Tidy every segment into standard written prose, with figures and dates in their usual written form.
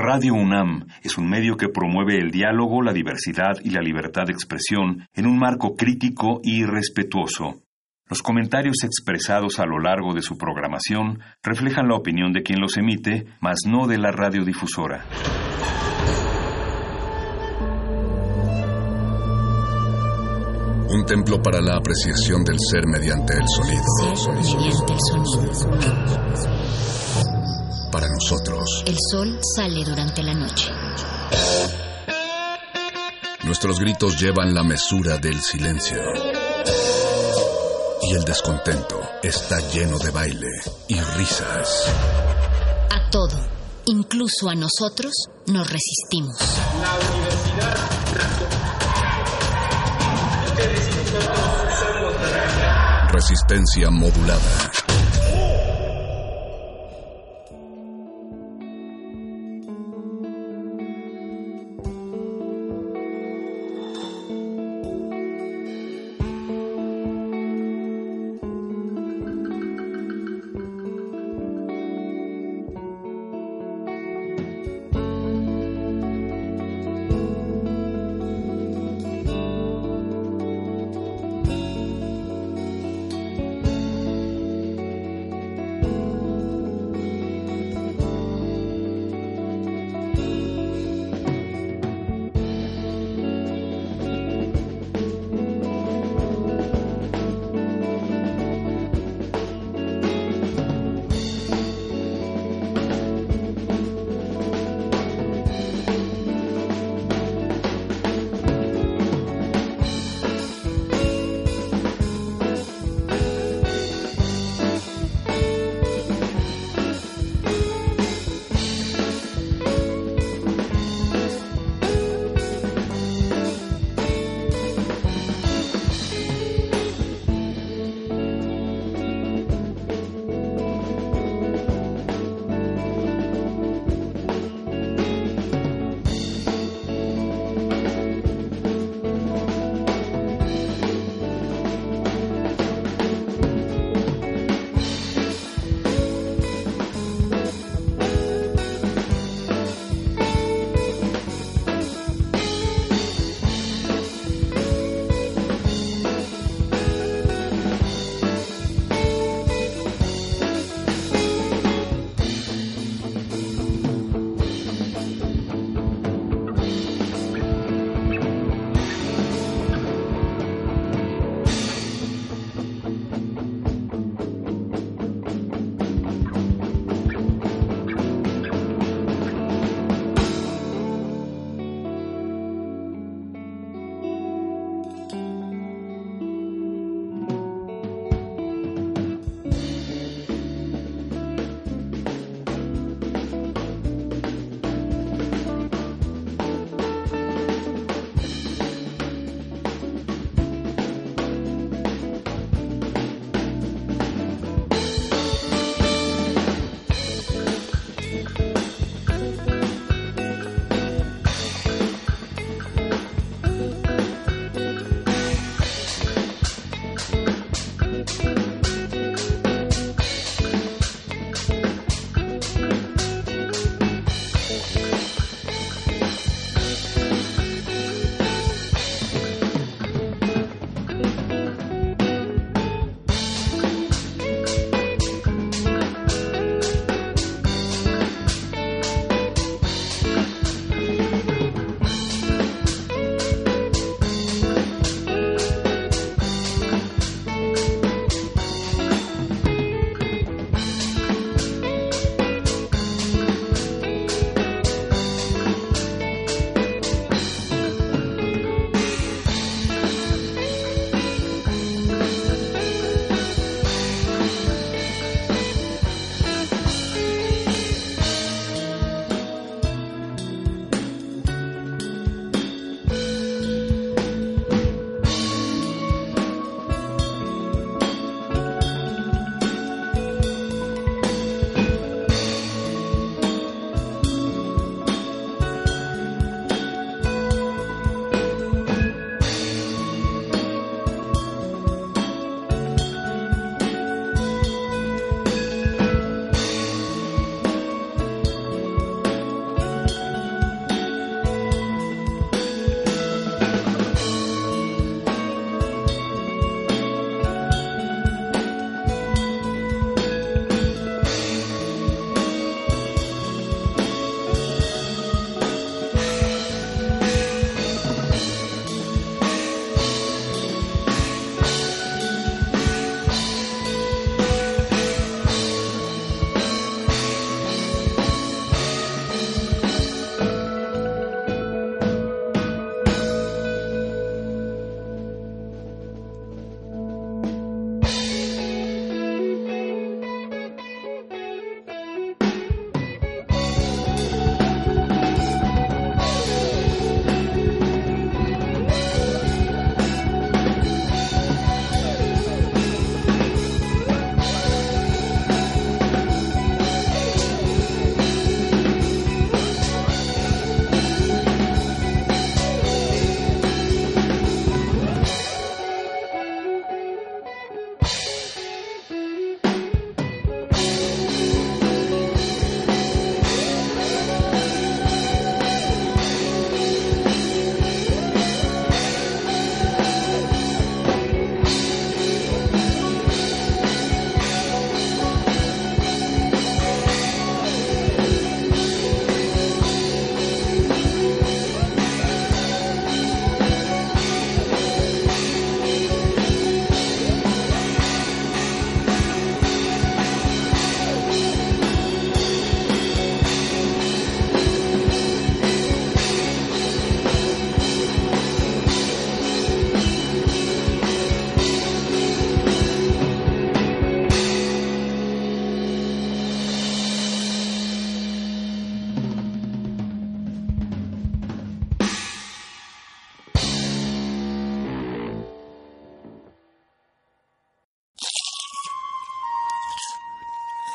Radio UNAM es un medio que promueve el diálogo, la diversidad y la libertad de expresión en un marco crítico y respetuoso. Los comentarios expresados a lo largo de su programación reflejan la opinión de quien los emite, mas no de la radiodifusora. Un templo para la apreciación del ser mediante el sonido. Para nosotros, el sol sale durante la noche. Nuestros gritos llevan la mesura del silencio. Y el descontento está lleno de baile y risas. A todo, incluso a nosotros, nos resistimos. La universidad. Resistencia modulada.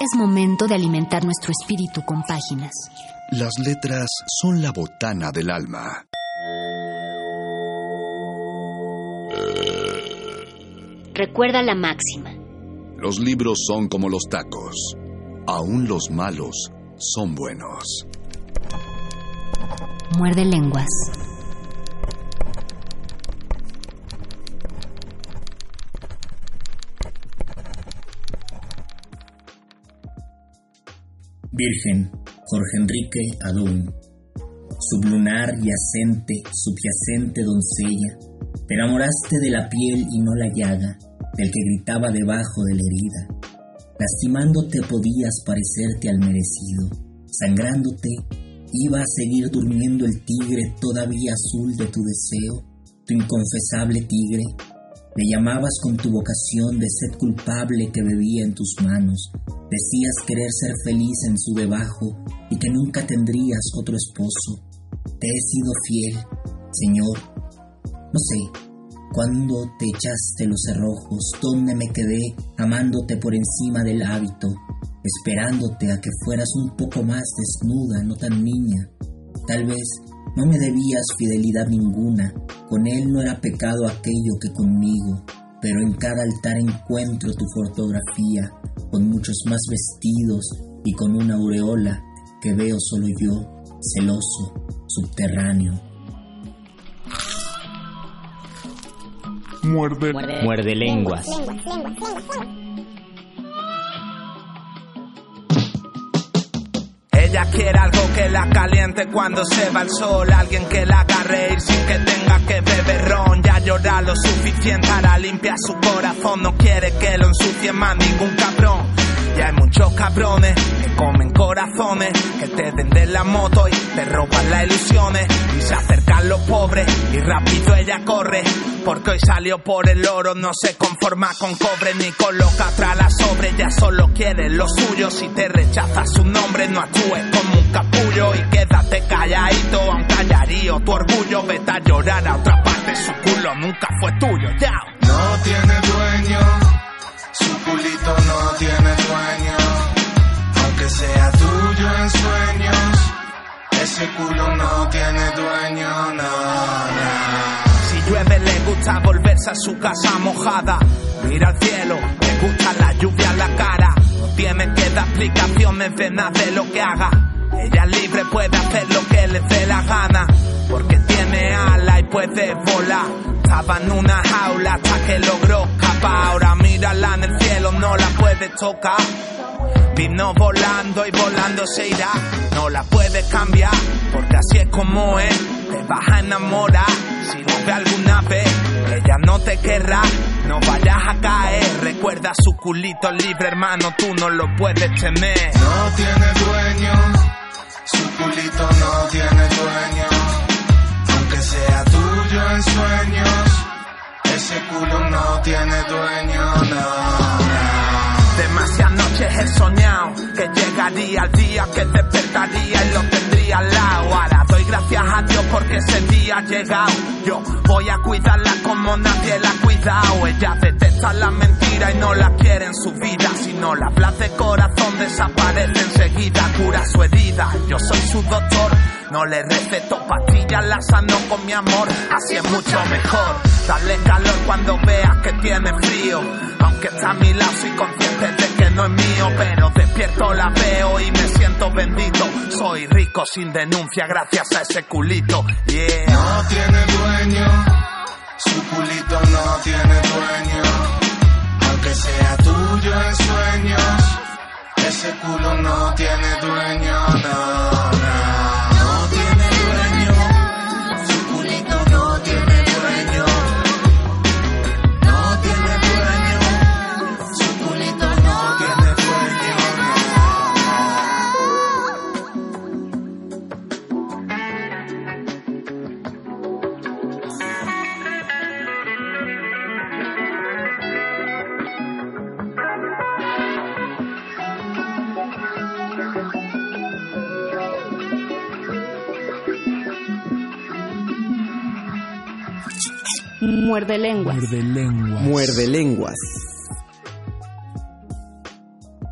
es momento de alimentar nuestro espíritu con páginas. Las letras son la botana del alma. Recuerda la máxima. Los libros son como los tacos. Aún los malos son buenos. Muerde lenguas. Virgen, Jorge Enrique Adún. Sublunar yacente, subyacente doncella, te enamoraste de la piel y no la llaga, del que gritaba debajo de la herida. Lastimándote podías parecerte al merecido, sangrándote iba a seguir durmiendo el tigre todavía azul de tu deseo, tu inconfesable tigre. Le llamabas con tu vocación de sed culpable que bebía en tus manos. Decías querer ser feliz en su debajo y que nunca tendrías otro esposo. Te he sido fiel, Señor. No sé, cuándo te echaste los cerrojos, dónde me quedé amándote por encima del hábito, esperándote a que fueras un poco más desnuda, no tan niña. Tal vez no me debías fidelidad ninguna, con él no era pecado aquello que conmigo, pero en cada altar encuentro tu fotografía, con muchos más vestidos y con una aureola que veo solo yo, celoso, subterráneo. Muerde lenguas. Ella quiere algo que la caliente cuando se va el sol, alguien que la haga reír sin que tenga que beber ron. Ya llora lo suficiente, ahora limpia su corazón, no quiere que lo ensucie más ningún cabrón. Ya hay muchos cabrones que comen corazones, que te venden la moto y te roban las ilusiones. Y se acercan los pobres y rápido ella corre, porque hoy salió por el oro, no se conforma con cobre ni con lo que atrás la sobre. Ya solo quiere lo suyo, si te rechaza su nombre no actúes como un capullo y quédate calladito, aunque haya herido tu orgullo. Vete a llorar a otra parte, su culo nunca fue tuyo. Ya no tiene dueño, su culito no tiene dueño, aunque sea tuyo en sueños, ese culo no tiene dueño, no. Si llueve le gusta volverse a su casa mojada, mira al cielo, le gusta la lluvia en la cara, no tiene que dar explicaciones de nada de lo que haga. Ella es libre, puede hacer lo que le dé la gana, porque tiene ala y puede volar. Estaba en una jaula hasta que logró escapar. Ahora mírala en el cielo, no la puedes tocar. Vino volando y volando se irá. No la puedes cambiar, porque así es como es. Te vas a enamorar, si la ve alguna vez, ella no te querrá. No vayas a caer, recuerda su culito libre, hermano, tú no lo puedes tener. No tiene dueño, su culito no tiene dueño, aunque sea tuyo en sueños, ese culo no tiene dueño, no. Demasiadas noches he soñado que llegaría el día que despertaría y lo tendría al lado. Ahora doy gracias a Dios porque ese día ha llegado. Yo voy a cuidarla como nadie la ha cuidado. Ella detesta la mentira y no la quiere en su vida. Si no la hablas de corazón desaparece enseguida. Cura su herida, yo soy su doctor. No le receto pastillas, la sano con mi amor. Así es mucho mejor. Dale calor cuando veas que tiene frío. Aunque está a mi lado soy consciente de que no es mío, pero despierto la veo y me siento bendito. Soy rico sin denuncia gracias a ese culito. Yeah. No tiene dueño, su culito no tiene dueño, aunque sea tuyo en sueños, ese culo no tiene dueño, no. Muerde lenguas. Muerde lenguas.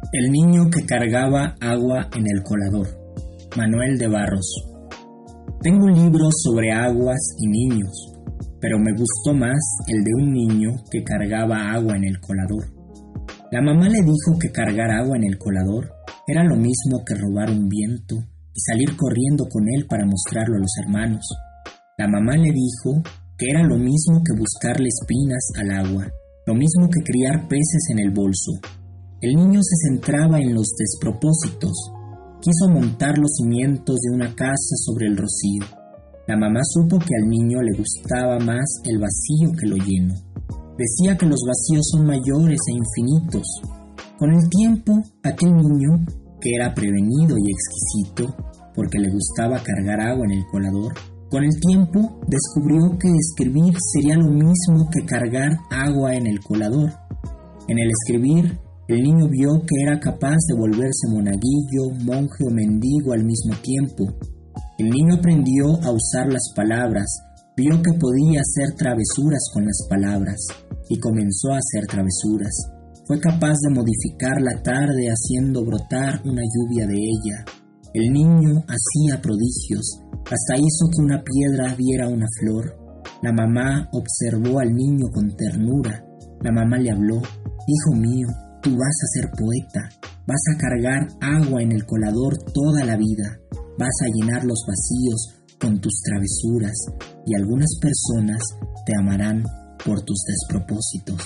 El niño que cargaba agua en el colador. Manuel de Barros. Tengo un libro sobre aguas y niños, pero me gustó más el de un niño que cargaba agua en el colador. La mamá le dijo que cargar agua en el colador era lo mismo que robar un viento y salir corriendo con él para mostrarlo a los hermanos. La mamá le dijo que era lo mismo que buscarle espinas al agua, lo mismo que criar peces en el bolso. El niño se centraba en los despropósitos. Quiso montar los cimientos de una casa sobre el rocío. La mamá supo que al niño le gustaba más el vacío que lo lleno. Decía que los vacíos son mayores e infinitos. Con el tiempo, aquel niño, que era prevenido y exquisito, porque le gustaba cargar agua en el colador, con el tiempo descubrió que escribir sería lo mismo que cargar agua en el colador. En el escribir, el niño vio que era capaz de volverse monaguillo, monje o mendigo al mismo tiempo. El niño aprendió a usar las palabras, vio que podía hacer travesuras con las palabras y comenzó a hacer travesuras. Fue capaz de modificar la tarde haciendo brotar una lluvia de ella. El niño hacía prodigios, hasta hizo que una piedra diera una flor. La mamá observó al niño con ternura. La mamá le habló: «Hijo mío, tú vas a ser poeta, vas a cargar agua en el colador toda la vida, vas a llenar los vacíos con tus travesuras y algunas personas te amarán por tus despropósitos».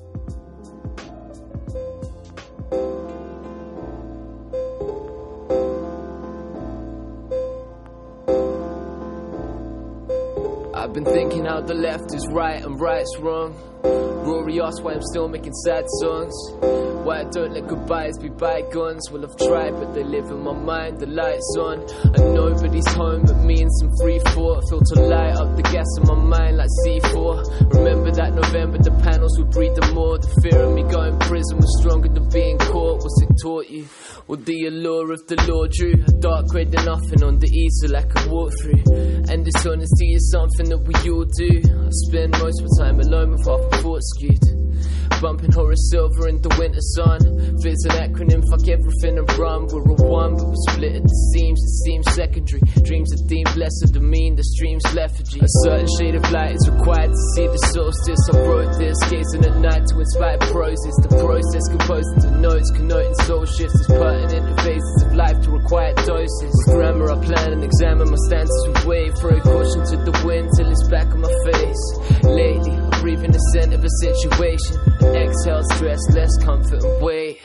I've been thinking how the left is right and right's wrong. Rory asks why I'm still making sad songs. Why I don't let goodbyes be bygones. Well, I've tried, but they live in my mind, the light's on. And nobody's home but me and some free thought. Filter light up the gas in my mind like C4. Remember that November, the panels would breathe the more. The fear of me going prison was stronger than being caught. What's it taught you? Well, the allure of the law drew a dark grey to nothing on the easel I could walk through. And dishonesty is something that we all do. I spend most of my time alone with half a thought skewed. Bumping Horace Silver in the winter sun. Fizz an acronym, fuck everything and run. We're all one, but we're split at the seams. It seems secondary. Dreams are deemed lesser than mean. The stream's lethargy. A certain shade of light is required to see the solstice. I wrote this, gazing at night to inspire proses. The process composed into notes, connoting soul shifts. It's pertinent in phases of life to require doses. With grammar, I plan and examine my stances with wave. Throw caution to the wind till it's back on my face. Lately, I'm breathing the scent of a situation. Exhale stress, less comfort and wait.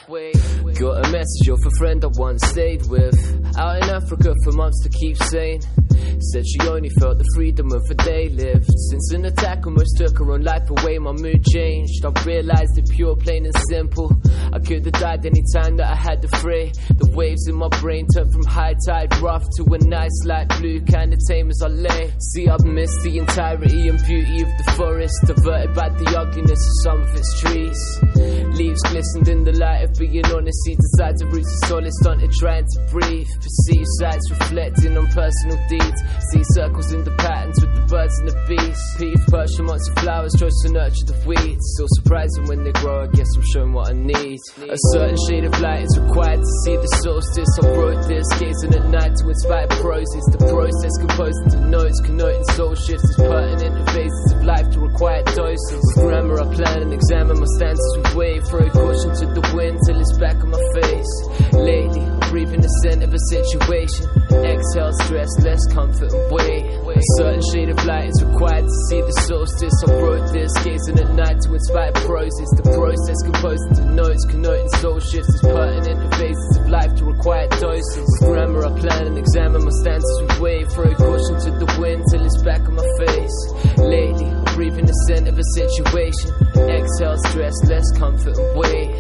Got a message off a friend I once stayed with, out in Africa for months to keep sane. Said she only felt the freedom of a day lived. Since an attack almost took her own life away, my mood changed. I realised it pure, plain and simple. I could have died any time that I had the free. The waves in my brain turned from high tide rough to a nice light blue, kinda tame as I lay. See, I've missed the entirety and beauty of the forest, diverted by the ugliness of some of its trees. Leaves glistened in the light of being honest. See the sides of roots of solid stunted, trying to breathe. Perceive sights reflecting on personal deeds. See circles in the patterns with the birds and the bees. Peeve perched amongst the flowers, chose to nurture the weeds. Still surprising when they grow, I guess I'm showing what I need. A certain shade of light is required to see the solstice. I wrote this, gazing at night to inspire proses. The process composed into notes, connoting soul shifts. Is pertinent in phases of life to require doses. With grammar, I plan and examine my stances with wave. Throw caution to the wind till it's back on my face. Lately, I'm breathing the scent of a situation. Exhale stress, less comfort and wait. A certain shade of light is required to see the solstice. I wrote this, gazing at night to inspire proses. The process composed into notes, connoting soul shifts. Is pertinent in phases of life to require doses. With grammar, I plan and examine my stances with wave. Throw caution to the wind till it's back on my face. Lately, I'm breathing the scent of a situation. Exhale stress, less comfort and wait.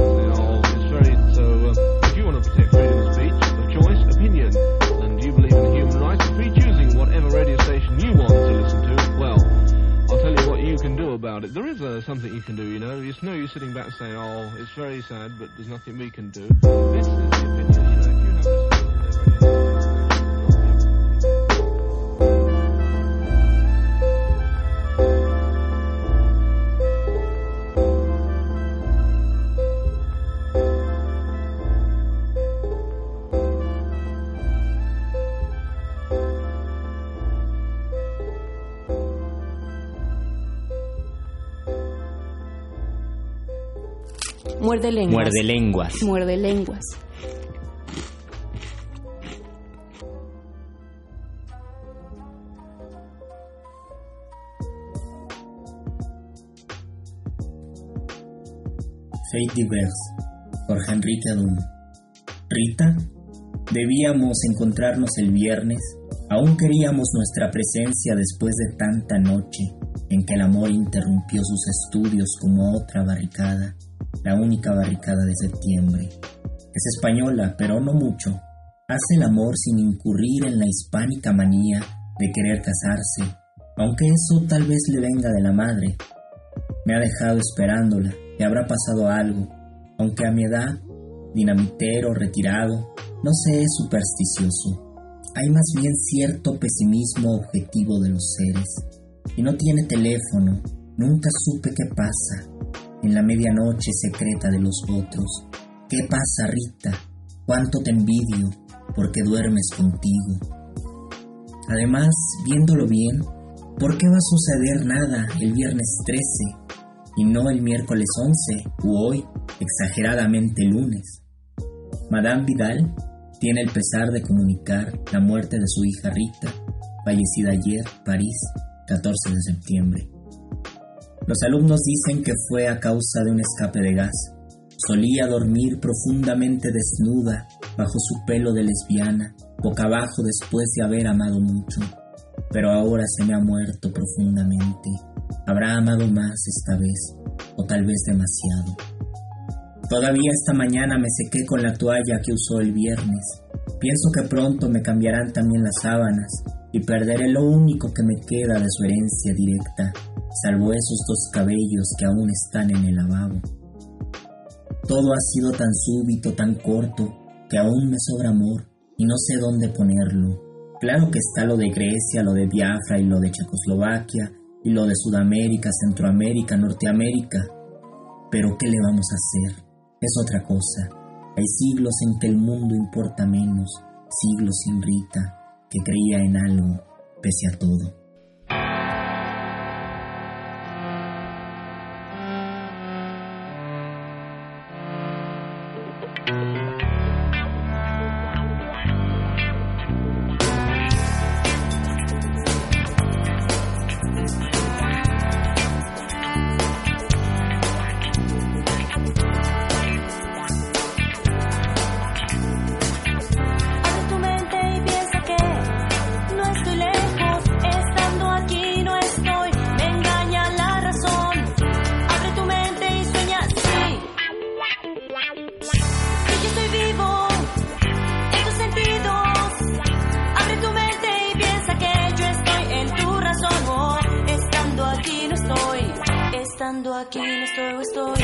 If you want to protect freedom of speech, of choice, opinion, and you believe in human rights, free choosing whatever radio station you want to listen to, well, I'll tell you what you can do about it. There is something you can do, you know. It's no use sitting back saying, oh, it's very sad, but there's nothing we can do. This is the opinion, you know, if you have this... Muerde lenguas. Muerde lenguas. Muerde lenguas. Fate Diverse, Jorge Enrique Adún. Rita, debíamos encontrarnos el viernes. Aún queríamos nuestra presencia después de tanta noche en que el amor interrumpió sus estudios como otra barricada, la única barricada de septiembre. Es española, pero no mucho. Hace el amor sin incurrir en la hispánica manía de querer casarse, aunque eso tal vez le venga de la madre. Me ha dejado esperándola. Le habrá pasado algo, aunque a mi edad, dinamitero, retirado, no se es supersticioso. Hay más bien cierto pesimismo objetivo de los seres. Y no tiene teléfono, nunca supe qué pasa en la medianoche secreta de los otros. ¿Qué pasa, Rita? ¿Cuánto te envidio porque duermes contigo? Además, viéndolo bien, ¿por qué va a suceder nada el viernes 13? Y no el miércoles 11 u hoy, exageradamente lunes. Madame Vidal tiene el pesar de comunicar la muerte de su hija Rita, fallecida ayer, París, 14 de septiembre. Los alumnos dicen que fue a causa de un escape de gas. Solía dormir profundamente desnuda bajo su pelo de lesbiana, boca abajo después de haber amado mucho. Pero ahora se me ha muerto profundamente. Habrá amado más esta vez, o tal vez demasiado. Todavía esta mañana me sequé con la toalla que usó el viernes. Pienso que pronto me cambiarán también las sábanas y perderé lo único que me queda de su herencia directa, salvo esos 2 cabellos que aún están en el lavabo. Todo ha sido tan súbito, tan corto, que aún me sobra amor y no sé dónde ponerlo. Claro que está lo de Grecia, lo de Biafra y lo de Checoslovaquia, y lo de Sudamérica, Centroamérica, Norteamérica. Pero ¿qué le vamos a hacer? Es otra cosa. Hay siglos en que el mundo importa menos, siglos sin Rita, que creía en algo, pese a todo. Estando aquí no estoy.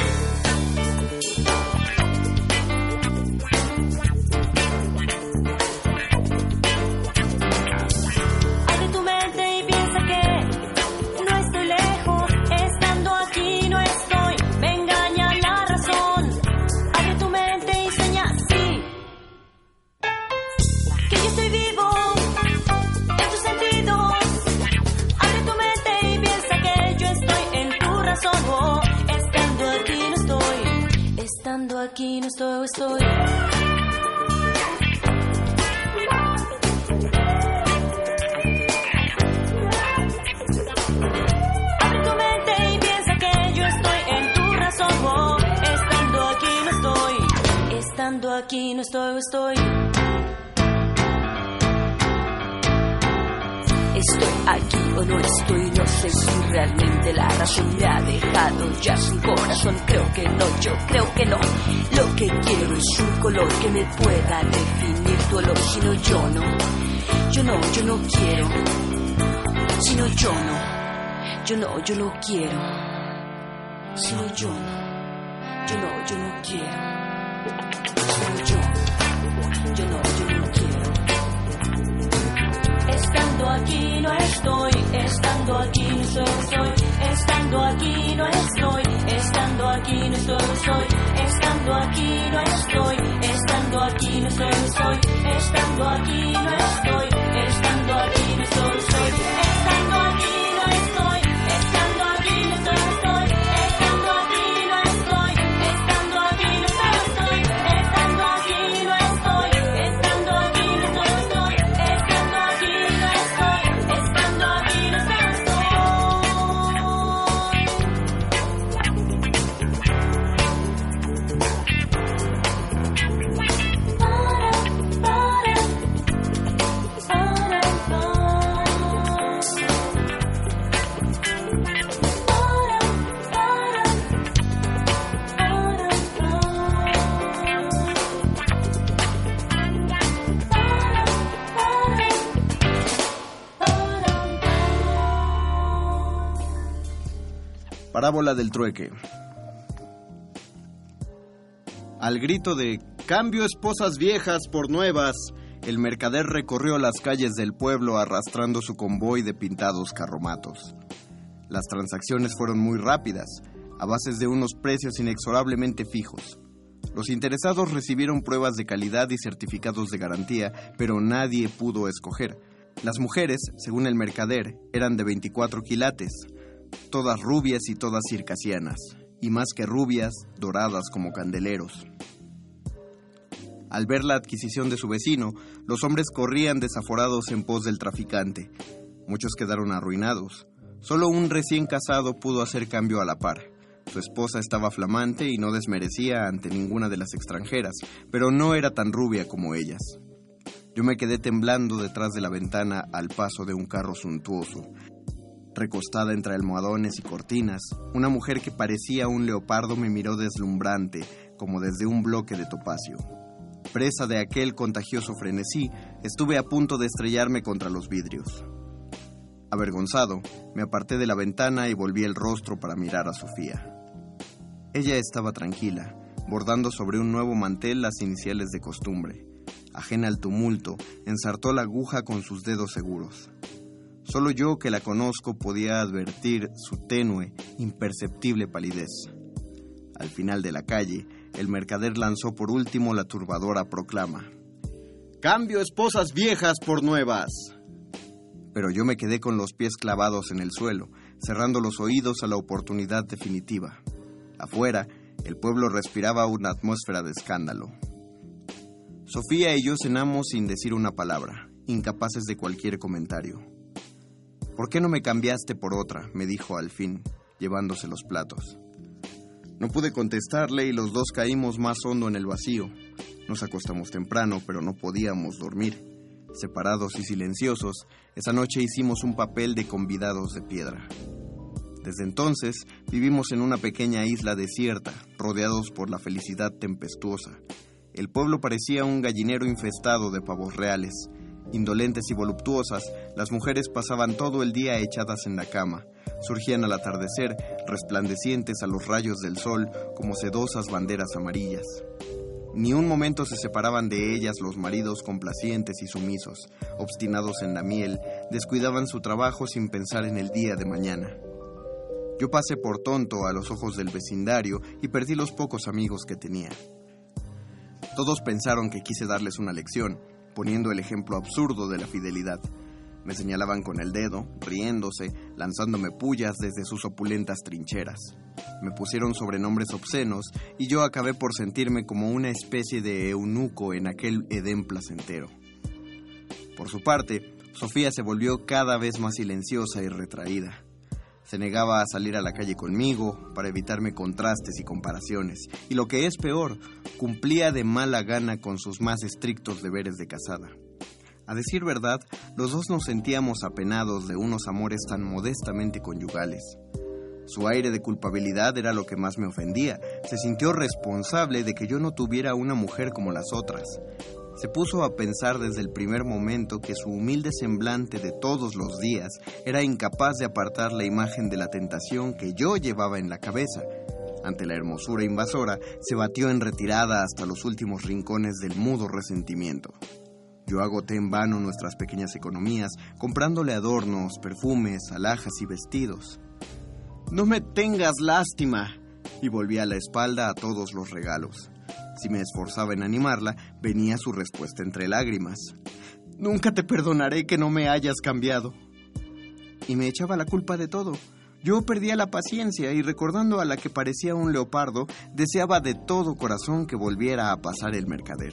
Abre tu mente y piensa que no estoy lejos. Estando aquí no estoy. Me engaña la razón. Abre tu mente y sueña así, que yo estoy vivo en tus sentidos. Abre tu mente y piensa que yo estoy en tu razón. Oh, estando aquí no estoy. Estando aquí no estoy. Abre tu mente y piensa que yo estoy en tu razón. Oh, estando aquí no estoy. Estando aquí no estoy. Estoy aquí o no estoy, no sé si realmente la razón me ha dejado ya sin corazón. Creo que no, yo creo que no. Lo que quiero es un color que me pueda definir tu olor. Si no, yo no. Yo no quiero. Si no, yo no. Yo no quiero. Si no, yo no. Yo no quiero. Si no, yo no quiero. Estando aquí no estoy, estando aquí no estoy, estando aquí no estoy, estando aquí no estoy, estando aquí no estoy, estando aquí no estoy, estando aquí no estoy, estando aquí no estoy, estando aquí no estoy, estando aquí no estoy, estando aquí no estoy, estando aquí Parábola del trueque. Al grito de «Cambio esposas viejas por nuevas», el mercader recorrió las calles del pueblo arrastrando su convoy de pintados carromatos. Las transacciones fueron muy rápidas, a bases de unos precios inexorablemente fijos. Los interesados recibieron pruebas de calidad y certificados de garantía, pero nadie pudo escoger. Las mujeres, según el mercader, eran de 24 quilates, todas rubias y todas circasianas, y más que rubias, doradas como candeleros. Al ver la adquisición de su vecino, los hombres corrían desaforados en pos del traficante. Muchos quedaron arruinados. Solo un recién casado pudo hacer cambio a la par. Su esposa estaba flamante y no desmerecía ante ninguna de las extranjeras, pero no era tan rubia como ellas. Yo me quedé temblando detrás de la ventana al paso de un carro suntuoso. Recostada entre almohadones y cortinas, una mujer que parecía un leopardo me miró deslumbrante, como desde un bloque de topacio. Presa de aquel contagioso frenesí, estuve a punto de estrellarme contra los vidrios. Avergonzado, me aparté de la ventana y volví el rostro para mirar a Sofía. Ella estaba tranquila, bordando sobre un nuevo mantel las iniciales de costumbre. Ajena al tumulto, ensartó la aguja con sus dedos seguros. Solo yo, que la conozco, podía advertir su tenue, imperceptible palidez. Al final de la calle, el mercader lanzó por último la turbadora proclama: «Cambio esposas viejas por nuevas». Pero yo me quedé con los pies clavados en el suelo, cerrando los oídos a la oportunidad definitiva. Afuera, el pueblo respiraba una atmósfera de escándalo. Sofía y yo cenamos sin decir una palabra, incapaces de cualquier comentario. «¿Por qué no me cambiaste por otra?», me dijo al fin, llevándose los platos. No pude contestarle y los dos caímos más hondo en el vacío. Nos acostamos temprano, pero no podíamos dormir. Separados y silenciosos, esa noche hicimos un papel de convidados de piedra. Desde entonces, vivimos en una pequeña isla desierta, rodeados por la felicidad tempestuosa. El pueblo parecía un gallinero infestado de pavos reales. Indolentes y voluptuosas, las mujeres pasaban todo el día echadas en la cama. Surgían al atardecer, resplandecientes a los rayos del sol como sedosas banderas amarillas. Ni un momento se separaban de ellas los maridos complacientes y sumisos, obstinados en la miel, descuidaban su trabajo sin pensar en el día de mañana. Yo pasé por tonto a los ojos del vecindario y perdí los pocos amigos que tenía. Todos pensaron que quise darles una lección, poniendo el ejemplo absurdo de la fidelidad. Me señalaban con el dedo, riéndose, lanzándome pullas desde sus opulentas trincheras. Me pusieron sobrenombres obscenos y yo acabé por sentirme como una especie de eunuco en aquel Edén placentero. Por su parte, Sofía se volvió cada vez más silenciosa y retraída. Se negaba a salir a la calle conmigo para evitarme contrastes y comparaciones, y lo que es peor, cumplía de mala gana con sus más estrictos deberes de casada. A decir verdad, los dos nos sentíamos apenados de unos amores tan modestamente conyugales. Su aire de culpabilidad era lo que más me ofendía. Se sintió responsable de que yo no tuviera una mujer como las otras. Se puso a pensar desde el primer momento que su humilde semblante de todos los días era incapaz de apartar la imagen de la tentación que yo llevaba en la cabeza. Ante la hermosura invasora, se batió en retirada hasta los últimos rincones del mudo resentimiento. Yo agoté en vano nuestras pequeñas economías, comprándole adornos, perfumes, alhajas y vestidos. «No me tengas lástima», y volví a la espalda a todos los regalos. Si me esforzaba en animarla, venía su respuesta entre lágrimas: «Nunca te perdonaré que no me hayas cambiado». Y me echaba la culpa de todo. Yo perdía la paciencia y, recordando a la que parecía un leopardo, deseaba de todo corazón que volviera a pasar el mercader.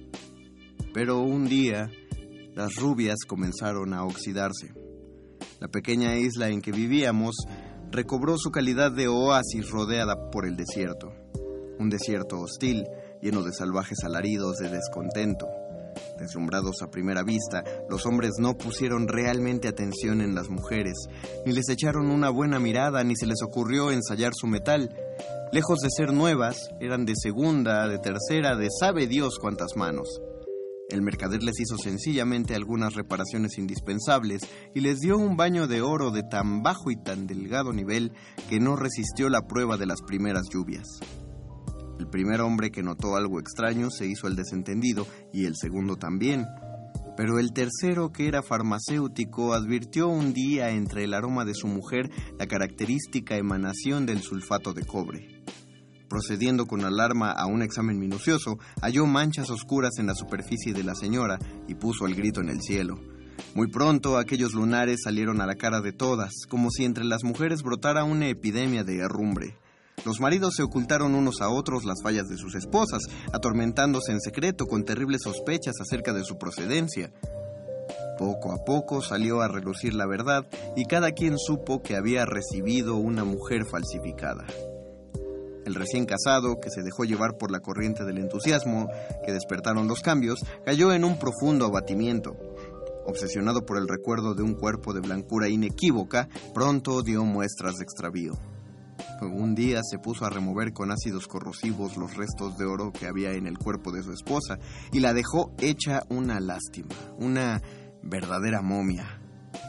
Pero un día, las rubias comenzaron a oxidarse. La pequeña isla en que vivíamos recobró su calidad de oasis rodeada por el desierto. Un desierto hostil, lleno de salvajes alaridos de descontento. Deslumbrados a primera vista, los hombres no pusieron realmente atención en las mujeres, ni les echaron una buena mirada, ni se les ocurrió ensayar su metal. Lejos de ser nuevas, eran de segunda, de tercera, de sabe Dios cuántas manos. El mercader les hizo sencillamente algunas reparaciones indispensables y les dio un baño de oro de tan bajo y tan delgado nivel que no resistió la prueba de las primeras lluvias. El primer hombre que notó algo extraño se hizo el desentendido y el segundo también. Pero el tercero, que era farmacéutico, advirtió un día entre el aroma de su mujer la característica emanación del sulfato de cobre. Procediendo con alarma a un examen minucioso, halló manchas oscuras en la superficie de la señora y puso el grito en el cielo. Muy pronto aquellos lunares salieron a la cara de todas, como si entre las mujeres brotara una epidemia de herrumbre. Los maridos se ocultaron unos a otros las fallas de sus esposas, atormentándose en secreto con terribles sospechas acerca de su procedencia. Poco a poco salió a relucir la verdad y cada quien supo que había recibido una mujer falsificada. El recién casado, que se dejó llevar por la corriente del entusiasmo que despertaron los cambios, cayó en un profundo abatimiento. Obsesionado por el recuerdo de un cuerpo de blancura inequívoca, pronto dio muestras de extravío. Un día se puso a remover con ácidos corrosivos los restos de oro que había en el cuerpo de su esposa y la dejó hecha una lástima, una verdadera momia.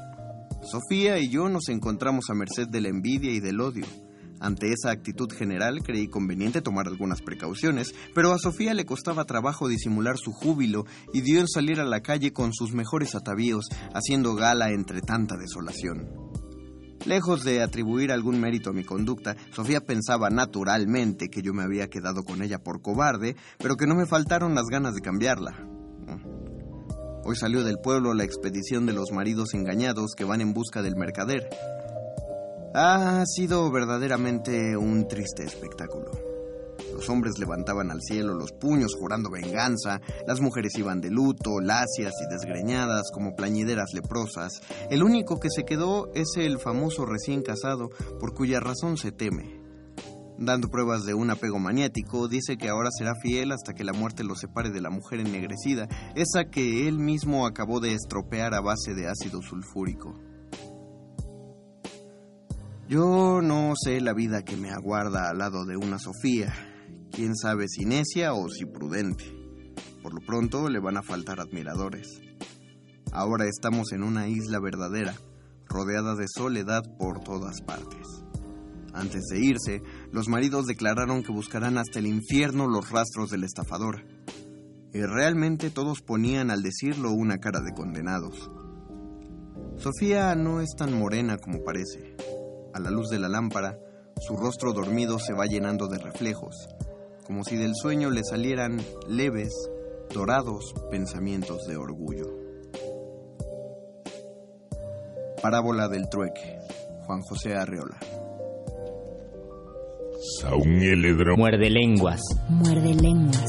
Sofía y yo nos encontramos a merced de la envidia y del odio. Ante esa actitud general creí conveniente tomar algunas precauciones, pero a Sofía le costaba trabajo disimular su júbilo y dio en salir a la calle con sus mejores atavíos, haciendo gala entre tanta desolación. Lejos de atribuir algún mérito a mi conducta, Sofía pensaba naturalmente que yo me había quedado con ella por cobarde, pero que no me faltaron las ganas de cambiarla. Hoy salió del pueblo la expedición de los maridos engañados que van en busca del mercader. Ha sido verdaderamente un triste espectáculo. Los hombres levantaban al cielo los puños jurando venganza, las mujeres iban de luto, lacias y desgreñadas como plañideras leprosas. El único que se quedó es el famoso recién casado, por cuya razón se teme. Dando pruebas de un apego maniático, dice que ahora será fiel hasta que la muerte lo separe de la mujer ennegrecida, esa que él mismo acabó de estropear a base de ácido sulfúrico. Yo no sé la vida que me aguarda al lado de una Sofía. Quién sabe si necia o si prudente. Por lo pronto le van a faltar admiradores. Ahora estamos en una isla verdadera, rodeada de soledad por todas partes. Antes de irse, los maridos declararon que buscarán hasta el infierno los rastros del estafador. Y realmente todos ponían al decirlo una cara de condenados. Sofía no es tan morena como parece. A la luz de la lámpara, su rostro dormido se va llenando de reflejos, como si del sueño le salieran leves, dorados pensamientos de orgullo. Parábola del trueque, Juan José Arreola. Muerde lenguas. Muerde lenguas.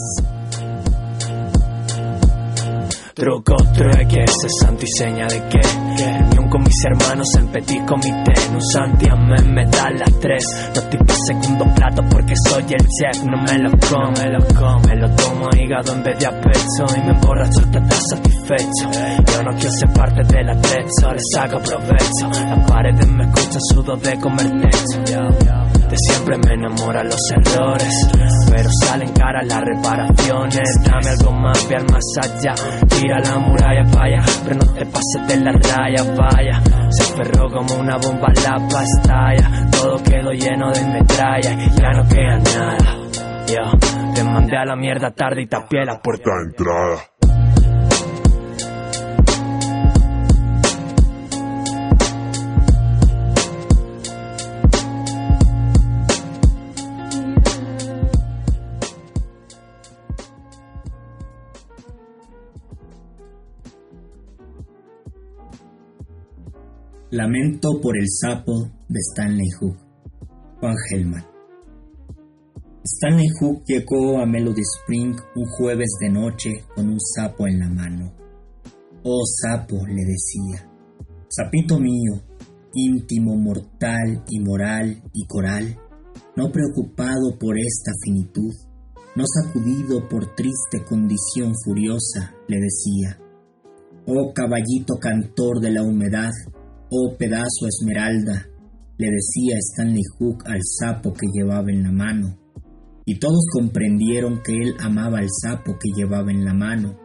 Truco, trueque, ese santo y seña de que reunión con mis hermanos en petit comité. No santiamén me da las 3. No estoy pa' segundo plato porque soy el chef. No me lo como, me lo tomo hígado en vez de a pecho y me emborracho hasta estar satisfecho. Yo no quiero ser parte del atrecho, le saco provecho. Las paredes me escuchan, sudo de comer techo. De siempre me enamoran los errores, pero salen caras las reparaciones. Dame algo más, ver más allá. Tira la muralla pa' allá, pero no te pases de la raya, vaya. Se aferró como una bomba la pastalla. Todo quedó lleno de metralla y ya no queda nada. Yo te mandé a la mierda tarde y tapié la puerta de entrada. Lamento por el sapo de Stanley Hook. Juan Gelman. Stanley Hook llegó a Melody Spring un jueves de noche con un sapo en la mano. Oh sapo, le decía, sapito mío, íntimo, mortal y moral y coral, no preocupado por esta finitud, no sacudido por triste condición furiosa, le decía. Oh caballito cantor de la humedad, oh pedazo esmeralda, le decía Stanley Hook al sapo que llevaba en la mano. Y todos comprendieron que él amaba al sapo que llevaba en la mano,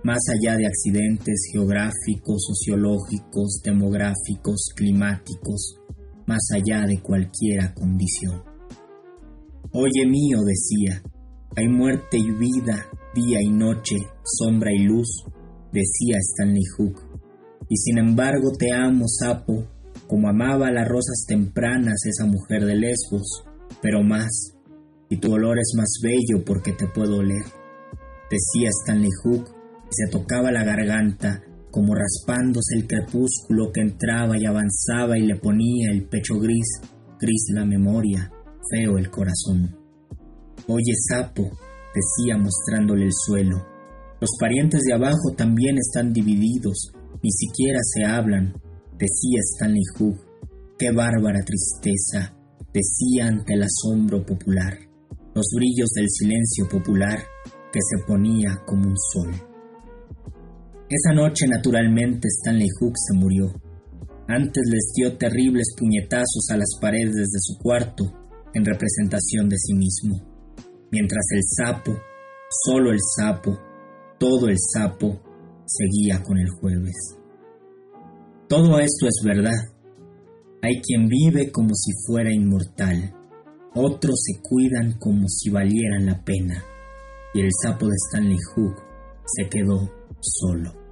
más allá de accidentes geográficos, sociológicos, demográficos, climáticos, más allá de cualquiera condición. Oye mío, decía, hay muerte y vida, día y noche, sombra y luz, decía Stanley Hook. Y sin embargo te amo, sapo, como amaba las rosas tempranas esa mujer de Lesbos, pero más, y tu olor es más bello porque te puedo oler, decía Stanley Hook, y se tocaba la garganta, como raspándose el crepúsculo que entraba y avanzaba y le ponía el pecho gris, gris la memoria, feo el corazón. Oye, sapo, decía mostrándole el suelo, los parientes de abajo también están divididos, ni siquiera se hablan, decía Stanley Hook. Qué bárbara tristeza, decía ante el asombro popular, los brillos del silencio popular que se ponía como un sol. Esa noche, naturalmente, Stanley Hook se murió. Antes les dio terribles puñetazos a las paredes de su cuarto en representación de sí mismo, mientras el sapo, solo el sapo, todo el sapo, seguía con el jueves. Todo esto es verdad. Hay quien vive como si fuera inmortal, otros se cuidan como si valieran la pena, y el sapo de Stanley Hook se quedó solo.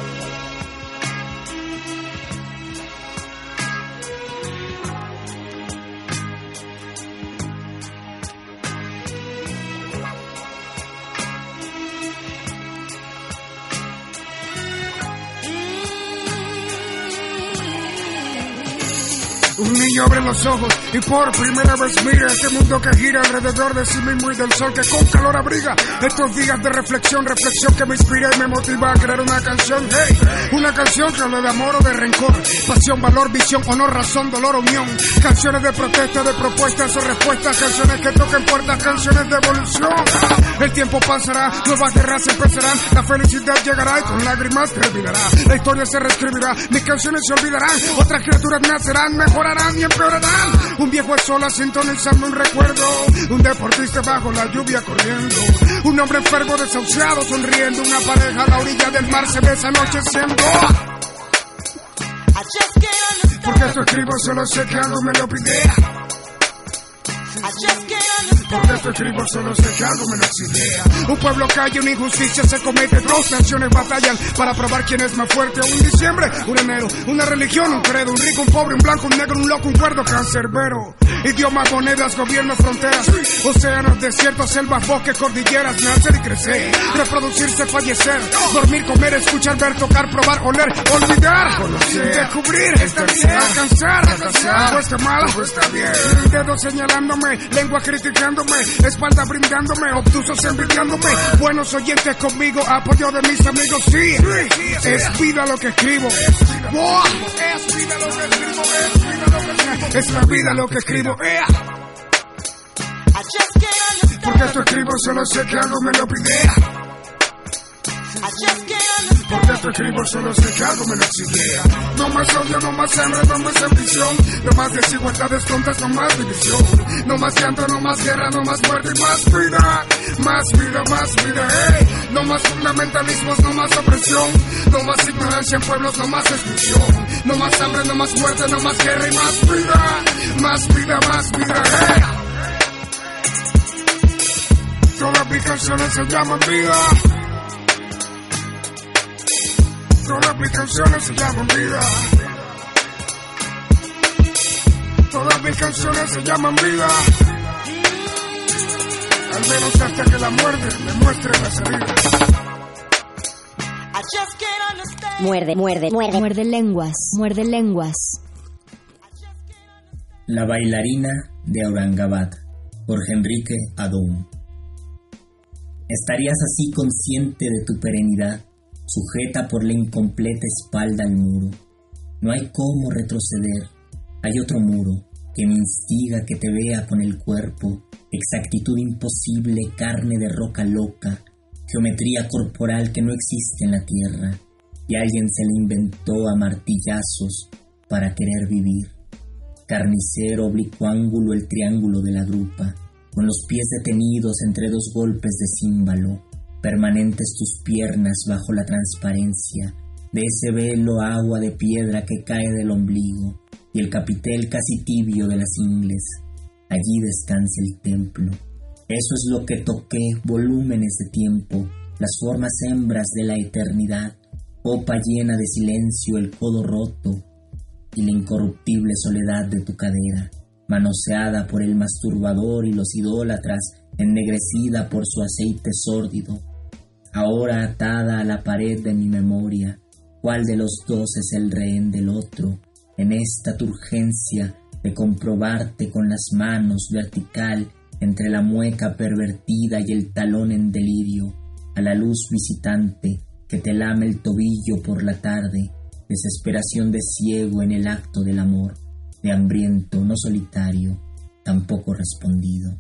Un niño abre los ojos y por primera vez mira este mundo que gira alrededor de sí mismo y del sol que con calor abriga. Estos días de reflexión que me inspira y me motiva a crear una canción. Hey, una canción que hable de amor o de rencor, pasión, valor, visión, honor, razón, dolor, unión. Canciones de protesta, de propuestas o respuestas, canciones que toquen puertas, canciones de evolución. El tiempo pasará, nuevas guerras empezarán, la felicidad llegará y con lágrimas terminará. La historia se reescribirá, mis canciones se olvidarán, otras criaturas nacerán, mejorarán y empeorarán. Un viejo es sola sintonizando un recuerdo, un deportista bajo la lluvia corriendo, un hombre enfermo desahuciado sonriendo, una pareja a la orilla del mar se besa anocheciendo. Porque esto escribo, solo sé que algo me lo pide. Porque esto escribo, solo sé que algo me lo exigía. Un pueblo calla, una injusticia se comete, dos naciones batallan para probar quién es más fuerte. Un diciembre, un enero, una religión, un credo, un rico, un pobre, un blanco, un negro, un loco, un cuerdo, cancerbero. Idiomas, monedas, gobiernos, fronteras, océanos, desiertos, selvas, bosques, cordilleras, nacer y crecer, reproducirse, fallecer, dormir, comer, escuchar, ver, tocar, probar, oler, olvidar, conocer, descubrir, estar bien, alcanzar, fracasar, cuesta mal, cuesta bien, dedos señalándome, lengua criticándome, espalda brindándome, obtusos envidiándome, buenos oyentes conmigo, apoyo de mis amigos, sí, es vida lo que escribo, es vida lo que escribo, es la vida lo que escribo, porque esto escribo, solo sé que algo me lo pide. Porque esto escribo, solo sé que algo me lo exigía. No más odio, no más hambre, no más ambición, no más desigualdades tontas, no más división, no más llanto, no más guerra, no más muerte y más vida, más vida, más vida, hey. No más fundamentalismos, no más opresión, no más ignorancia en pueblos, no más exclusión, no más hambre, no más muerte, no más guerra y más vida, más vida, más vida, hey. Todas mis canciones se llaman vida. Todas mis canciones se llaman vida. Todas mis canciones se llaman vida. Al menos hasta que la muerte me muestre la salida. Muerde, muerde, muerde. Muerde lenguas, muerde lenguas. La bailarina de Aurangabad, Jorge Enrique Adoum. Estarías así consciente de tu perenidad, sujeta por la incompleta espalda al muro. No hay cómo retroceder. Hay otro muro que me instiga que te vea con el cuerpo, exactitud imposible, carne de roca loca, geometría corporal que no existe en la tierra, y alguien se la inventó a martillazos para querer vivir. Carnicero, oblicuo ángulo, el triángulo de la grupa, con los pies detenidos entre dos golpes de címbalo, permanentes tus piernas bajo la transparencia de ese velo agua de piedra que cae del ombligo y el capitel casi tibio de las ingles. Allí descansa el templo. Eso es lo que toqué, volúmenes de tiempo, las formas hembras de la eternidad, copa llena de silencio, el codo roto y la incorruptible soledad de tu cadera, manoseada por el masturbador y los idólatras, ennegrecida por su aceite sórdido, ahora atada a la pared de mi memoria. ¿Cuál de los dos es el rehén del otro? En esta turgencia de comprobarte con las manos vertical entre la mueca pervertida y el talón en delirio, a la luz visitante que te lame el tobillo por la tarde, desesperación de ciego en el acto del amor, de hambriento no solitario, tampoco respondido.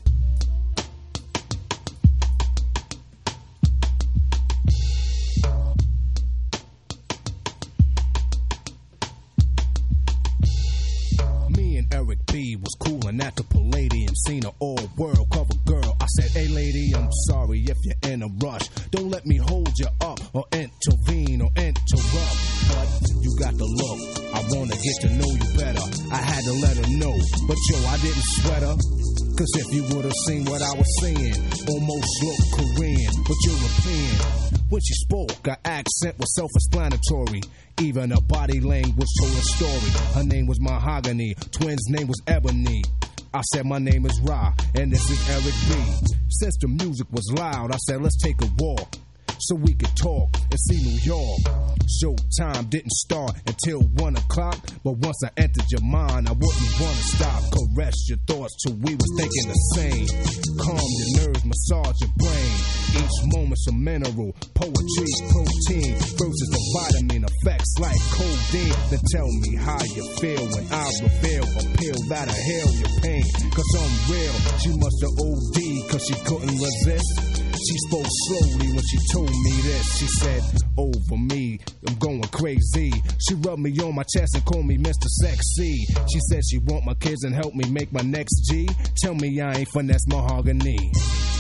Eric B. was coolin' at the Palladium, seen an all-world cover girl. I said, hey lady, I'm sorry if you're in a rush. Don't let me hold you up or intervene or interrupt. But you got the look, I wanna get to know you better. I had to let her know, but yo, I didn't sweat her. Cause if you would've seen what I was saying, almost looked Korean, but European. When she spoke, her accent was self-explanatory. Even her body language told a story. Her name was Mahogany, twins' name was Ebony. I said, my name is Ra, and this is Eric B. Since the music was loud, I said, let's take a walk so we could talk and see New York. Showtime didn't start until 1 o'clock, but once I entered your mind, I wouldn't want to stop. Caress your thoughts till we was thinking the same. Calm your nerves, massage your brain. Each moment's a mineral, poetry, protein, versus the vitamin effects like codeine. Then tell me how you feel when I reveal a pill that'll heal your pain. Cause I'm real, she must have OD'd cause she couldn't resist. She spoke slowly when she told me this. She said, over me, I'm going crazy. She rubbed me on my chest and called me Mr. Sexy. She said she want my kids and help me make my next G. Tell me I ain't finesse mahogany.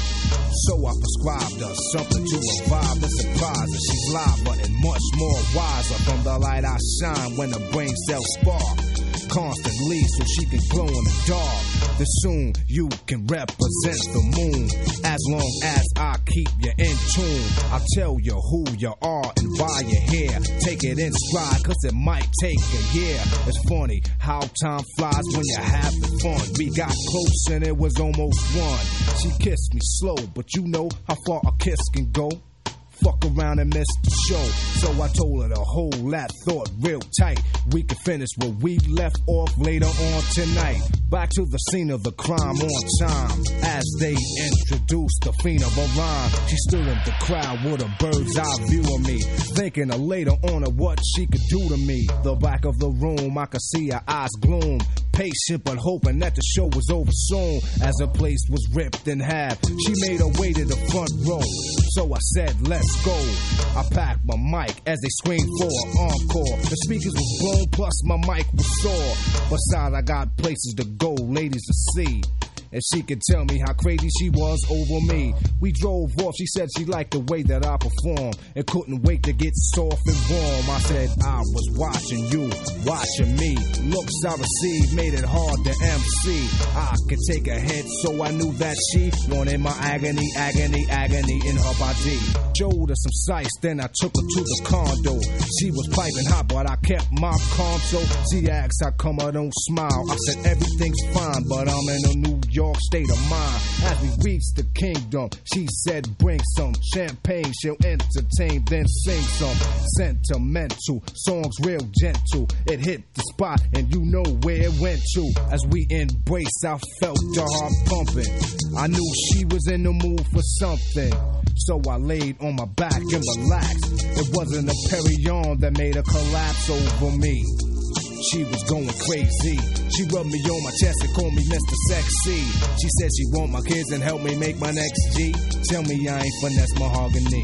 So I prescribed her something to revive the surprise. And she's live and much more wiser from the light I shine when her brain cells spark constantly so she can glow in the dark. Then soon you can represent the moon. As long as I keep you in tune, I'll tell you who you are and why you're here. Take it in stride cause it might take a year. It's funny how time flies when you're having fun. We got close and it was almost one. She kissed me slow, but you know how far a kiss can go. Fuck around and miss the show. So I told her to hold that thought real tight. We can finish where we left off later on tonight. Back to the scene of the crime on time. As they introduced the fiend of a rhyme, she stood in the crowd with a bird's eye view of me, thinking of later on of what she could do to me. The back of the room, I could see her eyes gloom. Patient but hoping that the show was over soon. As her place was ripped in half, she made her way to the front row. So I said, let's go. I packed my mic as they screamed for an encore. The speakers was blown, plus my mic was sore. Besides, I got places to go, ladies to see. And she could tell me how crazy she was over me. We drove off, she said she liked the way that I performed and couldn't wait to get soft and warm. I said I was watching you, watching me. Looks I received made it hard to MC. I could take a hint, so I knew that she wanted my agony, agony, agony in her body. Showed her some sights, then I took her to the condo. She was piping hot, but I kept my calm. So she asked how come I don't smile. I said everything's fine, but I'm in a New York state of mind. As we reached the kingdom, she said bring some champagne, she'll entertain, then sing some sentimental songs real gentle. It hit the spot and you know where it went to. As we embraced, I felt her heart pumping. I knew she was in the mood for something, so I laid on my back and relaxed. It wasn't a Perignon that made her collapse over me. She was going crazy. She rubbed me on my chest and called me Mr. Sexy. She said she want my kids and help me make my next G. Tell me I ain't finesse mahogany.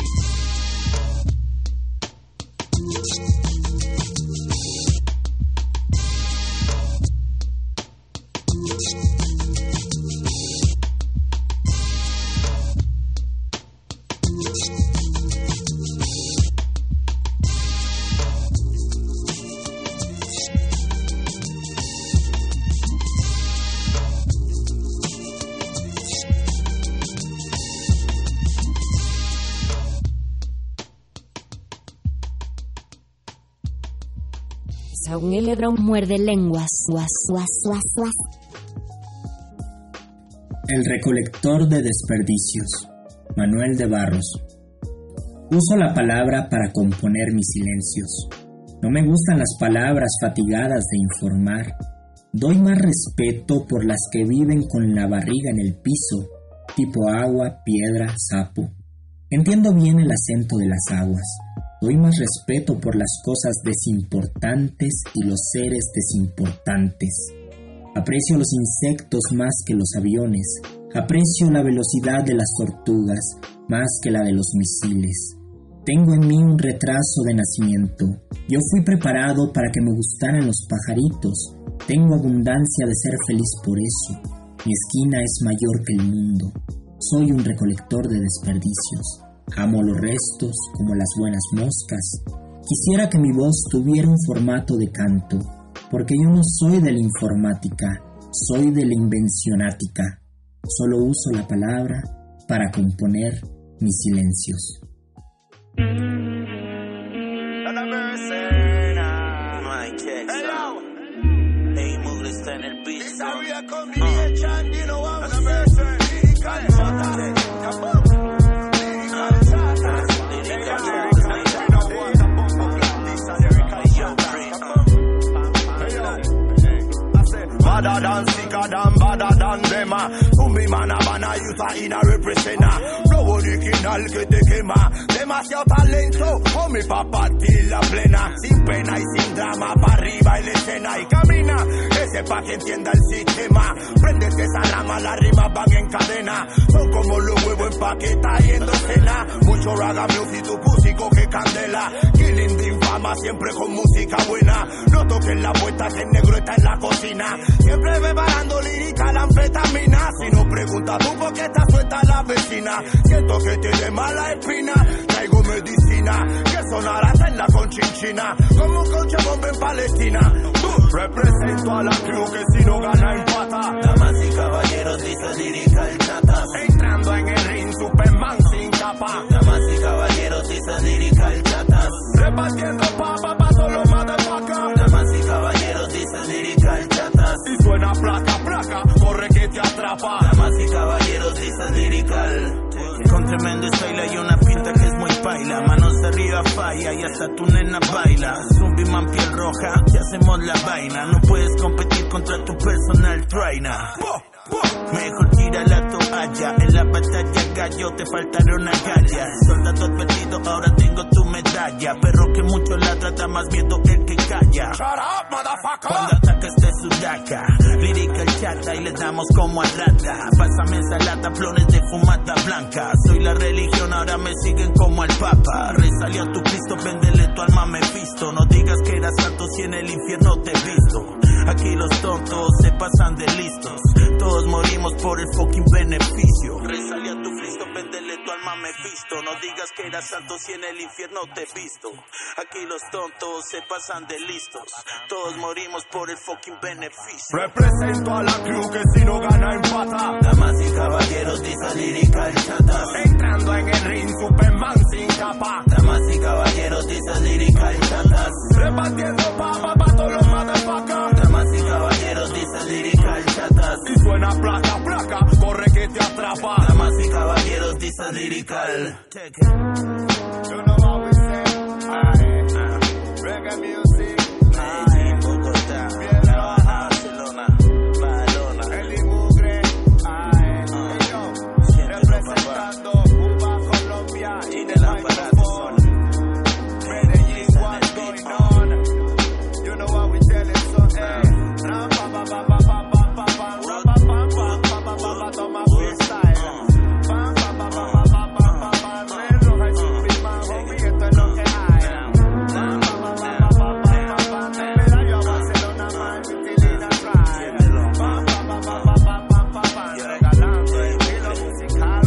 Muerde lenguas. El recolector de desperdicios. Manuel de Barros. Uso la palabra para componer mis silencios. No me gustan las palabras fatigadas de informar. Doy más respeto por las que viven con la barriga en el piso, tipo agua, piedra, sapo. Entiendo bien el acento de las aguas. Doy más respeto por las cosas desimportantes y los seres desimportantes. Aprecio los insectos más que los aviones. Aprecio la velocidad de las tortugas más que la de los misiles. Tengo en mí un retraso de nacimiento. Yo fui preparado para que me gustaran los pajaritos. Tengo abundancia de ser feliz por eso. Mi esquina es mayor que el mundo. Soy un recolector de desperdicios. Amo los restos como las buenas moscas. Quisiera que mi voz tuviera un formato de canto, porque yo no soy de la informática, soy de la invencionática. Solo uso la palabra para componer mis silencios. Badder than, sicker than, badder than them. Zumbi man a banner, you say in a representa. Flow original que te quema. Demasiado talento, o mi papá la plena. Sin pena y sin drama, pa' arriba y la escena y camina. Ese pa' que entienda el sistema. Préndete esa rama, las rimas van en cadena. Son como los huevos en paqueta y en docena. Mucho raga music, tu pussy coge candela. Killing de infama, siempre con música buena. No toques la puerta que el negro está en la cocina. Siempre preparando lírica la anfetamina. Si no preguntas tú por qué está suelta la vecina. Siento que tiene mala espina. Traigo medicina que sonará hasta en la conchinchina. Como un coche bomba en Palestina. Represento a la crew que si no gana empata. Damas y caballeros dice lírica chata. Entrando en el ring Superman sin capa. Damas y caballeros dice lírica chata. Repartiendo papa pa' todos los motherfuckers. Damas y caballeros dice lírica chata. Y suena placa, placa, corre que te atrapa. Damas y caballeros dice lyrical. Con tremendo style hay una pinta que es muy paila. Manos de arriba falla y hasta tu nena baila. Zombie man piel roja, ya hacemos la vaina. No puedes competir contra tu personal trainer. Mejor tira la toalla. En la batalla gallo te faltaron agallas. Soldado advertido, ahora tengo tu medalla. Perro que mucho ladra, da más miedo el que calla. Shut up, motherfucker. Cuando atacas te sudaca. Lírica el chata y le damos como a rata. Pásame ensalada, flores de fumata blanca. Soy la religión, ahora me siguen como al papa. Resalió tu Cristo, véndele tu alma me visto. No digas que eras santo si en el infierno te he visto. Aquí los tontos se pasan de listos. Todos morimos por el fucking beneficio. Resale a tu Cristo, véndele tu alma me visto. No digas que eras santo si en el infierno te he visto. Aquí los tontos se pasan de listos. Todos morimos por el fucking beneficio. Represento a la crew que si no gana empata. Damas y caballeros dice lírica chata. Entrando en el ring Superman sin capa. Damas y caballeros dice lírica chata. Repartiendo papa pa' todos los motherfuckers. Damas y caballeros dice lírica chata. Y suena placa, placa, corre que te atrapa. Damas y caballeros dice lyrical. Check it. You know what we say. Reggae music. Bogotá, Barcelona, Barcelona. El Mugre. Representando Cuba, Colombia y de la Parazón. Medellín, what's going on? You know what we tell it, so toma freestyle. Esto es lo que hay. Medallo a Barcelona, man, Vitilina Drive. Regalando el estilo musical,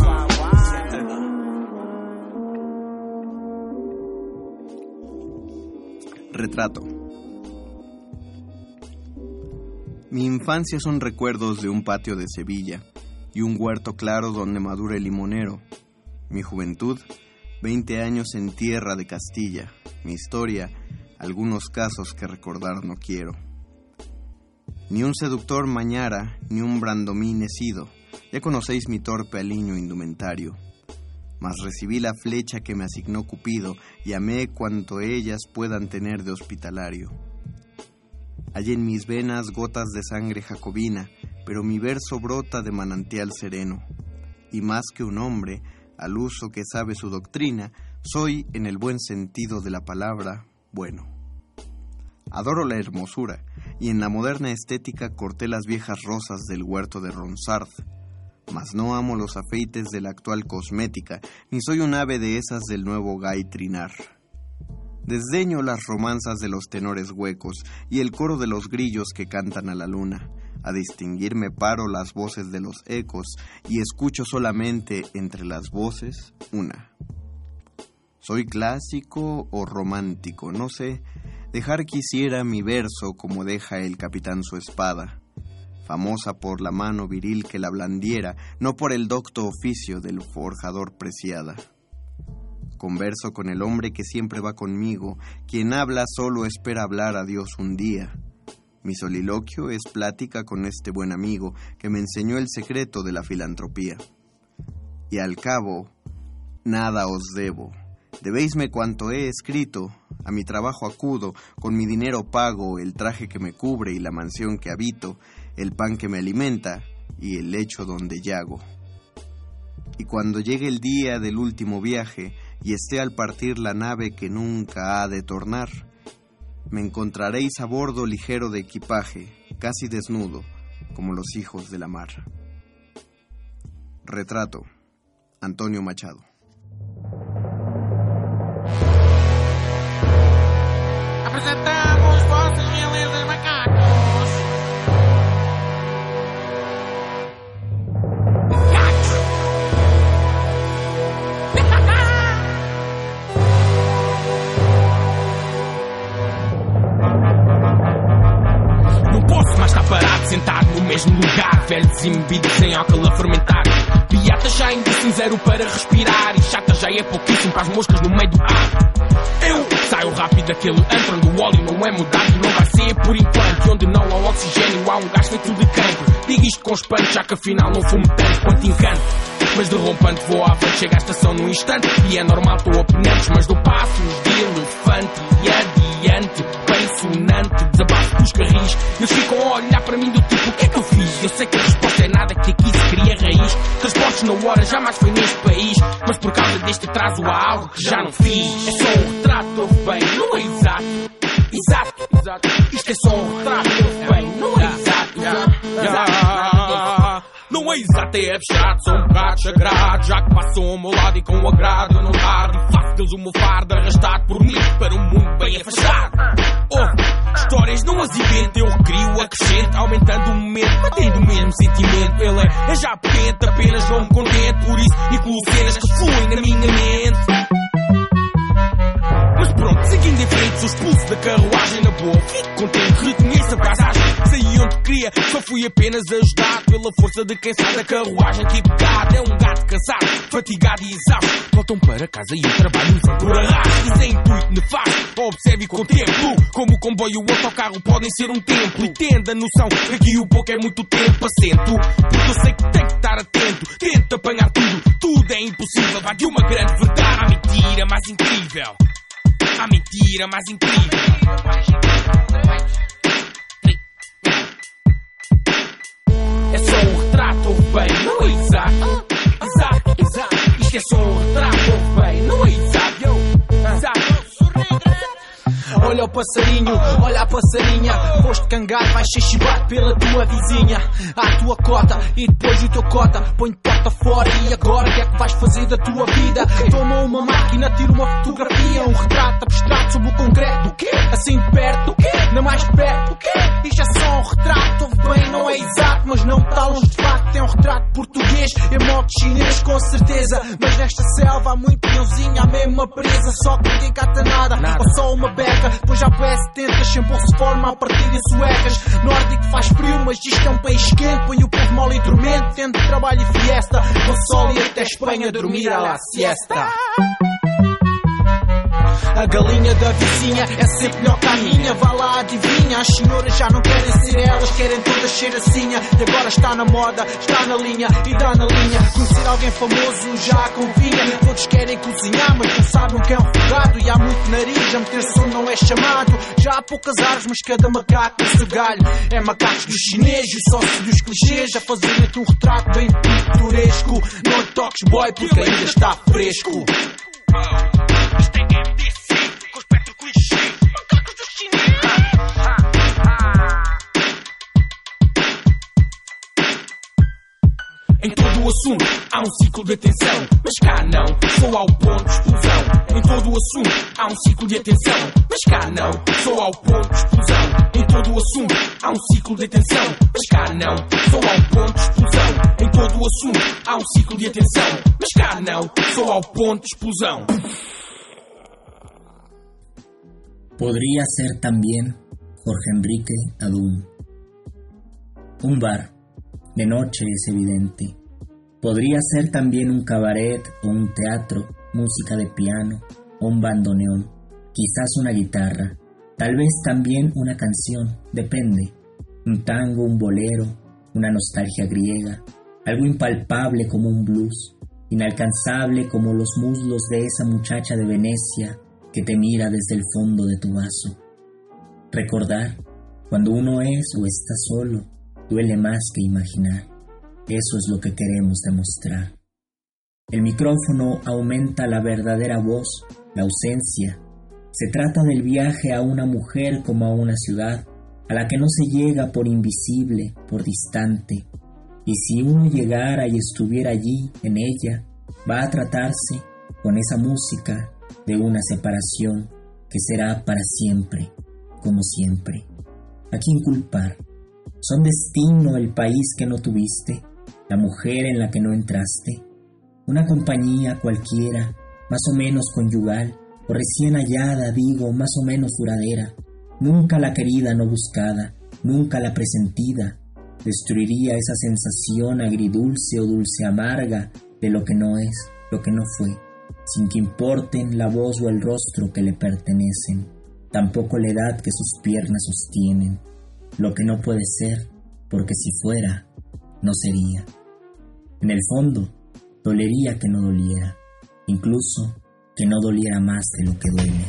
Retrato. Mi infancia son recuerdos de un patio de Sevilla y un huerto claro donde madura el limonero. Mi juventud, 20 años en tierra de Castilla. Mi historia, algunos casos que recordar no quiero. Ni un seductor mañara, ni un brandomín he sido, ya conocéis mi torpe aliño indumentario. Mas recibí la flecha que me asignó Cupido y amé cuanto ellas puedan tener de hospitalario. Hay en mis venas gotas de sangre jacobina, pero mi verso brota de manantial sereno. Y más que un hombre, al uso que sabe su doctrina, soy, en el buen sentido de la palabra, bueno. Adoro la hermosura, y en la moderna estética corté las viejas rosas del huerto de Ronsard. Mas no amo los afeites de la actual cosmética, ni soy un ave de esas del nuevo gay trinar. Desdeño las romanzas de los tenores huecos y el coro de los grillos que cantan a la luna. A distinguirme paro las voces de los ecos y escucho solamente entre las voces una. Soy clásico o romántico, no sé. Dejar quisiera mi verso como deja el capitán su espada, famosa por la mano viril que la blandiera, no por el docto oficio del forjador preciada. Converso con el hombre que siempre va conmigo, quien habla solo espera hablar a Dios un día. Mi soliloquio es plática con este buen amigo que me enseñó el secreto de la filantropía. Y al cabo, nada os debo. Debéisme cuanto he escrito, a mi trabajo acudo, con mi dinero pago el traje que me cubre y la mansión que habito, el pan que me alimenta y el lecho donde yago. Y cuando llegue el día del último viaje y esté al partir la nave que nunca ha de tornar, me encontraréis a bordo ligero de equipaje, casi desnudo, como los hijos de la mar. Retrato, Antonio Machado. Apresentamos fósiles de macacos. Não posso mais estar parado, sentado no mesmo lugar, velho desembebido, sem álcool a fermentar. Piata já indício zero para respirar, e chata já é pouquíssimo para as moscas no meio do ar. Eu saio rápido daquele antro onde o óleo não é mudado e não vai ser por enquanto. E onde não há oxigênio há um gás feito de cancro. Digo isto com espanto, já que afinal não fumo tanto quanto encanto. Mas derrompante vou avante, chego à estação num instante. E é normal, estou a pneus, mas dou passos de elefante. E adiante, bem sonante, desabafo dos carris. Eles ficam a olhar para mim do tipo, o que é que eu fiz? Eu sei que a resposta é nada, que aqui se cria raiz. Transportes na hora, jamais foi neste país. Mas por causa deste atraso há algo que já não fiz. É só um retrato, ouve bem, não é exato. Exato, isto é só um retrato, ouve bem, não é exato. Não é exato, é abstrato, sou um bocado sagrado. Já que passam ao meu lado e com agrado eu não tardo. E faço deles o meu fardo arrastado por mim para um mundo bem afastado. Histórias não as invento, eu recrio, acrescento, aumentando o momento, mantendo o mesmo sentimento. Ele é já pente, apenas não me contento. Por isso incluo cenas que fluem na minha mente. Mas pronto, seguindo em frente, sou expulso da carruagem na boa. Fico contente, reconheço a passagem. Saí onde queria, só fui apenas ajudado pela força de quem sai da carruagem. Que pecado, é um gato cansado, fatigado e exausto. Voltam para casa e o trabalho vem por arrasto. E sem intuito nefasto, observe e contemplo como o comboio e o autocarro podem ser um templo. E tendo a noção que aqui o pouco é muito tempo assento. Porque eu sei que tenho que estar atento, tento apanhar tudo. Tudo é impossível, vai de uma grande verdade à mentira mais incrível. A mentira mais incrível. É só um retrato, ouve bem, não é exato. Exato. Isto é só um retrato, ouve bem, não é exato. Exato. Olha o passarinho, olha a passarinha. Foste cangar, vais ser chibado pela tua vizinha. À tua cota e depois o teu cota. Põe-te porta fora e agora o que é que vais fazer da tua vida? Toma uma máquina, tira uma fotografia. Um retrato abstrato sobre o concreto. O quê? Assim de perto, o quê? Não mais perto, o quê? Isto é só um retrato, ouve bem, não é exato. Mas não está longe de facto, é um retrato português. É modo chinês com certeza. Mas nesta selva há muito peãozinho, há mesmo uma presa. Só que ninguém cata nada, ou só uma beca. Pois já põe 70, shampoo se forma a partir de suecas. Nórdico faz frio, mas isto é um país quente. Põe o povo mole e dormente, tendo trabalho e fiesta. Com sol e até Espanha dormir à la siesta. A galinha da vizinha é sempre melhor que a minha. Vá lá, adivinha, as senhoras já não querem ser elas, querem todas ser assim. E agora está na moda, está na linha e dá na linha. Conhecer alguém famoso já convinha. Todos querem cozinhar, mas não sabem o que é um fogado. E há muito nariz, a meter som não é chamado. Já há poucas árvores, mas cada macaco tem seu galho. É macacos dos chineses, só se dos clichês. A fazer-te um retrato bem pitoresco. Não toques boy, porque ainda está fresco. Isto é MDC, com espectro clichê. Macacos dos chineses. Em todo o assunto há um ciclo de atenção, mas cá não, só ao ponto de explosão. Em todo o assunto há um ciclo de atenção, mas cá não, só ao ponto de explosão. Em todo o assunto há um ciclo de atenção, mas cá não, só ao ponto de explosão. Em todo o assunto há um ciclo de atenção, mas cá não, só ao ponto de explosão. Podría ser también Jorge Enrique Adún. Un bar. De noche es evidente. Podría ser también un cabaret o un teatro, música de piano o un bandoneón, quizás una guitarra, tal vez también una canción, depende. Un tango, un bolero, una nostalgia griega, algo impalpable como un blues, inalcanzable como los muslos de esa muchacha de Venecia que te mira desde el fondo de tu vaso. Recordar, cuando uno es o está solo, duele más que imaginar. Eso es lo que queremos demostrar. El micrófono aumenta la verdadera voz, la ausencia. Se trata del viaje a una mujer como a una ciudad, a la que no se llega por invisible, por distante. Y si uno llegara y estuviera allí, en ella, va a tratarse, con esa música, de una separación que será para siempre, como siempre. ¿A quién culpar? ¿Son destino el país que no tuviste, la mujer en la que no entraste? Una compañía cualquiera, más o menos conyugal, o recién hallada, digo, más o menos duradera. Nunca la querida no buscada, nunca la presentida, destruiría esa sensación agridulce o dulce amarga de lo que no es, lo que no fue, sin que importen la voz o el rostro que le pertenecen, tampoco la edad que sus piernas sostienen. Lo que no puede ser, porque si fuera, no sería. En el fondo, dolería que no doliera, incluso que no doliera más de lo que duele.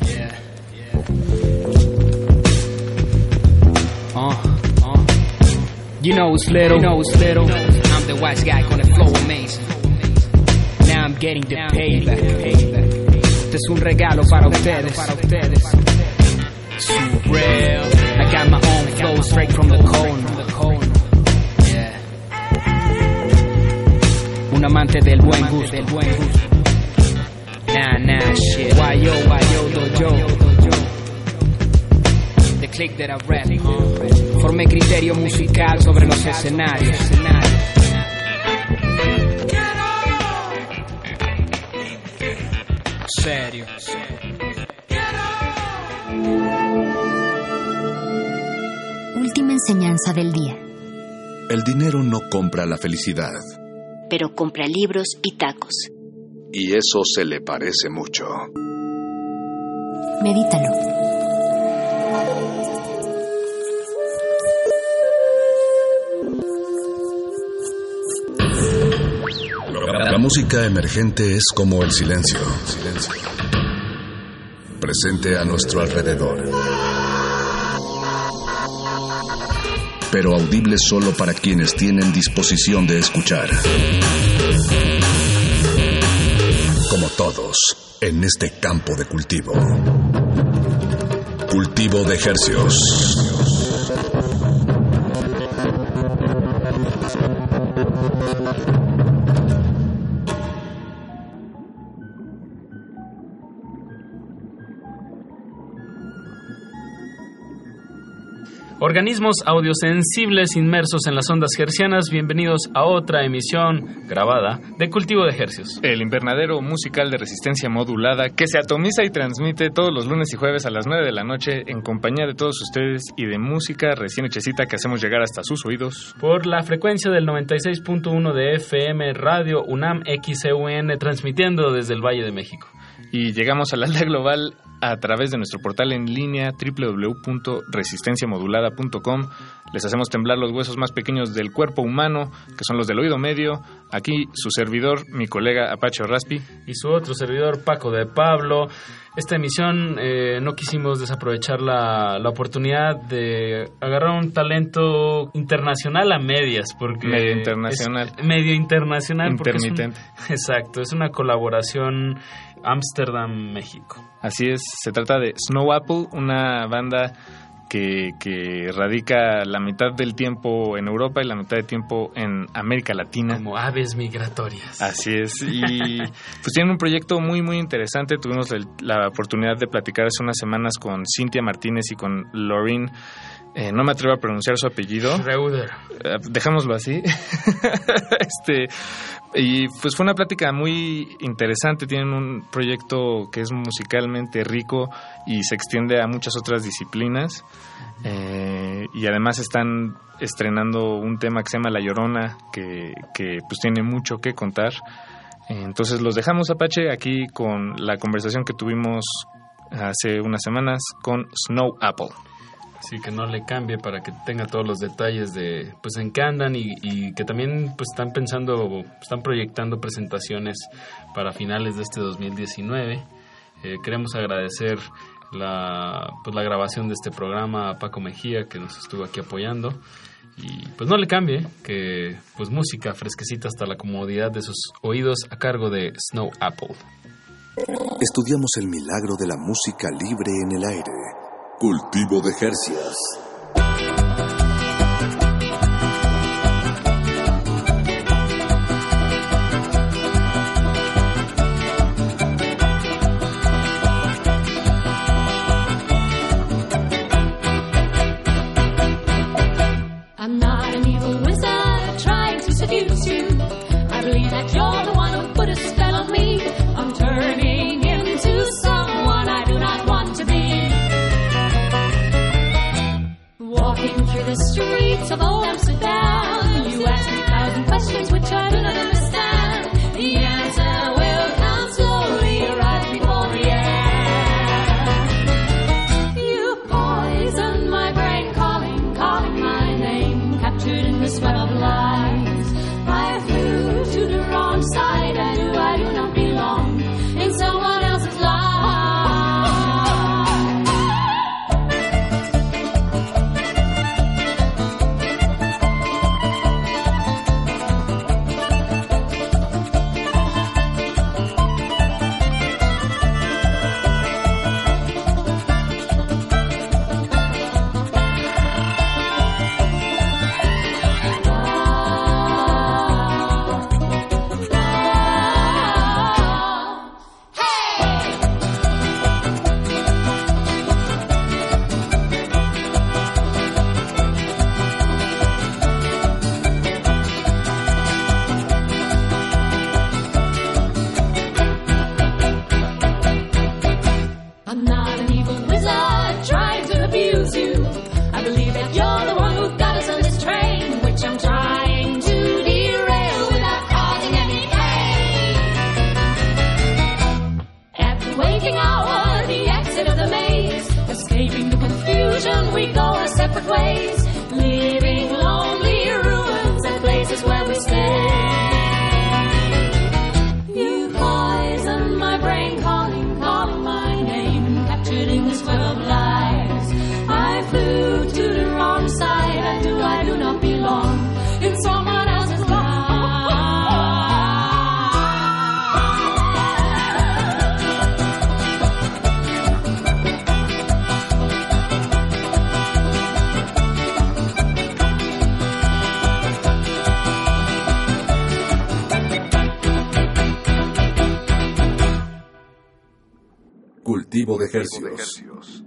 You know it's little, I'm the wise guy con el flow amazing. Now I'm getting the payback. Este es un regalo para ustedes. Surreal. I got my own flow straight from the corner. Yeah. Un amante del buen gusto. Nah, shit. Why yo, dojo. The click that I rap. Formé criterio musical sobre los escenarios. Serio. Última enseñanza del día. El dinero no compra la felicidad. Pero compra libros y tacos. Y eso se le parece mucho. Medítalo. La música emergente es como el silencio. Presente a nuestro alrededor. Pero audible solo para quienes tienen disposición de escuchar. Como todos, en este campo de cultivo. Cultivo de hercios. Organismos audiosensibles inmersos en las ondas hercianas, bienvenidos a otra emisión grabada de Cultivo de Hercios. El invernadero musical de resistencia modulada que se atomiza y transmite todos los lunes y jueves a las 9 de la noche en compañía de todos ustedes y de música recién hechecita que hacemos llegar hasta sus oídos. Por la frecuencia del 96.1 de FM Radio UNAM XEUN, transmitiendo desde el Valle de México. Y llegamos a la aldea global a través de nuestro portal en línea www.resistenciamodulada.com. Les hacemos temblar los huesos más pequeños del cuerpo humano, que son los del oído medio. Aquí su servidor, mi colega Apache Raspi. Y su otro servidor, Paco de Pablo. Esta emisión no quisimos desaprovechar la oportunidad de agarrar un talento internacional a medias. Porque medio internacional. Medio internacional. Intermitente. Exacto, es una colaboración Ámsterdam-México. Así es, se trata de Snow Apple, una banda que radica la mitad del tiempo en Europa y la mitad del tiempo en América Latina. Como aves migratorias. Así es, y pues tienen un proyecto muy muy interesante. Tuvimos la oportunidad de platicar hace unas semanas con Cintia Martínez y con Lauren. No me atrevo a pronunciar su apellido. Schreuder. Dejémoslo así. Y pues fue una plática muy interesante. Tienen un proyecto que es musicalmente rico y se extiende a muchas otras disciplinas. Y además están estrenando un tema que se llama La Llorona, que pues tiene mucho que contar. Entonces los dejamos, Apache, aquí con la conversación que tuvimos hace unas semanas con Snow Apple. Sí, que no le cambie para que tenga todos los detalles de pues en qué andan y que también pues están proyectando presentaciones para finales de este 2019. Queremos agradecer la grabación de este programa a Paco Mejía, que nos estuvo aquí apoyando. Y pues no le cambie, que pues música fresquecita hasta la comodidad de sus oídos a cargo de Snow Apple. Estudiamos el milagro de la música libre en el aire. Cultivo de Hercios. I'm not an evil wizard trying to seduce you. I believe that you're the one who put a spell on me. I'm turning into someone I do not want to be. Walking through the streets of old Amsterdam, you ask me 1,000 questions which I do not understand. The answer will come slowly right before the end. You poison my brain, calling my name, captured in this web of lies. I flew to the wrong side, I do not belong in someone else's life. I'm not an evil wizard trying to abuse you. I believe that you're the one who got us on this train, which I'm trying to derail without causing any pain. At the waking hour, the exit of the maze, escaping the confusion, we go our separate ways, leaving lonely ruins and places where we stay. You poison my brain, calling my name, captured in this web of lies. I flew to the wrong side, I do not belong in someone else's life. Cultivo de Hercios.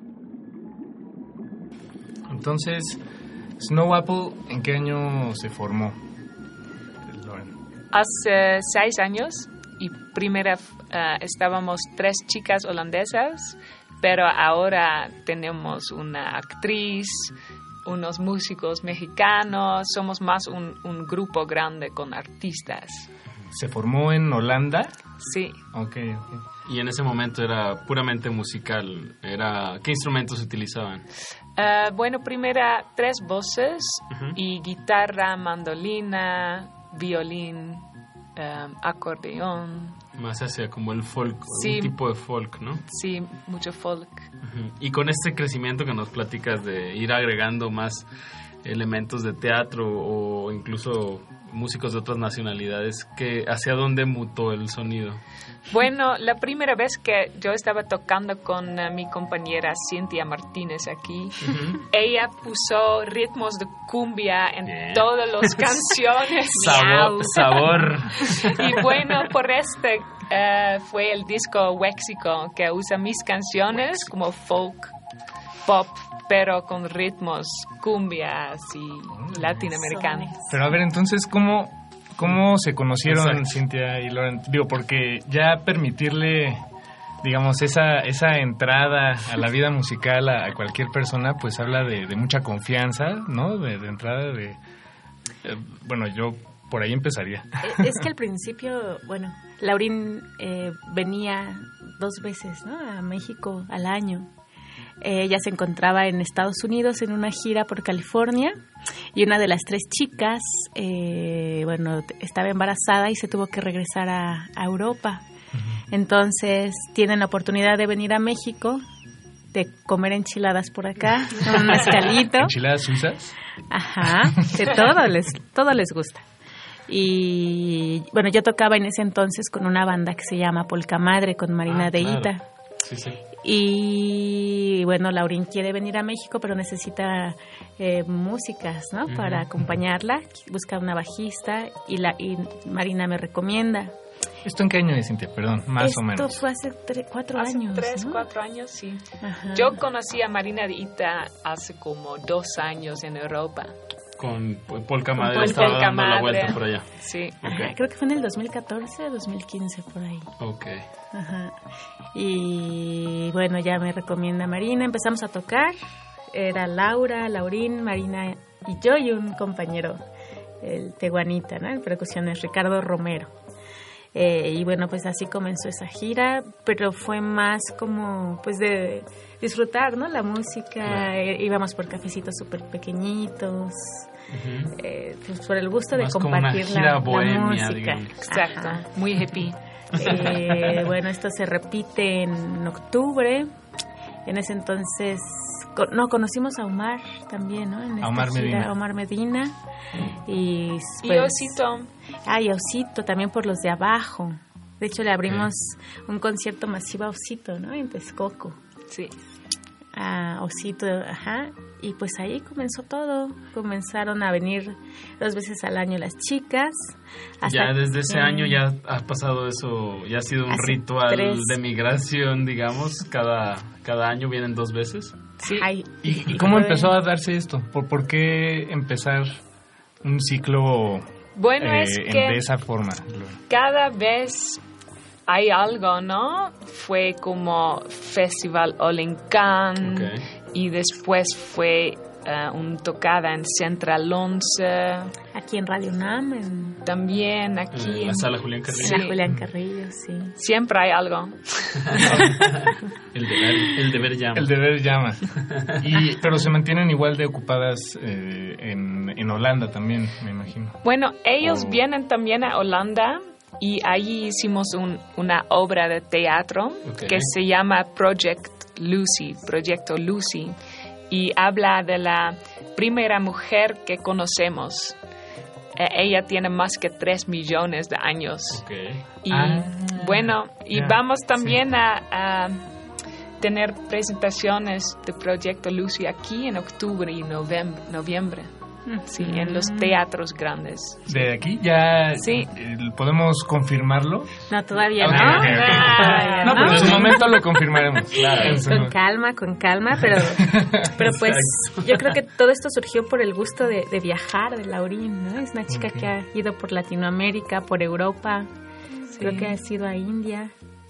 Entonces, Snow Apple, ¿en qué año se formó? Hace 6 años y primero estábamos 3 chicas holandesas, pero ahora tenemos una actriz, unos músicos mexicanos, somos más un grupo grande con artistas. ¿Se formó en Holanda? Sí. Okay. Y en ese momento era puramente musical. ¿Qué instrumentos utilizaban? Bueno, primero 3 voces y guitarra, mandolina, violín, acordeón. Más hacia como el folk, sí, un tipo de folk, ¿no? Sí, mucho folk. Y con este crecimiento que nos platicas de ir agregando más elementos de teatro o incluso músicos de otras nacionalidades, ¿hacia dónde mutó el sonido? Bueno, la primera vez que yo estaba tocando con mi compañera Cintia Martínez aquí, ella puso ritmos de cumbia en todas las canciones. Sabor. Y bueno, por fue el disco Wexico, que usa mis canciones como folk, pop, pero con ritmos cumbias y latinoamericanos. Pero a ver, entonces, ¿cómo se conocieron Cintia y Laurent? Digo, porque ya permitirle, digamos, esa entrada a la vida musical a cualquier persona, pues habla de mucha confianza, ¿no? De entrada bueno, yo por ahí empezaría. Es que al principio, bueno, Laurín venía 2 veces, ¿no? A México al año. Ella se encontraba en Estados Unidos en una gira por California y una de las 3 chicas, estaba embarazada y se tuvo que regresar a Europa. Entonces tienen la oportunidad de venir a México, de comer enchiladas por acá, un mezcalito. ¿Enchiladas suizas? Ajá, de todo les gusta. Y bueno, yo tocaba en ese entonces con una banda que se llama Polka Madre, con Marina Deita. Sí. Y bueno, Laurín quiere venir a México, pero necesita músicas, ¿no? Para acompañarla. Busca una bajista y Marina me recomienda. ¿Esto en qué año es, Cintia? Perdón, más o menos. Esto fue hace 4 años. 3, 4 años, sí. Ajá. Yo conocí a Marina Deita hace como 2 años en Europa. Con Polka Madre estaba dando la vuelta por allá. Sí. Ajá, creo que fue en el 2014, 2015, por ahí. Ok. Ajá. Y bueno, ya me recomienda Marina, empezamos a tocar. Era Laura, Laurín, Marina y yo y un compañero, el tehuanita, ¿no? El percusión es Ricardo Romero. Y bueno, pues así comenzó esa gira, pero fue más como pues de disfrutar, ¿no? La música, íbamos por cafecitos súper pequeñitos, pues por el gusto más de compartir la bohemia, música. Digamos. Exacto, muy hippie. Bueno, esto se repite en octubre. En ese entonces conocimos a Omar también, ¿no? En esta gira, Omar Medina. Y Osito. Y Osito también por los de abajo. De hecho, le abrimos un concierto masivo a Osito, ¿no? En Texcoco. Sí. A Osito, ajá. Y pues ahí comenzó todo. Comenzaron a venir 2 veces al año las chicas. Ya desde ese año ya ha pasado eso, ya ha sido un ritual de migración, digamos. Cada año vienen 2 veces. Sí. ¿Y cómo empezó a darse esto? ¿Por qué empezar un ciclo de esa forma? Cada vez hay algo, ¿no? Fue como Festival Olincan y después fue una tocada en Central 11. Aquí en Radio UNAM. También aquí en la Sala Julián Carrillo. Sí. Julián Carrillo, sí. Siempre hay algo. El deber llama. El deber llama. Pero se mantienen igual de ocupadas en Holanda también, me imagino. Bueno, ellos vienen también a Holanda y allí hicimos una obra de teatro que se llama Proyecto Lucy, y habla de la primera mujer que conocemos. Ella tiene más que 3 millones de años. Y bueno, vamos también a tener presentaciones de Proyecto Lucy aquí en octubre y noviembre. Sí, en los teatros grandes. ¿De aquí ya podemos confirmarlo? No, todavía no. No, pero en su momento lo confirmaremos. Claro. Con calma, pero pues yo creo que todo esto surgió por el gusto de viajar de Laurín, ¿no? Es una chica que ha ido por Latinoamérica, por Europa, creo que ha ido a India.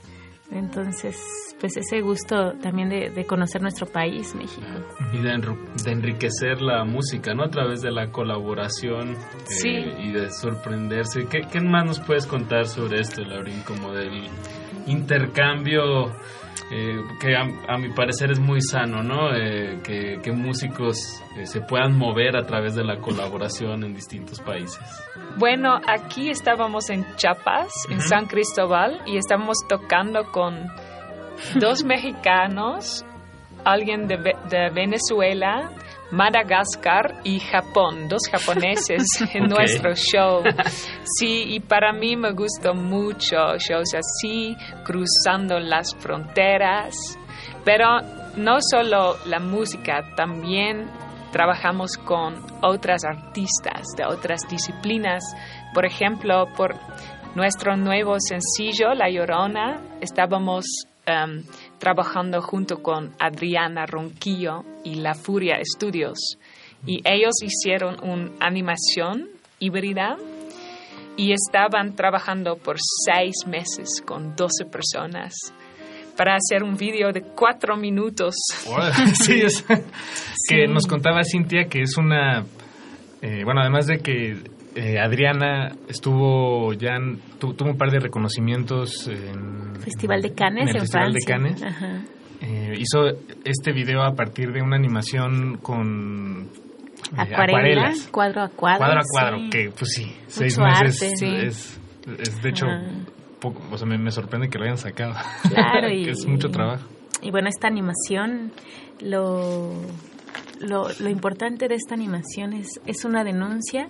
Entonces, pues ese gusto también de conocer nuestro país, México. Y de enriquecer la música, ¿no? A través de la colaboración y de sorprenderse. ¿Qué más nos puedes contar sobre esto, Laurín? Como del intercambio que a mi parecer es muy sano, ¿no? Que músicos se puedan mover a través de la colaboración en distintos países. Bueno, aquí estábamos en Chiapas, en San Cristóbal, y estábamos tocando con 2 mexicanos, alguien de Venezuela, Madagascar y Japón, 2 japoneses en nuestro show. Sí, y para mí me gustó mucho shows así, cruzando las fronteras, pero no solo la música, también trabajamos con otras artistas de otras disciplinas. Por ejemplo, por nuestro nuevo sencillo, La Llorona, estábamos trabajando junto con Adriana Ronquillo y La Furia Studios. Y ellos hicieron una animación híbrida y estaban trabajando por 6 meses con 12 personas para hacer un video de 4 minutos. Sí, que nos contaba Cintia que es una... bueno, además de que Adriana tuvo un par de reconocimientos en Festival de Cannes, en el Festival Francia. de Cannes. Ajá. Hizo este video a partir de una animación con acuarelas, cuadro a cuadro, sí. Que pues sí, 6 mucho meses arte, sí. es de hecho poco, o sea, me sorprende que lo hayan sacado. Claro, que es mucho trabajo. Y bueno, esta animación, lo importante de esta animación es una denuncia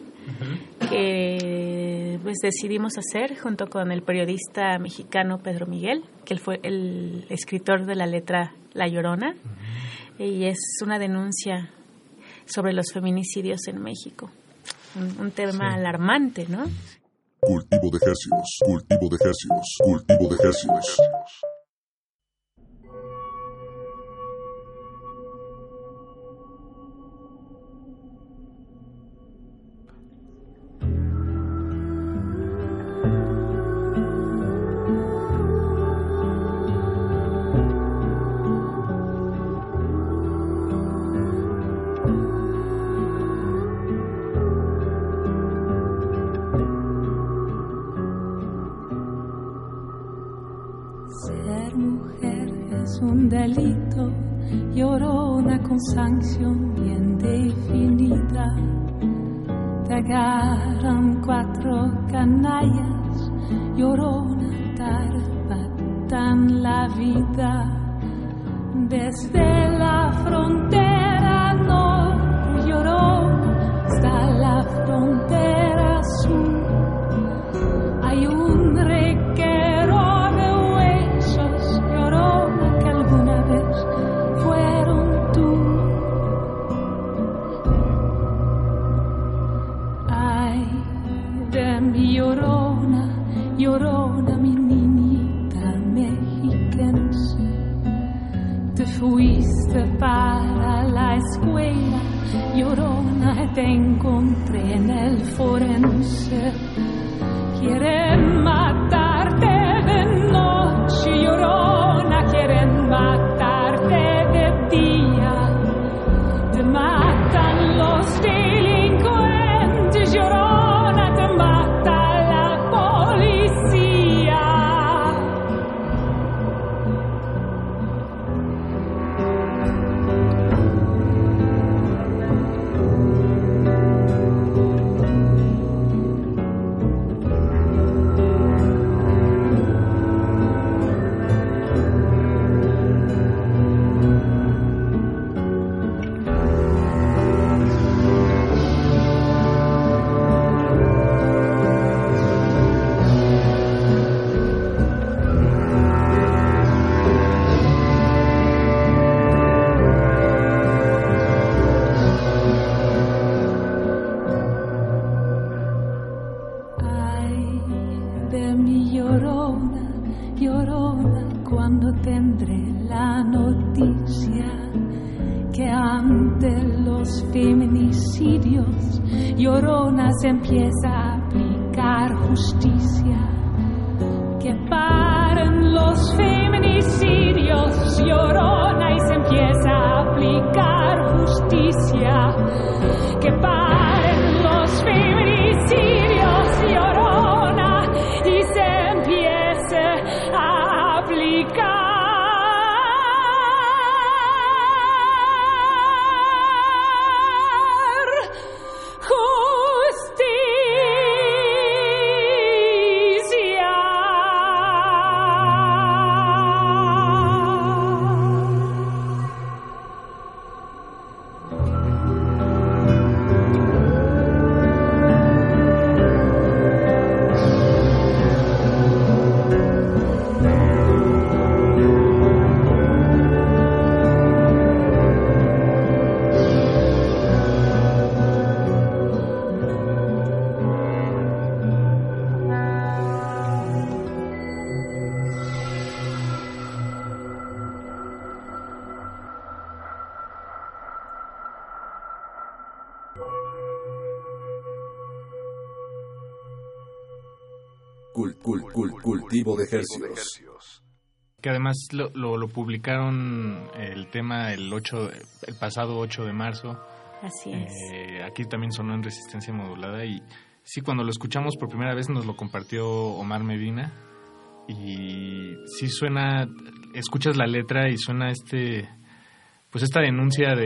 que pues decidimos hacer junto con el periodista mexicano Pedro Miguel, que él fue el escritor de la letra La Llorona, y es una denuncia sobre los feminicidios en México. Un tema alarmante, ¿no? Cultivo de hercios, cultivo de hercios, cultivo de hercios. Un delito, Llorona con sanción bien definida. Te agarran 4 canallas, Llorona te arrebatan la vida. Desde la frontera norte, Llorona, hasta la frontera sur, hay un reguero de huesos, Llorona, alguna vez fueron tú. Ay, de mi Llorona, Llorona, mi niñita mexiquense. Te fuiste para la escuela, Llorona, te encontré en el forense. Quieren matarte de noche, Llorona, quieren matarte de día. Te matan los delincuentes, Llorona, te mata la policía. Se empieza a aplicar justicia. que paren los feminicidios, Llorona, y se empieza a aplicar justicia. Que paren los feminicidios, Llorona, y se empiece a aplicar Cultivo de hercios. Que además lo publicaron el tema el pasado 8 de marzo. Así es. Aquí también sonó en Resistencia Modulada y sí, cuando lo escuchamos por primera vez nos lo compartió Omar Medina y sí suena, escuchas la letra y suena pues esta denuncia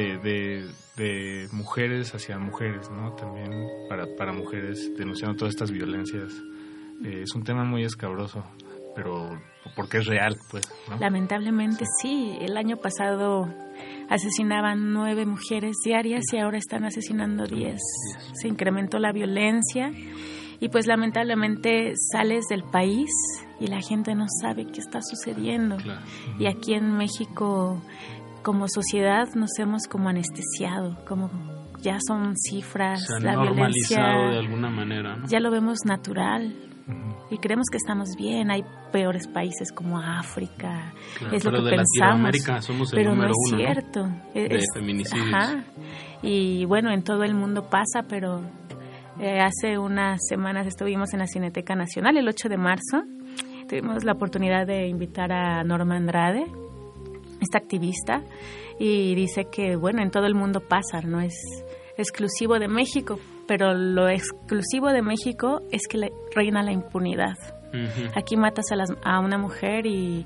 de mujeres hacia mujeres, ¿no? También para mujeres denunciando todas estas violencias. Es un tema muy escabroso, pero porque es real, pues, ¿no? Lamentablemente sí. El año pasado asesinaban 9 mujeres diarias y ahora están asesinando 10. Se incrementó la violencia y pues lamentablemente sales del país y la gente no sabe qué está sucediendo. Claro. Y aquí en México, como sociedad, nos hemos como anestesiado, como ya son cifras, se ha la normalizado violencia de alguna manera, ¿no? Ya lo vemos natural. Y creemos que estamos bien. Hay peores países como África, claro, es lo que de pensamos, Latinoamérica somos el pero número no es uno, cierto, ¿no? De feminicidios. Ajá. Y bueno, en todo el mundo pasa, pero hace unas semanas estuvimos en la Cineteca Nacional, el 8 de marzo, tuvimos la oportunidad de invitar a Norma Andrade, esta activista, y dice que bueno, en todo el mundo pasa, no es exclusivo de México, pero lo exclusivo de México es que reina la impunidad. Uh-huh. Aquí matas a una mujer y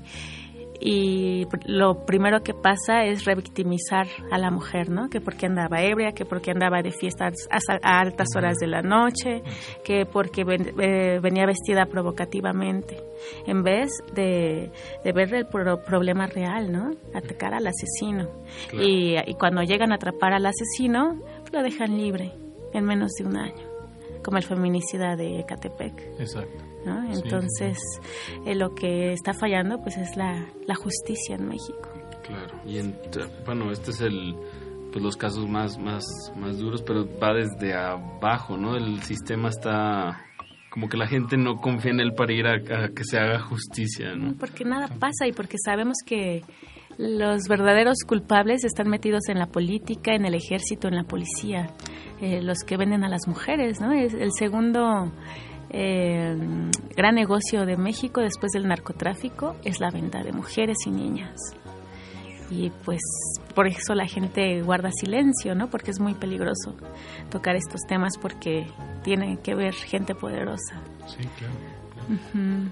lo primero que pasa es revictimizar a la mujer, ¿no? Que porque andaba ebria, que porque andaba de fiestas a altas horas de la noche, que porque venía vestida provocativamente, en vez de ver el problema real, ¿no? Atacar al asesino. Claro. Y cuando llegan a atrapar al asesino, lo dejan libre en menos de un año, como el feminicida de Ecatepec. Exacto. ¿No? Entonces, sí. Lo que está fallando pues es la justicia en México. Claro. Y bueno, este es los casos más duros, pero va desde abajo, ¿no? El sistema está como que la gente no confía en él para ir a que se haga justicia, ¿no? Porque nada pasa y porque sabemos que los verdaderos culpables están metidos en la política, en el ejército, en la policía, los que venden a las mujeres, ¿no? Es el segundo gran negocio de México después del narcotráfico, es la venta de mujeres y niñas. Y pues por eso la gente guarda silencio, ¿no? Porque es muy peligroso tocar estos temas porque tiene que ver gente poderosa. Sí, claro. Uh-huh.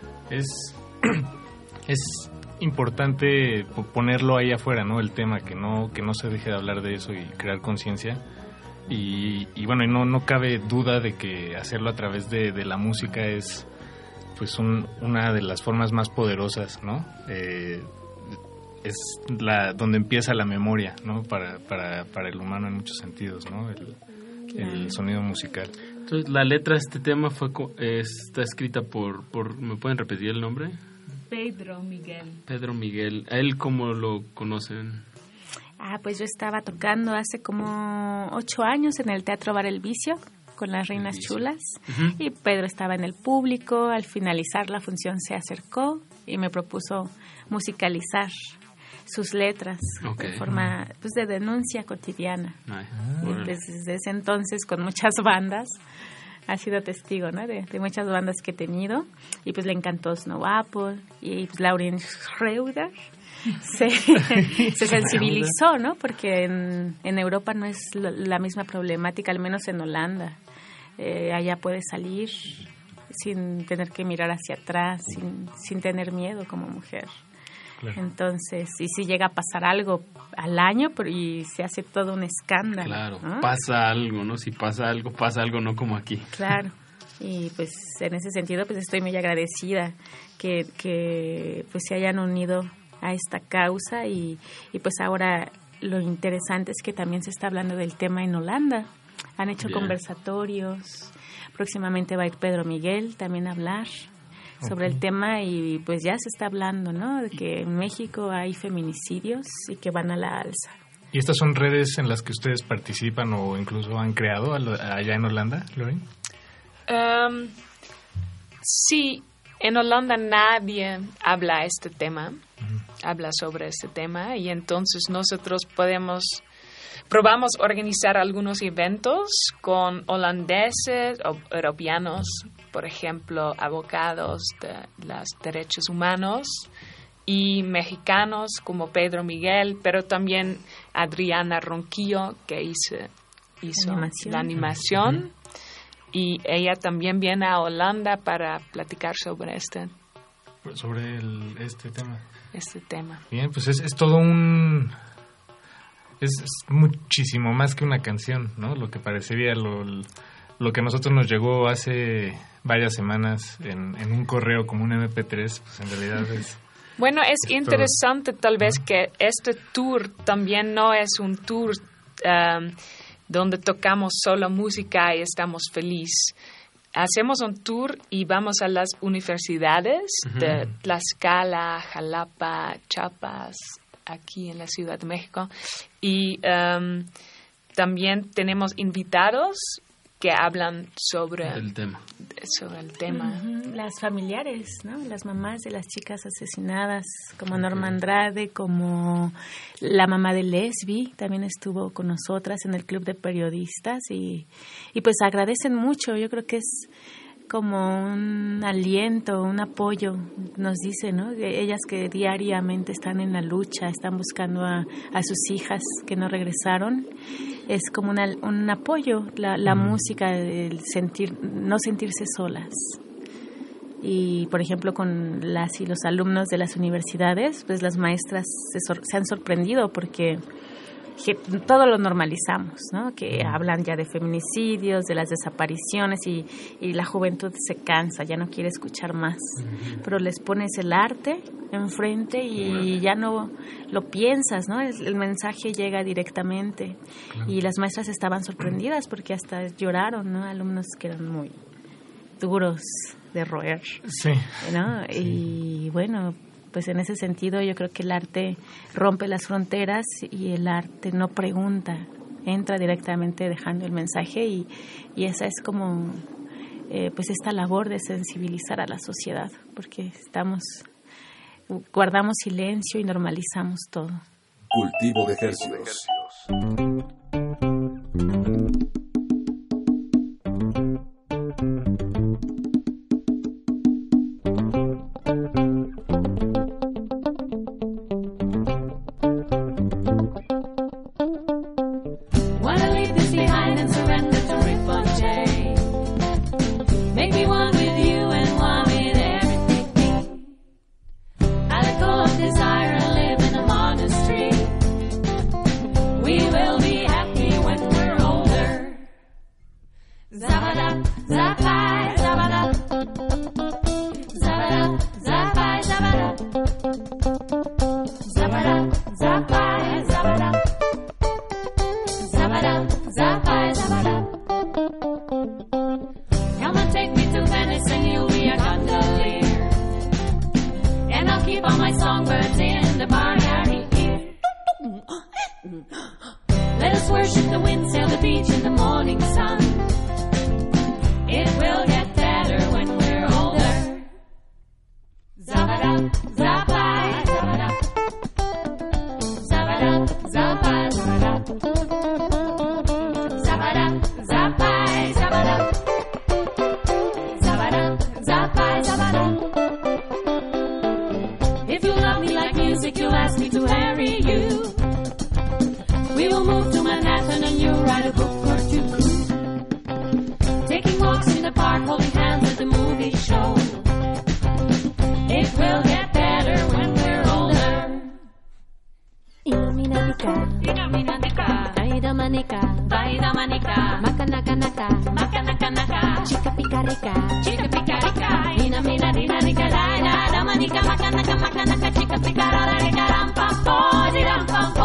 Es importante ponerlo ahí afuera, ¿no? El tema, que no se deje de hablar de eso y crear conciencia. Y bueno, no cabe duda de que hacerlo a través de la música es pues una de las formas más poderosas, ¿no? Es donde empieza la memoria, ¿no? Para el humano en muchos sentidos, ¿no? El sonido musical. Entonces, la letra de este tema está escrita por ¿me pueden repetir el nombre? Pedro Miguel. Pedro Miguel. ¿A él cómo lo conocen? Pues yo estaba tocando hace como 8 años en el Teatro Bar El Vicio con las Reinas Chulas. Uh-huh. Y Pedro estaba en el público. Al finalizar la función se acercó y me propuso musicalizar sus letras, okay, de forma pues, de denuncia cotidiana. Desde ese entonces, con muchas bandas, ha sido testigo, ¿no? De muchas bandas que he tenido. Y pues le encantó Snow Apple y pues Laurin Schreuder se sensibilizó, ¿no? Porque en Europa no es la misma problemática, al menos en Holanda. Allá puedes salir sin tener que mirar hacia atrás, sin tener miedo como mujer. Claro. Entonces, y si llega a pasar algo al año y se hace todo un escándalo. Claro, ¿no? Pasa algo, ¿no? Si pasa algo, no como aquí. Claro, y pues en ese sentido pues estoy muy agradecida que pues se hayan unido a esta causa y pues ahora lo interesante es que también se está hablando del tema en Holanda. Han hecho conversatorios, próximamente va a ir Pedro Miguel también a hablar sobre el tema y pues ya se está hablando, ¿no? De que en México hay feminicidios y que van a la alza. ¿Y estas son redes en las que ustedes participan o incluso han creado allá en Holanda, Laurin? Sí, en Holanda nadie habla este tema, habla sobre este tema y entonces nosotros probamos organizar algunos eventos con holandeses o europeanos, por ejemplo, abogados de los derechos humanos y mexicanos como Pedro Miguel, pero también Adriana Ronquillo, que hizo la animación. Y ella también viene a Holanda para platicar sobre este tema. Bien, pues es todo es muchísimo más que una canción, ¿no? Lo que parecería lo que a nosotros nos llegó hace varias semanas en un correo como un MP3, pues en realidad es... Bueno, es interesante tal vez que este tour también no es un tour donde tocamos solo música y estamos felices. Hacemos un tour y vamos a las universidades de Tlaxcala, Jalapa, Chiapas, aquí en la Ciudad de México. Y también tenemos invitados que hablan sobre el tema. Las familiares, ¿no? Las mamás de las chicas asesinadas, como Norma Andrade, como la mamá de Lesbi, también estuvo con nosotras en el Club de Periodistas y pues agradecen mucho. Yo creo que es como un aliento, un apoyo, nos dice, ¿no? Ellas que diariamente están en la lucha, están buscando a sus hijas que no regresaron. Es como un apoyo, la música, el no sentirse solas. Y, por ejemplo, con las y los alumnos de las universidades, pues las maestras se han sorprendido porque todo lo normalizamos, ¿no? Que hablan ya de feminicidios, de las desapariciones y la juventud se cansa, ya no quiere escuchar más. Pero les pones el arte enfrente y ya no lo piensas, ¿no? El mensaje llega directamente. Y las maestras estaban sorprendidas porque hasta lloraron, ¿no? Alumnos que eran muy duros de roer, ¿no? Sí. Y bueno, pues en ese sentido yo creo que el arte rompe las fronteras y el arte no pregunta, entra directamente dejando el mensaje y esa es como pues esta labor de sensibilizar a la sociedad, porque guardamos silencio y normalizamos todo. Cultivo de Hercios. Let us worship the wind, sail the beach in the morning sun. It will get think you'll ask me to marry you. We will move to Manhattan and you'll write a book or two. Taking walks in the park, holding hands at the movie show. It will get better when we're older. Inaminanika, Daida manika, Makanaka, Chica picarica, Inaminanika, Daida manika, Makanaka, Chica picarica, Rampampo, Rampampo.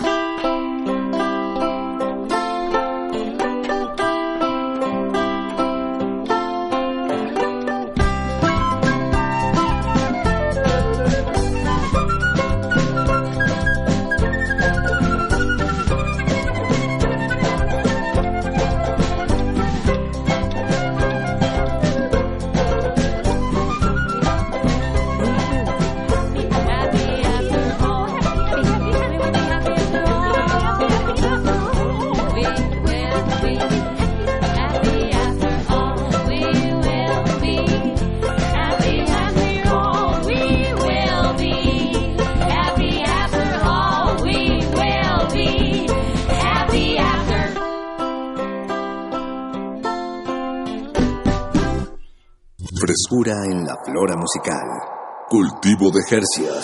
Frescura en la flora musical. Cultivo de Jercias.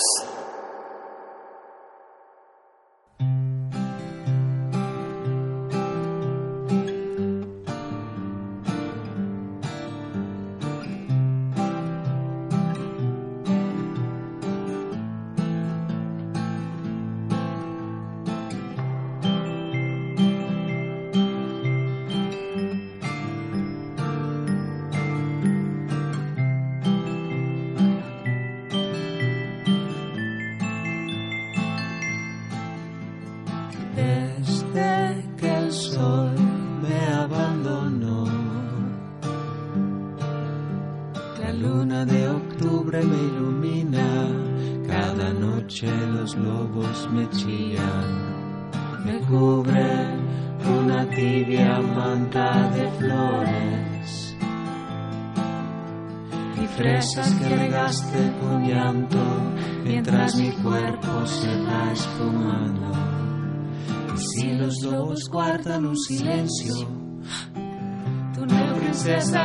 Desde que el sol me abandonó, la luna de octubre me ilumina. Cada noche los lobos me chillan, me cubre una tibia manta de flores y fresas que regaste con llanto mientras mi cuerpo se va esfumando. Y si los lobos guardan un silencio, tú no, princesa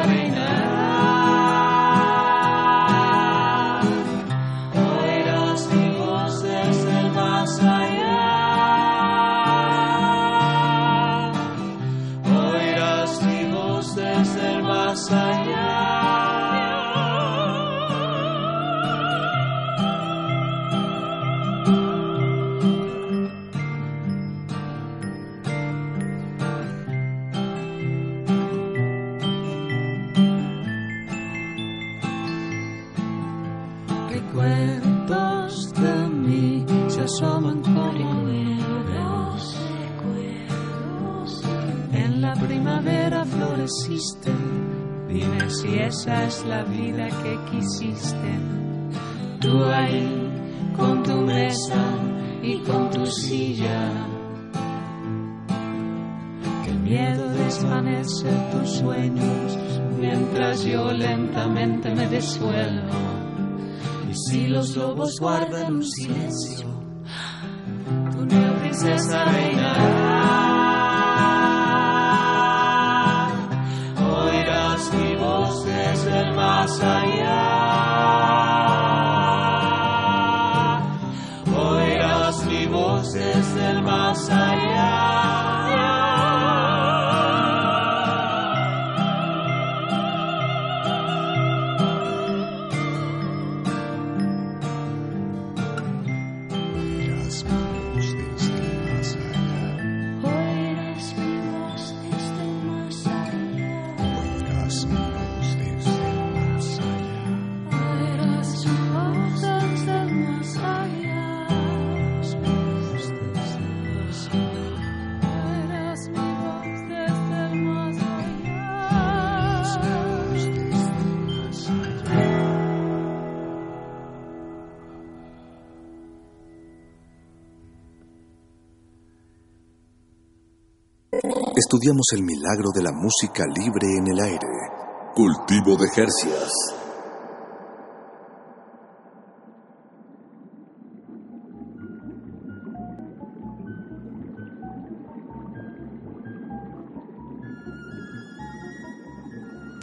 reina, oirás mi voz desde el más allá, oirás mi voz desde el más allá. Recuerdos de mí se asoman como nubes. En la primavera floreciste. Dime si esa es la vida que quisiste. Tú ahí con tu mesa y con tu silla. El miedo desvanece tus sueños mientras yo lentamente me disuelvo. Y si los lobos guardan un silencio, tú no, princesa reina, oirás mi voz desde el más allá, oirás mi voz desde el más allá. Estudiamos el milagro de la música libre en el aire. Cultivo de Jercias.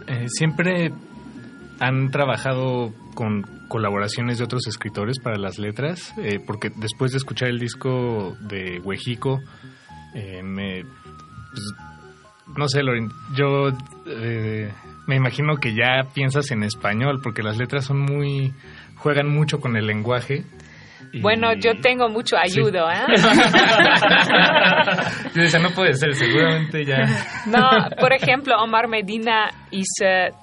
Siempre han trabajado con colaboraciones de otros escritores para las letras, porque después de escuchar el disco de Huejico, no sé, Lorin, yo me imagino que ya piensas en español, porque las letras juegan mucho con el lenguaje. Bueno, yo tengo mucho ayuda, sí. Yo decía, no puede ser, seguramente ya. No, por ejemplo, Omar Medina hizo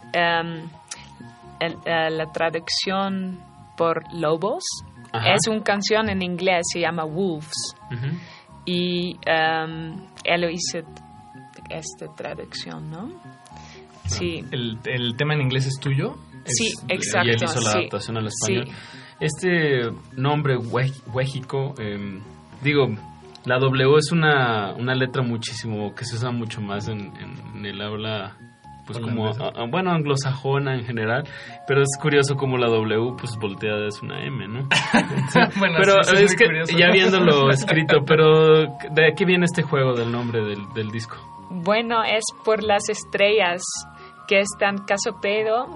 la traducción por Lobos. Ajá. Es una canción en inglés, se llama Wolves. Uh-huh. Y él lo hizo esta traducción, ¿no? Sí. ¿El tema en inglés es tuyo? Sí, exacto. Y él hizo la adaptación al español. Sí. Este nombre, Huejico, la W es una letra muchísimo, que se usa mucho más en el habla, pues como, anglosajona en general, pero es curioso como la W, pues volteada es una M, ¿no? Bueno, pero sí, es que curioso. Ya viéndolo escrito, pero ¿de qué viene este juego del nombre del disco? Bueno, es por las estrellas que están Casiopea.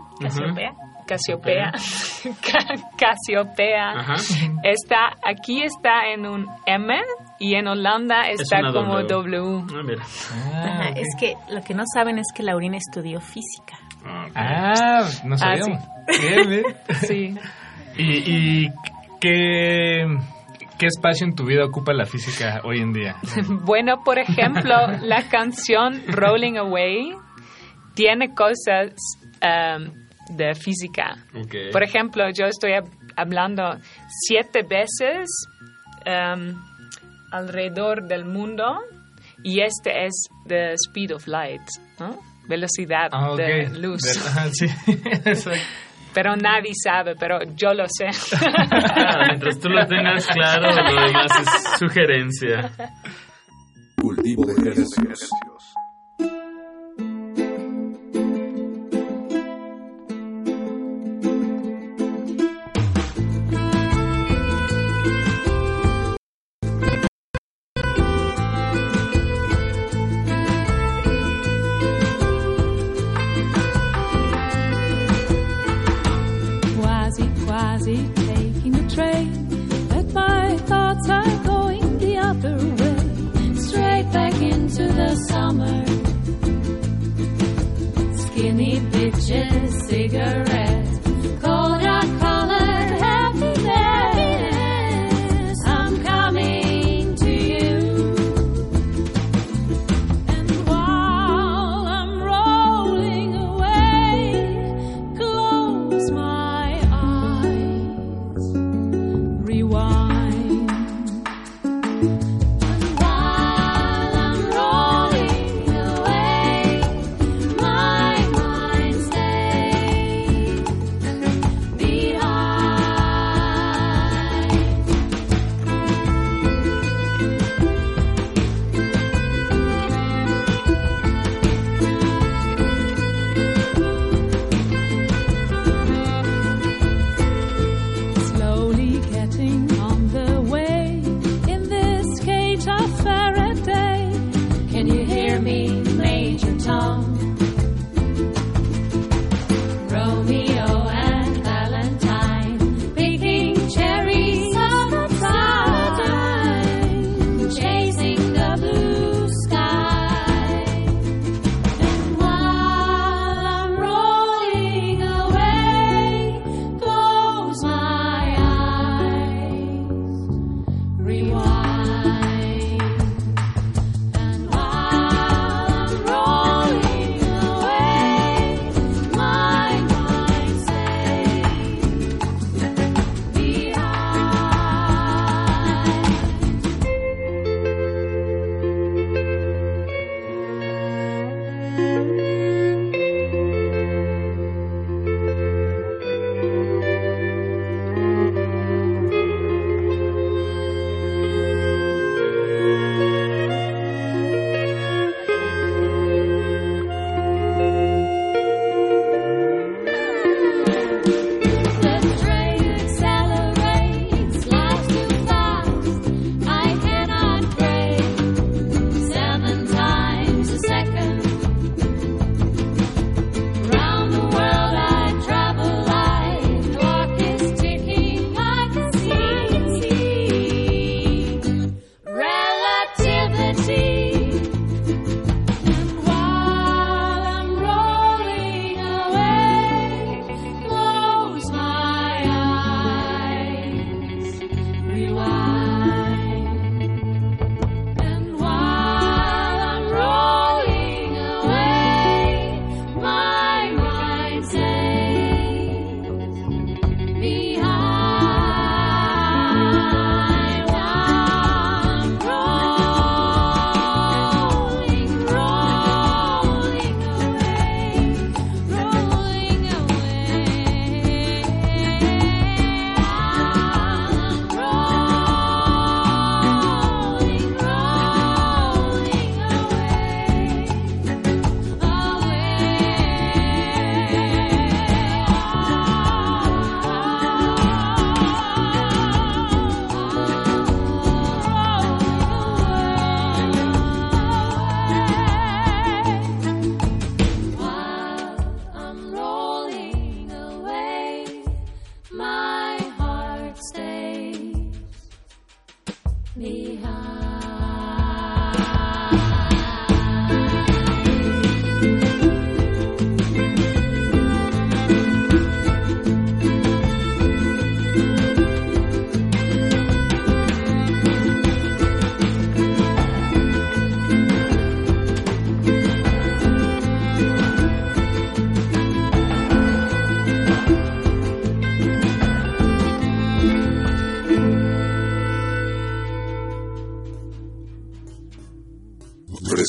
Ajá. Aquí está en un M y en Holanda está como W. Ah, mira. Okay. Es que lo que no saben es que Laurín estudió física. No sabíamos. Sí. ¿Y qué espacio en tu vida ocupa la física hoy en día? Bueno, por ejemplo, la canción Rolling Away tiene cosas de física. Okay. Por ejemplo, yo estoy hablando 7 veces alrededor del mundo y este es the speed of light, ¿no? Velocidad de luz. Sí, exacto. Pero nadie sabe, pero yo lo sé. Mientras tú lo tengas claro, lo demás es sugerencia. Cultivo de ejercicios. Taking the train, but my thoughts are going the other way, straight back into the summer. Skinny bitches, cigarettes, cold colored happiness. I'm coming to you, and while I'm rolling away, close my eyes, rewind. And while I'm rolling away, my mind stays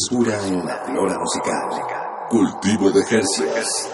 frescura en la flora musical. Cultivo de Hercias.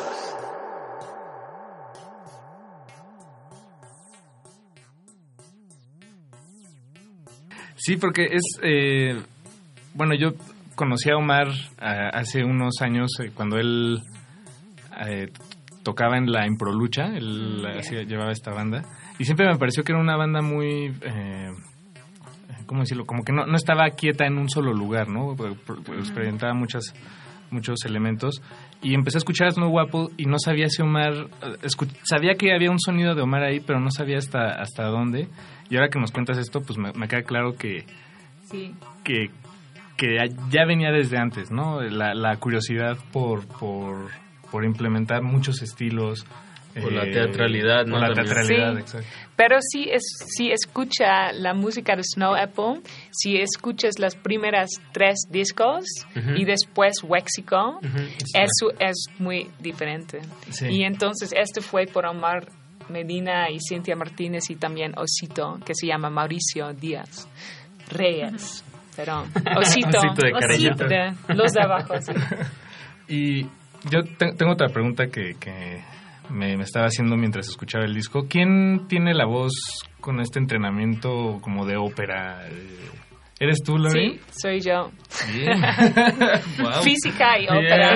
Sí, porque es... bueno, yo conocí a Omar hace unos años cuando él tocaba en la Improlucha, él llevaba esta banda, y siempre me pareció que era una banda muy... ¿cómo decirlo? Como que no estaba quieta en un solo lugar, ¿no? Experimentaba muchos elementos. Y empecé a escuchar a Snow Apple y no sabía si Omar... sabía que había un sonido de Omar ahí, pero no sabía hasta dónde. Y ahora que nos cuentas esto, pues me queda claro que... Sí. Que ya venía desde antes, ¿no? La curiosidad por implementar muchos estilos... Por la teatralidad, ¿no? Por la teatralidad, sí. Exacto. Pero si escucha la música de Snow Apple, si escuchas las primeras 3 discos y después Wexico, eso es muy diferente. Sí. Y entonces este fue por Omar Medina y Cintia Martínez y también Osito, que se llama Mauricio Díaz Reyes. Perdón. Osito. Osito de cariño. Los de abajo, sí. Y yo tengo otra pregunta que me estaba haciendo mientras escuchaba el disco. ¿Quién tiene la voz con este entrenamiento como de ópera? ¿Eres tú, Lori? Sí, soy yo. Bien. Wow. Física y ópera.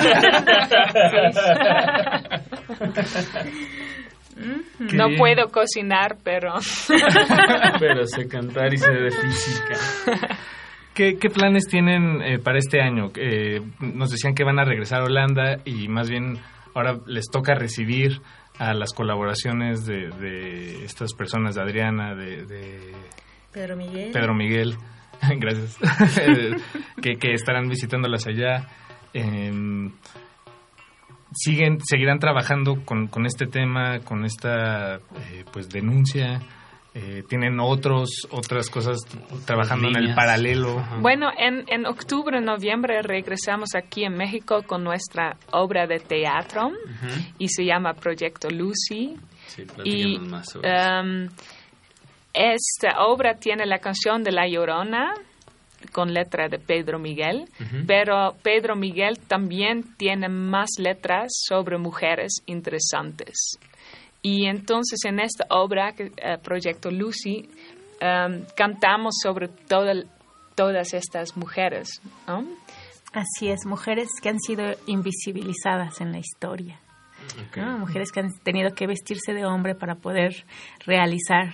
No puedo cocinar, pero... Pero sé cantar y sé de física. ¿Qué planes tienen para este año? Nos decían que van a regresar a Holanda y más bien... Ahora les toca recibir a las colaboraciones de estas personas, de Adriana, de Pedro Miguel, gracias, que estarán visitándolas allá. Seguirán trabajando con este tema, con esta pues denuncia. Tienen otras cosas trabajando en el paralelo. Bueno, en octubre, noviembre regresamos aquí en México con nuestra obra de teatro y se llama Proyecto Lucy. Sí, platícanos más sobre esta obra tiene la canción de La Llorona con letra de Pedro Miguel, pero Pedro Miguel también tiene más letras sobre mujeres interesantes. Y entonces en esta obra, Proyecto Lucy, cantamos sobre todas estas mujeres, ¿no? Así es, mujeres que han sido invisibilizadas en la historia, okay. ¿no? Mujeres que han tenido que vestirse de hombre para poder realizar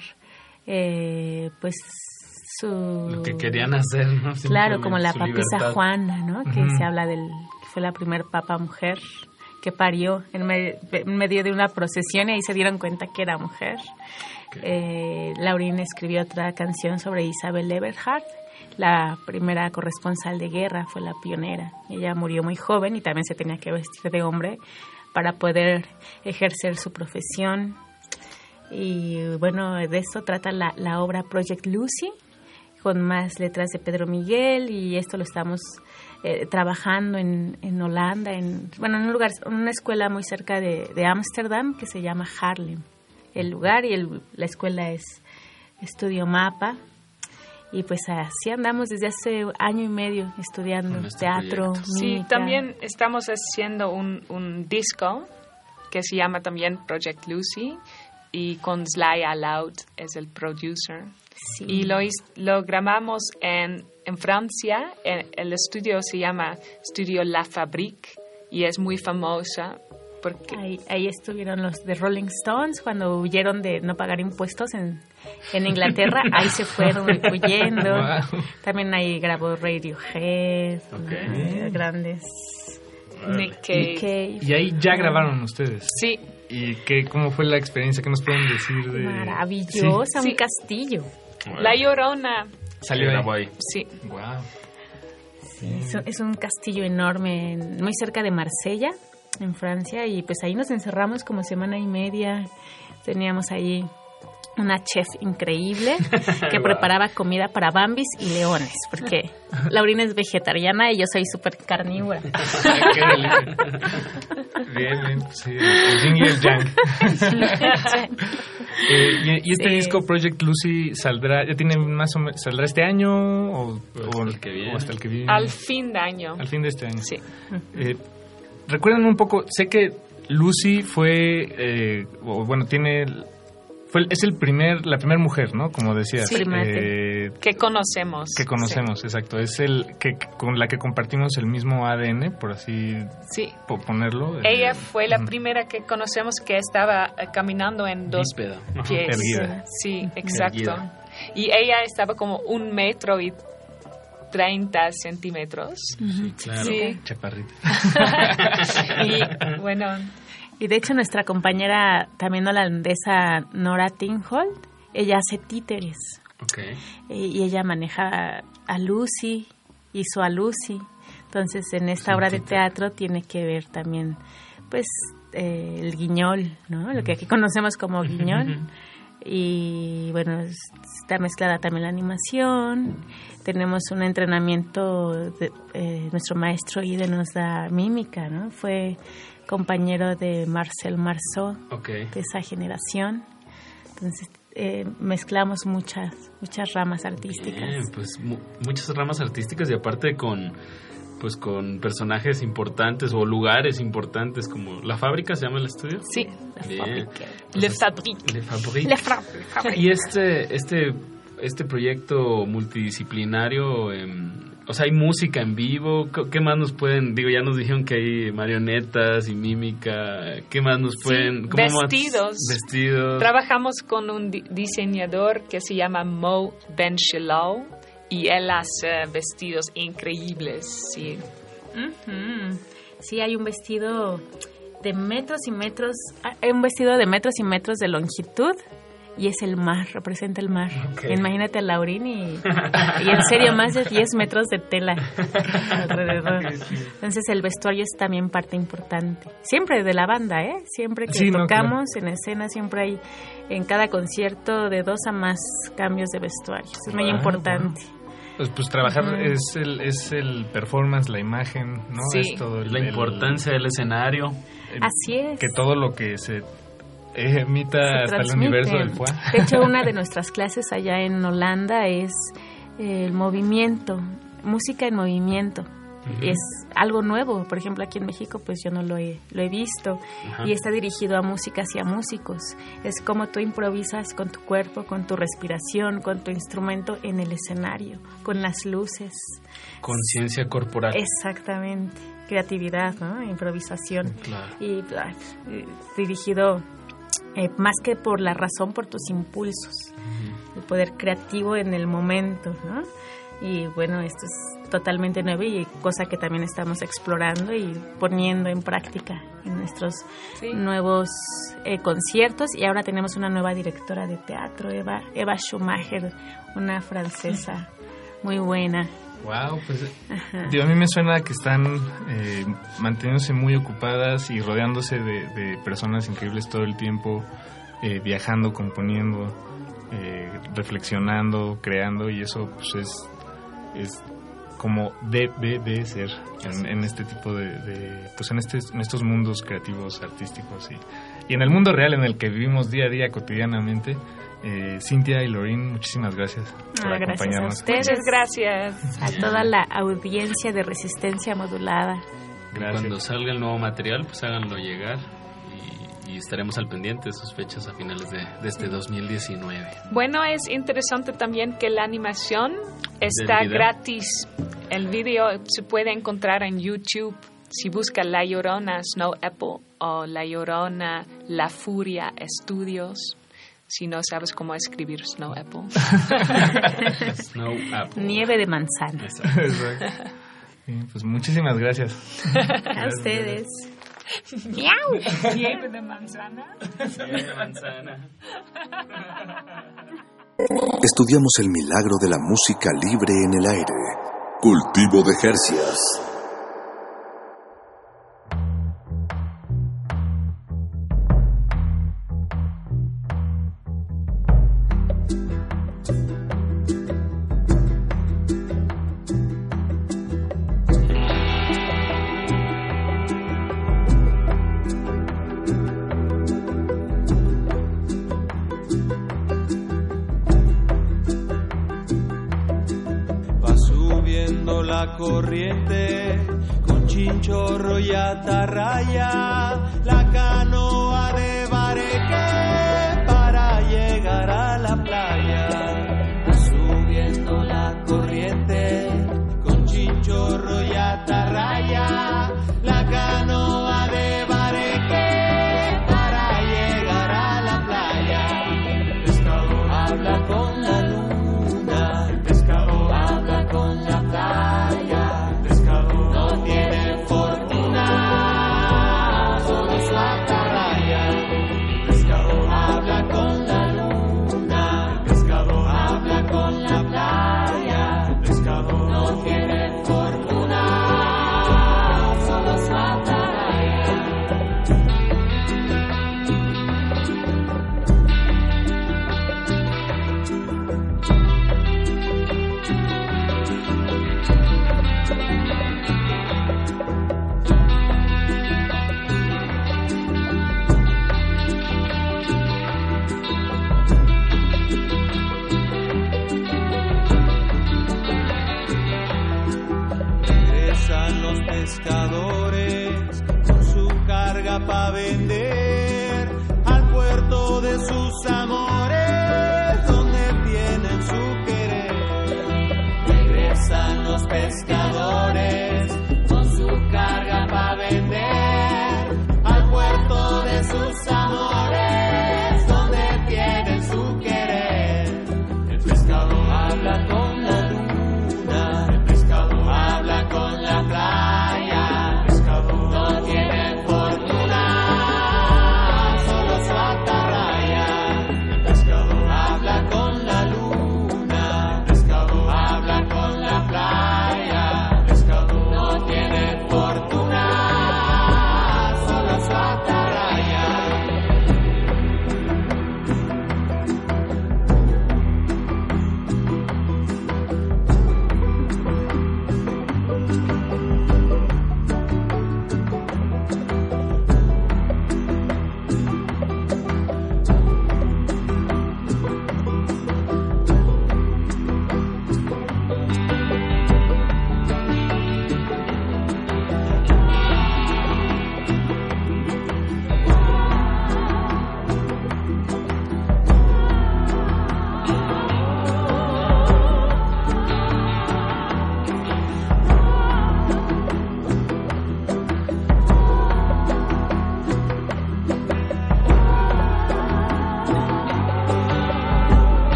pues lo que querían hacer, ¿no? Claro, como la papisa libertad. Juana, ¿no? Que se habla que fue la primer papa mujer que parió en medio de una procesión y ahí se dieron cuenta que era mujer. Okay. Laurín escribió otra canción sobre Isabel Eberhard, la primera corresponsal de guerra, fue la pionera. Ella murió muy joven y también se tenía que vestir de hombre para poder ejercer su profesión. Y bueno, de eso trata la obra Project Lucy, con más letras de Pedro Miguel, y esto lo estamos trabajando en Holanda, en una escuela muy cerca de Ámsterdam que se llama Haarlem. El lugar y la escuela es Estudio Mapa. Y pues así andamos desde hace año y medio estudiando teatro, mímica. Sí, también estamos haciendo un disco que se llama también Project Lucy, y con Sly Aloud es el producer. Sí. Y lo grabamos en Francia. El estudio se llama Studio La Fabrique y es muy famosa. Porque ahí estuvieron los de Rolling Stones cuando huyeron de no pagar impuestos en Inglaterra. Ahí se fueron huyendo. Wow. También ahí grabó Radiohead, grandes. Nick Cave. Y ahí ya grabaron ustedes. Sí. ¿Y cómo fue la experiencia? ¿Qué nos pueden decir de...? Maravillosa, sí. Un castillo. Wow. La Llorona. Salió ahí. Sí. Wow. Sí, es un castillo enorme, muy cerca de Marsella, en Francia, y pues ahí nos encerramos como semana y media. Teníamos ahí una chef increíble que preparaba comida para bambis y leones, porque Laurina es vegetariana y yo soy súper carnívora. Qué delicia. Bien, sí, el yin y el yang. Y este disco Project Lucy saldrá, ya tiene más o menos, ¿saldrá este año o hasta el que viene? Al fin de año. Al fin de este año. Sí. Recuerden un poco, sé que Lucy es la primera mujer, ¿no? Como decías. Sí. Que conocemos. Que conocemos, sí. Exacto. Es con la que compartimos el mismo ADN, por así ponerlo. Ella fue la primera que conocemos que estaba caminando en 2 pies. Erguida. Sí, exacto. Erguida. Y ella estaba como 1.30 m. Sí, claro. Sí. Chaparrita. Y bueno... Y de hecho nuestra compañera también holandesa Nora Tinholt, ella hace títeres. Okay. Y ella maneja a Lucy, hizo a Lucy. Entonces en esta obra de teatro tiene que ver también pues el guiñol, ¿no? Lo que aquí conocemos como guiñol. Y bueno, está mezclada también la animación. Tenemos un entrenamiento, nuestro maestro Ide nos da mímica, ¿no? Fue compañero de Marcel Marceau, de esa generación. Entonces mezclamos muchas ramas artísticas. Bien, pues muchas ramas artísticas y aparte con personajes importantes o lugares importantes como La Fábrica, ¿se llama el estudio? Sí, La Fábrica. Le Fabrique. Y este proyecto multidisciplinario, o sea, hay música en vivo. ¿Qué más nos pueden? Digo, ya nos dijeron que hay marionetas y mímica. ¿Qué más nos pueden? Vestidos. Vestidos. Trabajamos con un diseñador que se llama Mo Ben-Shilow y él hace vestidos increíbles. Sí. Sí, hay un vestido de metros y metros. Hay un vestido de metros y metros de longitud. Y es el mar, representa el mar. Imagínate a Laurín y en serio más de 10 metros de tela alrededor. Entonces el vestuario es también parte importante. Siempre de la banda, Siempre que tocamos en escena, siempre hay en cada concierto de 2 a más cambios de vestuario. Es muy importante. Pues trabajar es el performance, la imagen, ¿no? Sí. Es todo la importancia del escenario. Así es. Que todo lo que se emita hasta el universo del FUA. De hecho, una de nuestras clases allá en Holanda es el movimiento, música en movimiento. Es algo nuevo. Por ejemplo, aquí en México, pues yo no lo he visto. Y está dirigido a músicas y a músicos. Es como tú improvisas con tu cuerpo, con tu respiración, con tu instrumento en el escenario, con las luces. Conciencia corporal. Exactamente. Creatividad, ¿no? Improvisación. Claro. Y dirigido más que por la razón, por tus impulsos. El poder creativo en el momento, ¿no? Y bueno, esto es totalmente nuevo y cosa que también estamos explorando y poniendo en práctica en nuestros nuevos conciertos. Y ahora tenemos una nueva directora de teatro, Eva Schumacher, una francesa muy buena. Wow, pues a mí me suena que están manteniéndose muy ocupadas y rodeándose de personas increíbles todo el tiempo, viajando, componiendo, reflexionando, creando, y eso pues es como debe ser en este tipo pues en estos mundos creativos, artísticos y en el mundo real en el que vivimos día a día, cotidianamente. Cintia y Laurín, muchísimas gracias por acompañarnos. Muchas gracias a toda la audiencia de Resistencia Modulada. Gracias. Cuando salga el nuevo material, pues háganlo llegar y estaremos al pendiente de sus fechas a finales de este 2019. Bueno, es interesante también que la animación está gratis. El video se puede encontrar en YouTube si busca La Llorona Snow Apple o La Llorona La Furia Estudios. Si no sabes cómo escribir Snow Apple. Snow Apple. Nieve de manzana. Exacto. Bien, pues muchísimas gracias. A ustedes. ¡Miau! Nieve de manzana. Nieve de manzana. Estudiamos el milagro de la música libre en el aire. Cultivo de Jercias. la corriente, con chinchorro y atarraya, la canoa de Bareque para llegar a la playa. Va subiendo la corriente, con chinchorro y atarraya, la canoa de Bareque para llegar a la playa. El pescado habla con la luna, el pescado habla con la playa, el pescado no tiene fortuna, solo su atarraya. El pescado habla con la luna, el pescado habla con la playa, el pescado no tiene fortuna, solo su atarraya. Regresan los pescadores con su carga pa' vender al puerto de sus amores, donde tienen su querer. Regresan los pescadores con su carga pa' vender al puerto de sus amores, donde tienen su querer. El pescado habla con la luna, el pescado habla con la playa, el pescado no tiene fortuna, solo su atarraya. El pescado habla con la luna, el pescado habla con la playa, el pescado no tiene fortuna, solo su atarraya.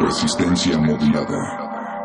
Resistencia modulada.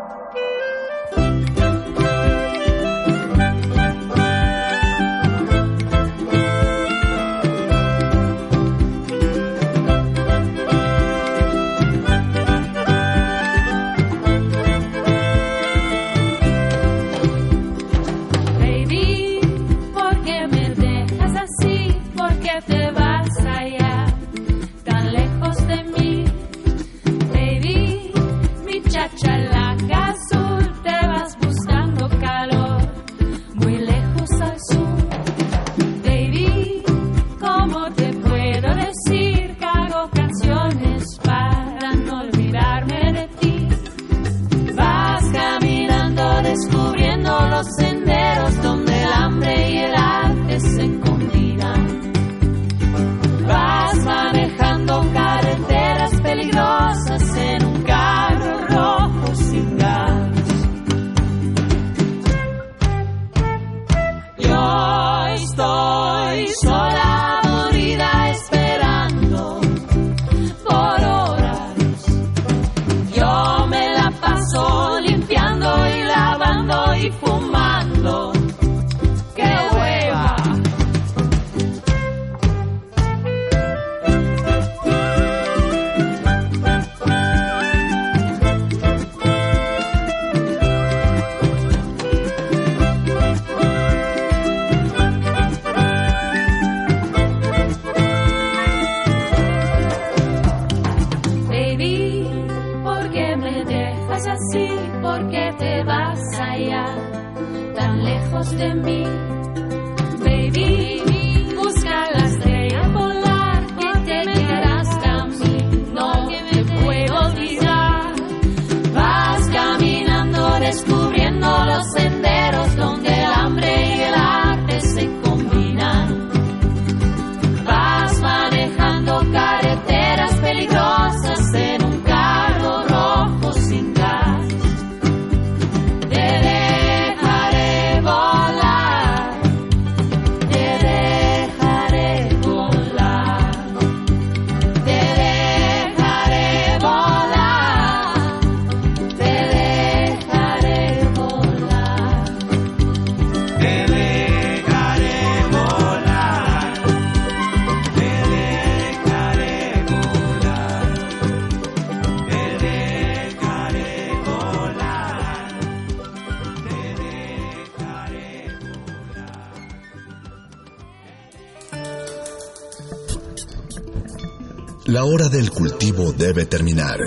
La hora del cultivo debe terminar.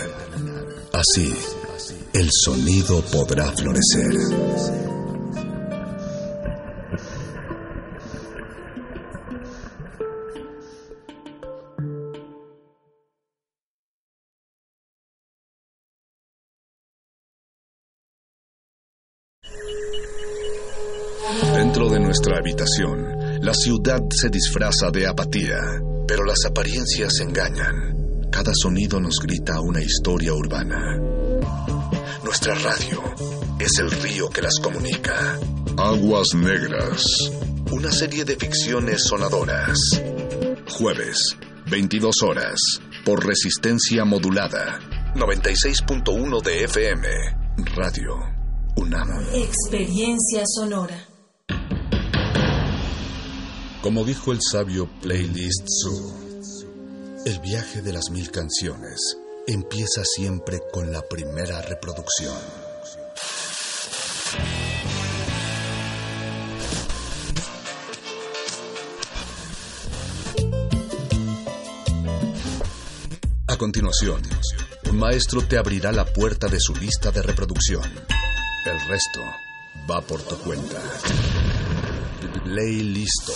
Así, el sonido podrá florecer. Dentro de nuestra habitación, la ciudad se disfraza de apatía. Pero las apariencias engañan. Cada sonido nos grita una historia urbana. Nuestra radio es el río que las comunica. Aguas Negras. Una serie de ficciones sonadoras. Jueves, 22 horas, por Resistencia Modulada. 96.1 de FM. Radio UNAM. Experiencia sonora. Como dijo el sabio Playlist Zoo, el viaje de las 1000 canciones empieza siempre con la primera reproducción. A continuación, un maestro te abrirá la puerta de su lista de reproducción. El resto va por tu cuenta. Playlisto.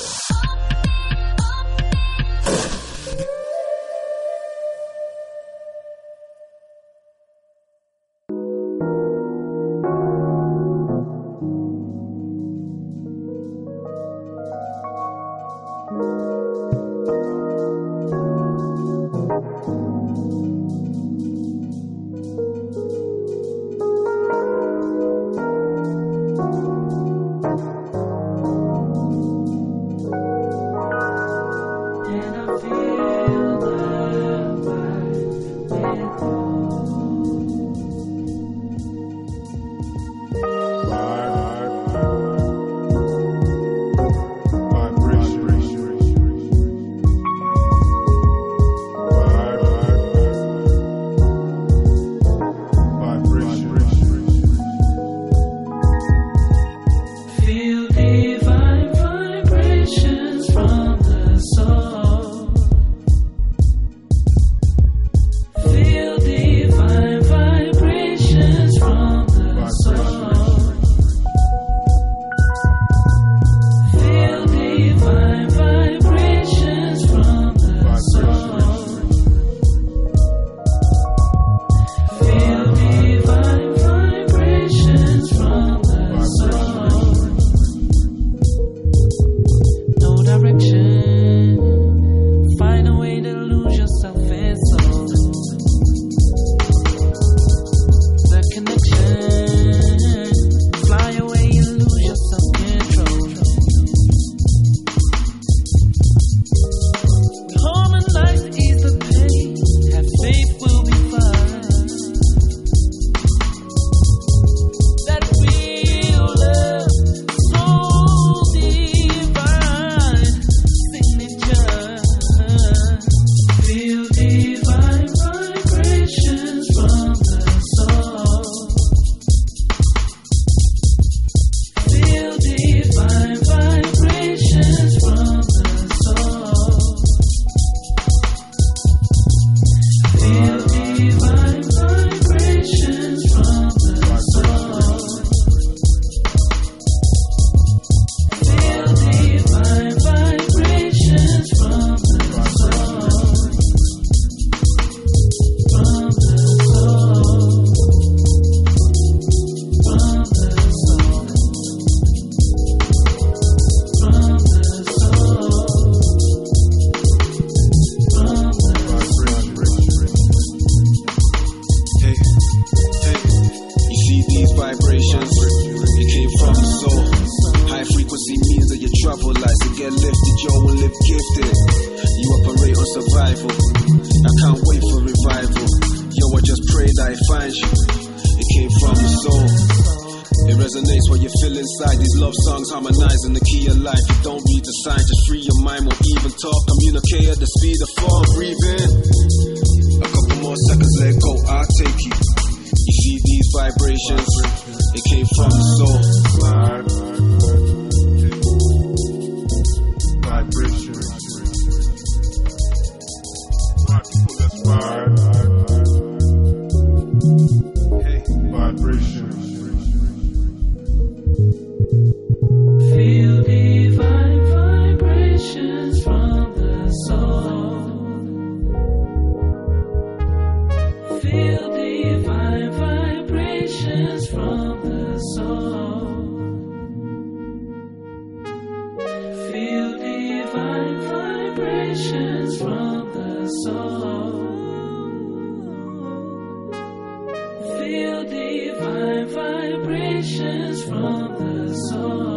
vibrations. It came from the soul. High frequency means that your trouble lies to get lifted, yo, and live gifted. You operate on survival. I can't wait for revival. Yo, I just pray that it finds you. It came from the soul. It resonates what you feel inside. These love songs harmonize in the key of life. You don't read the signs, just free your mind. Won't even talk, communicate at the speed of thought. Breathe in. A couple more seconds, let go, I'll take you. You see these vibrations? It came from the soul. Vibrations. My people, let's vibe. Hey, vibrations. Feel divine vibrations from the soul. Feel divine vibrations from the soul. Feel divine vibrations from the soul. Feel divine vibrations from the soul.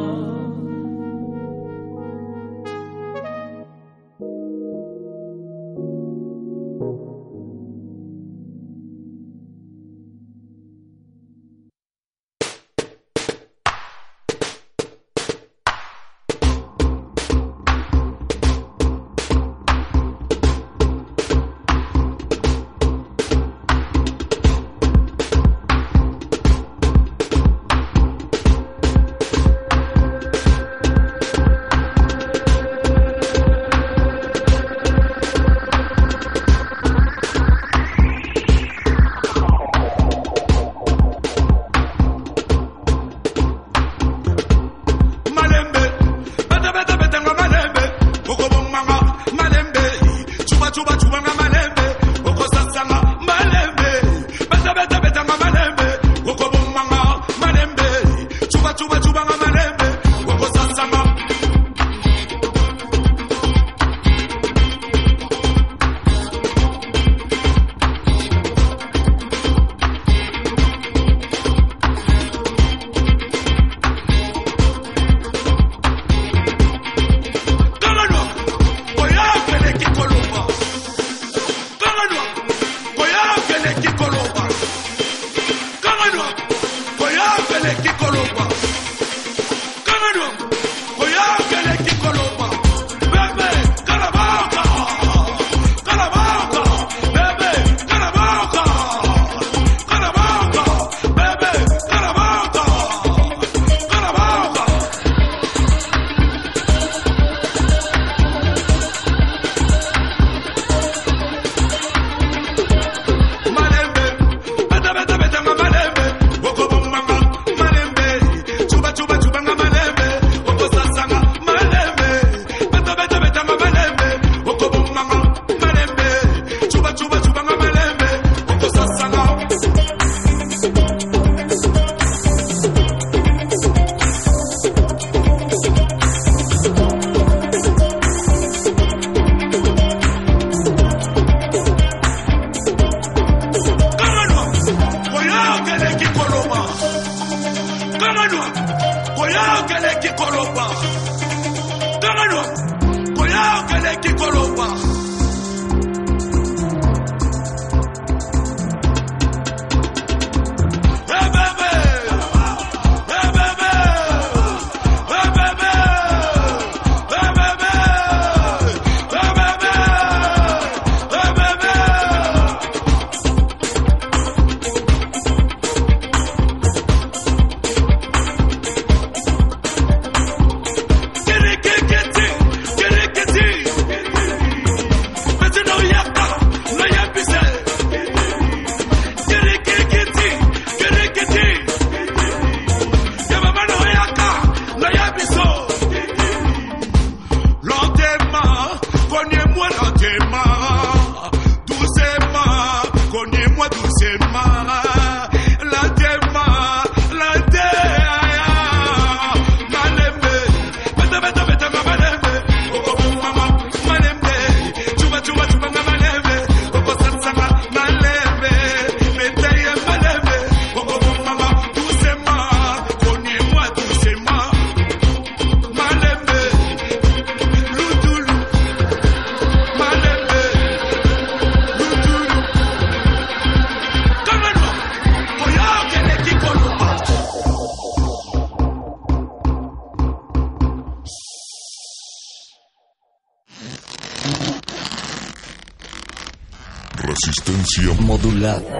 Frecuencia modulada.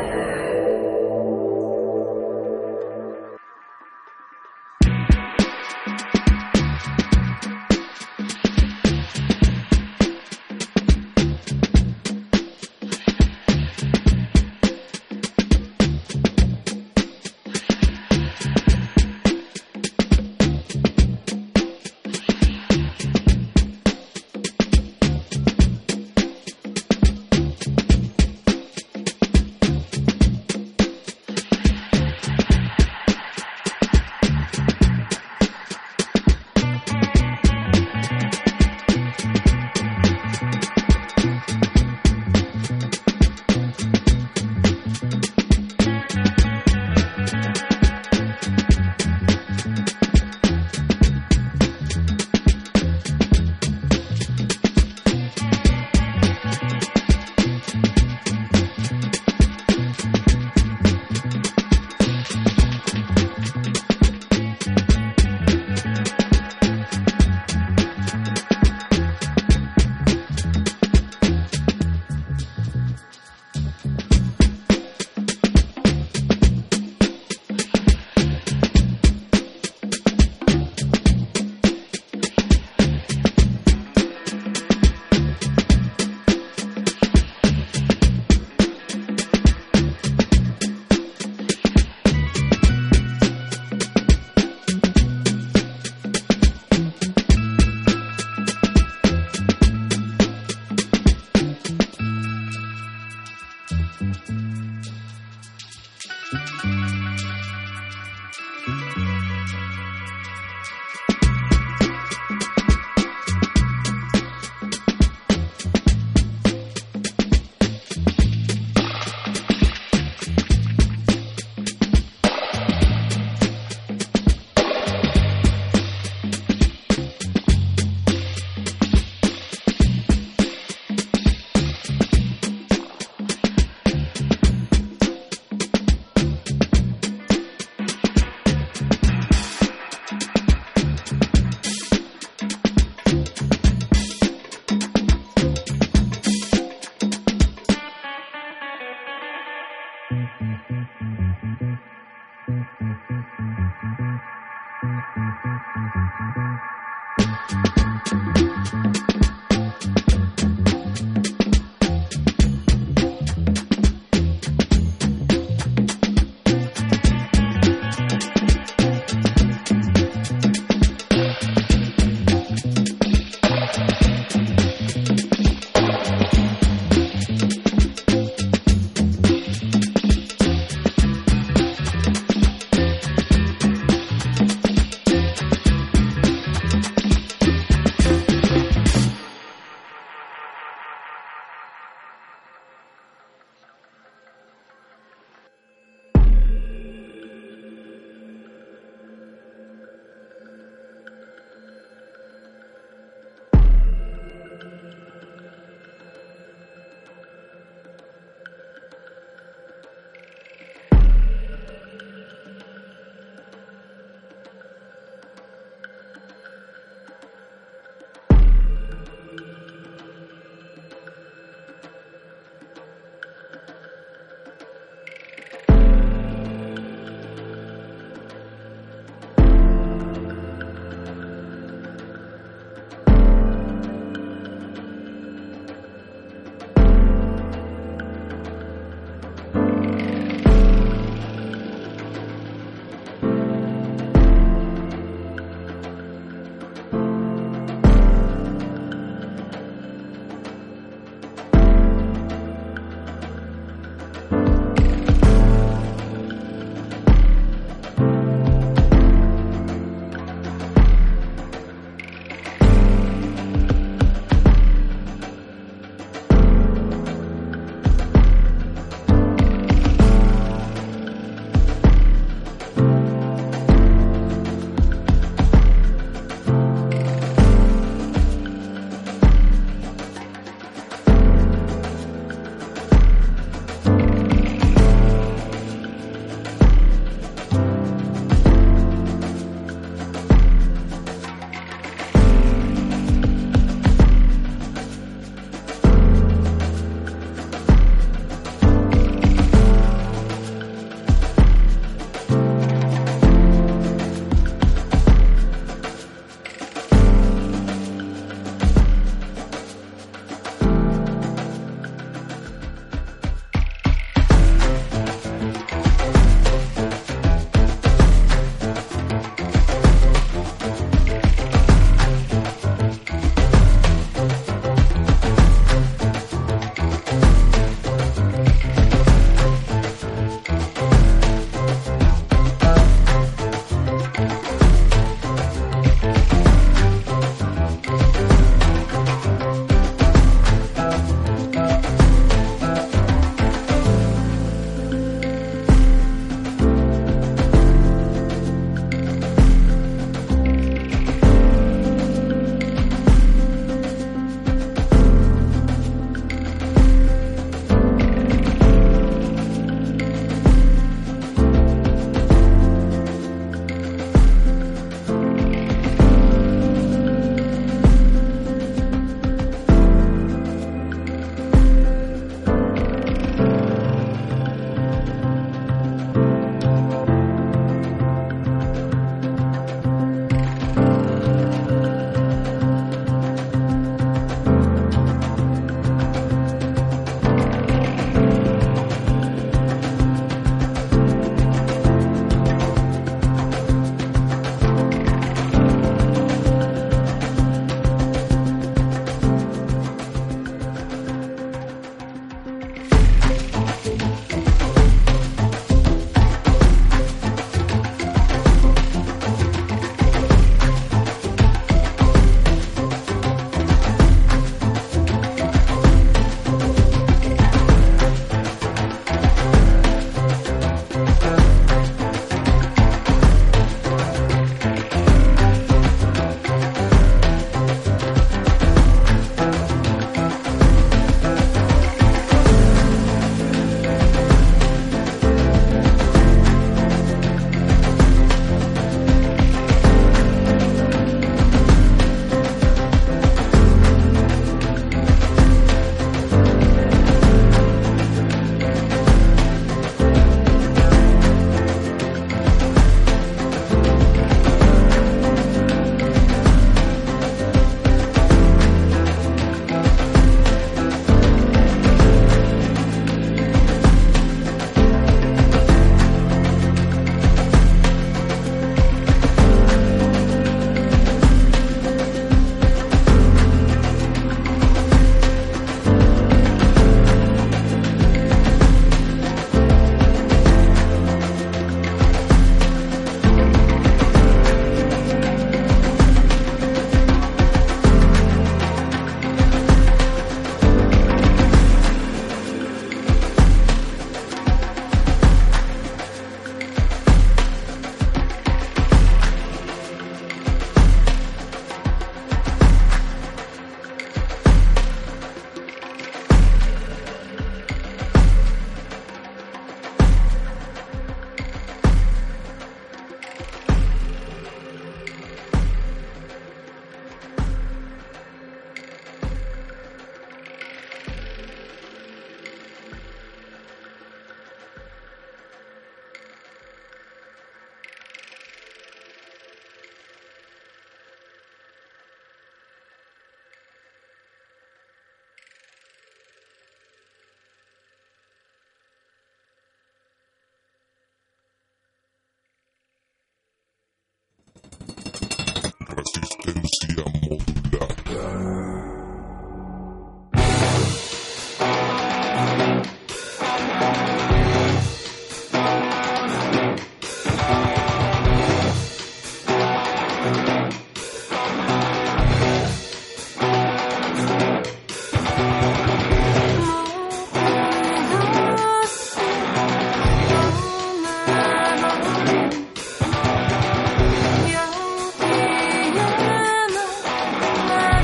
Yo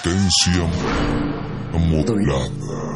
resistencia modulada.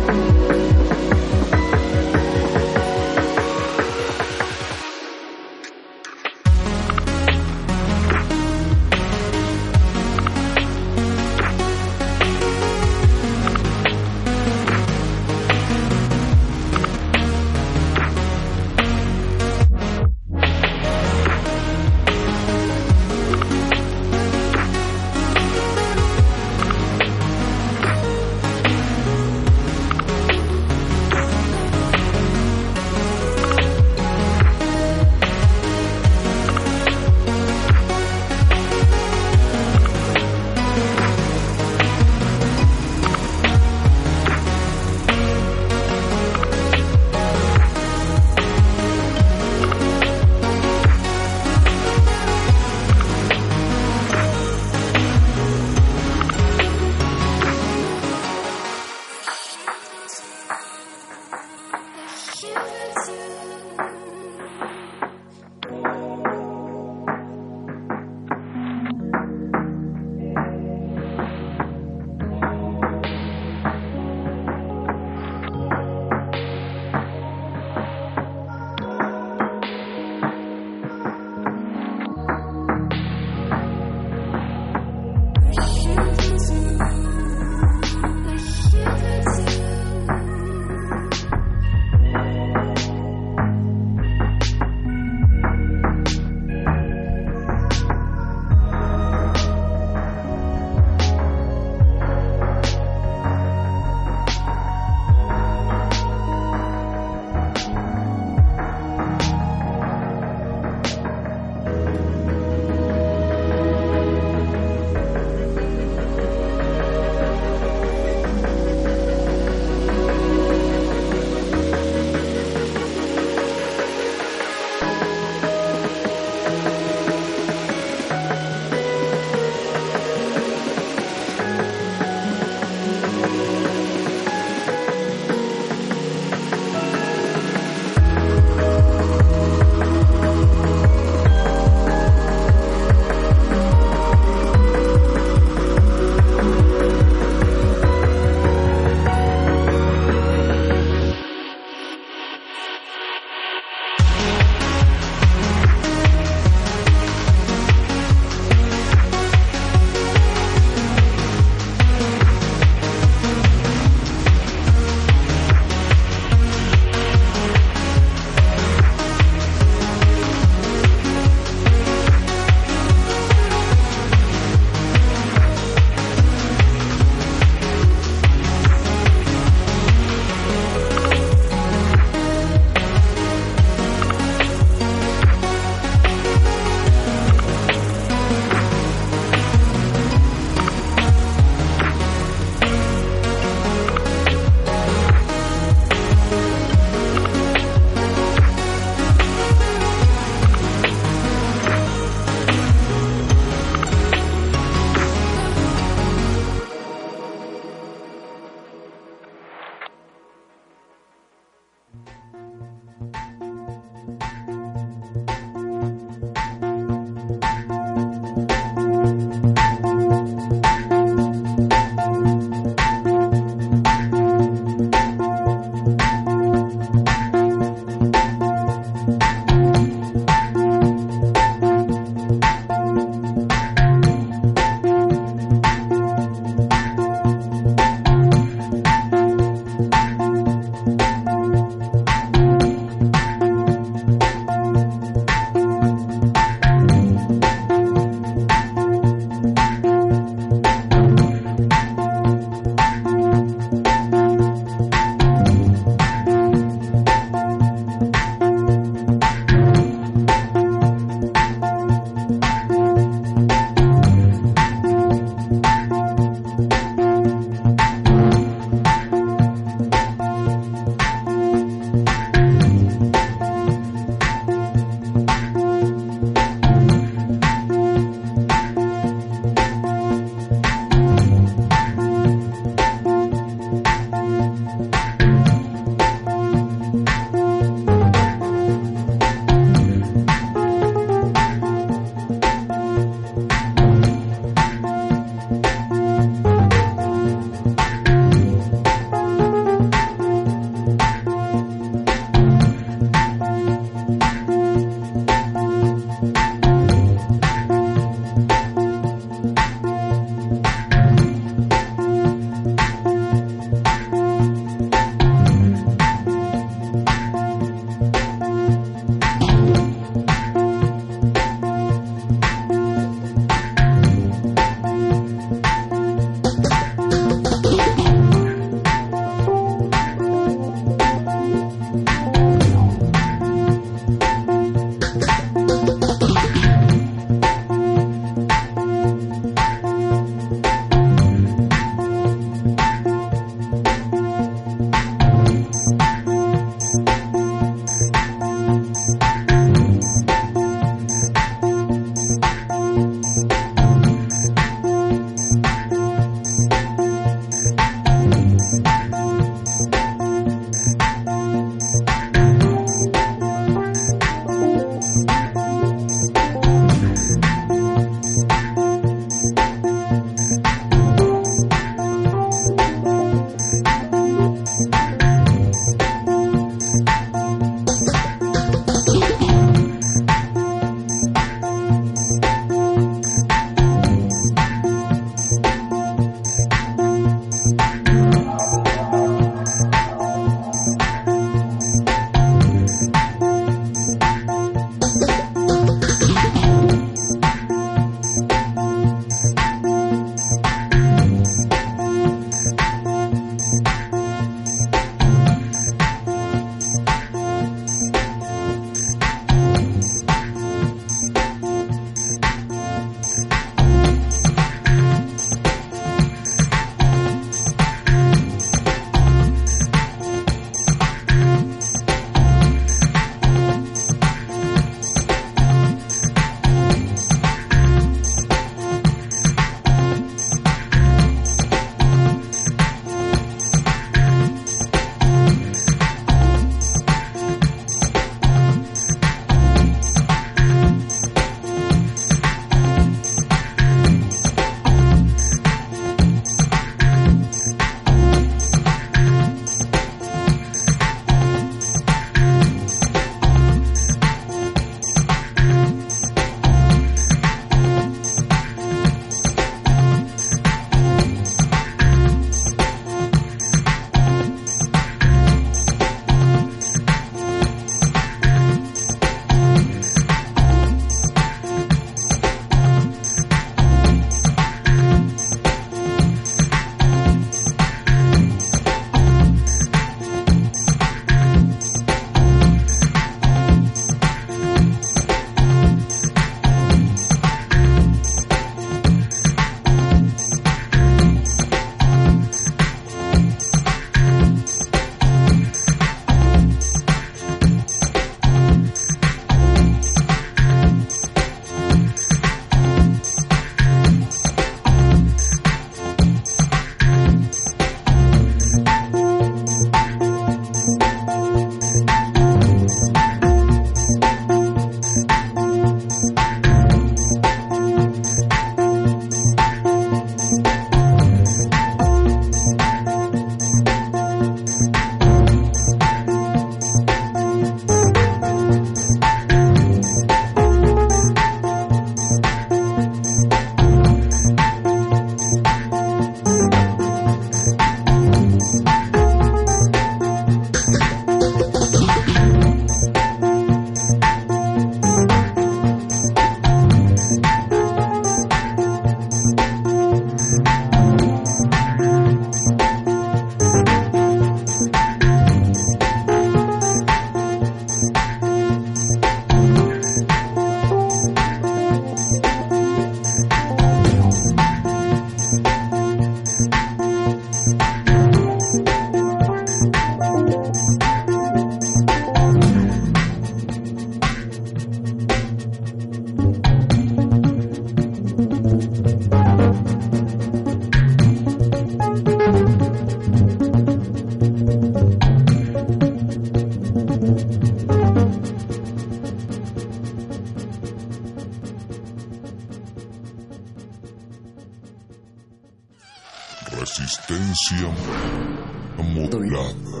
siempre modulada.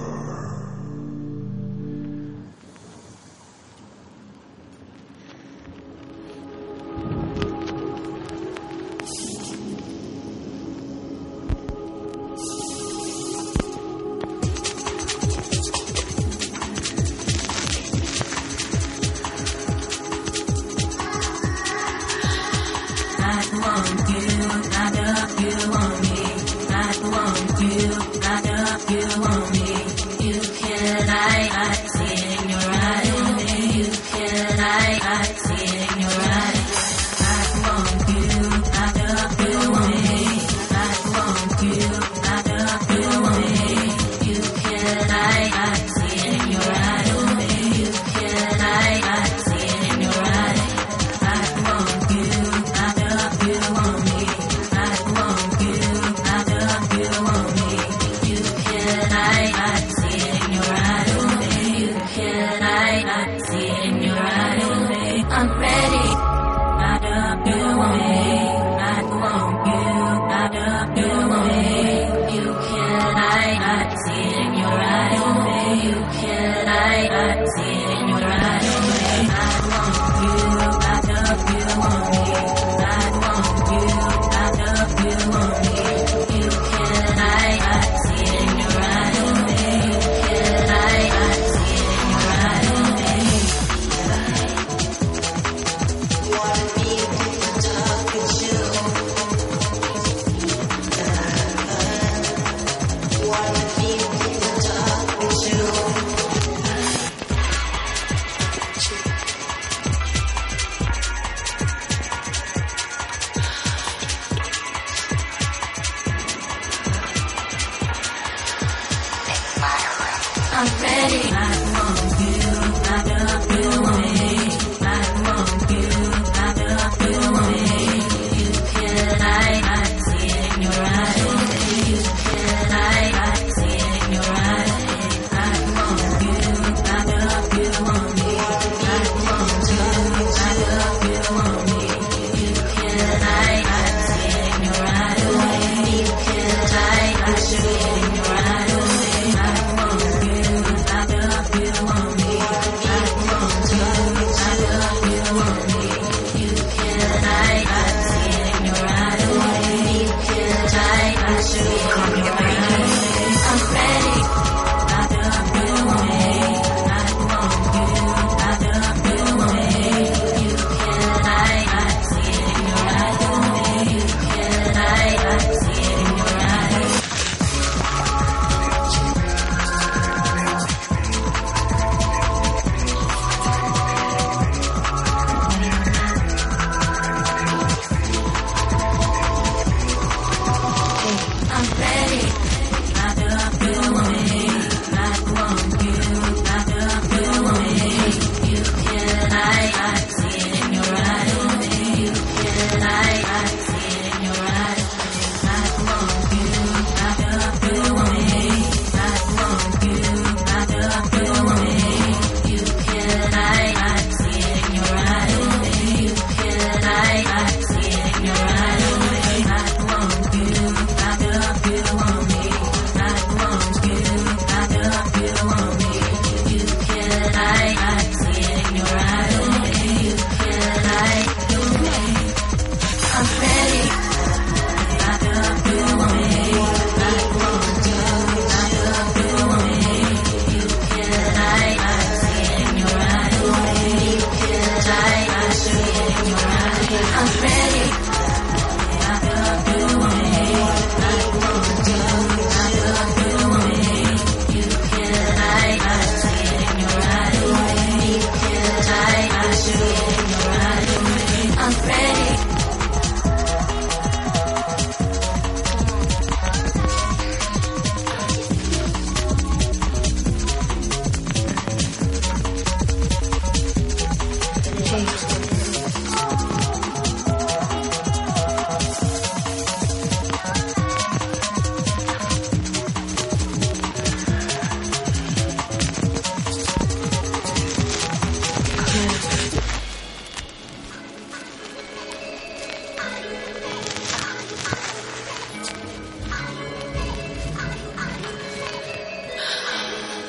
You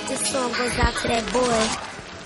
This song goes out to that boy.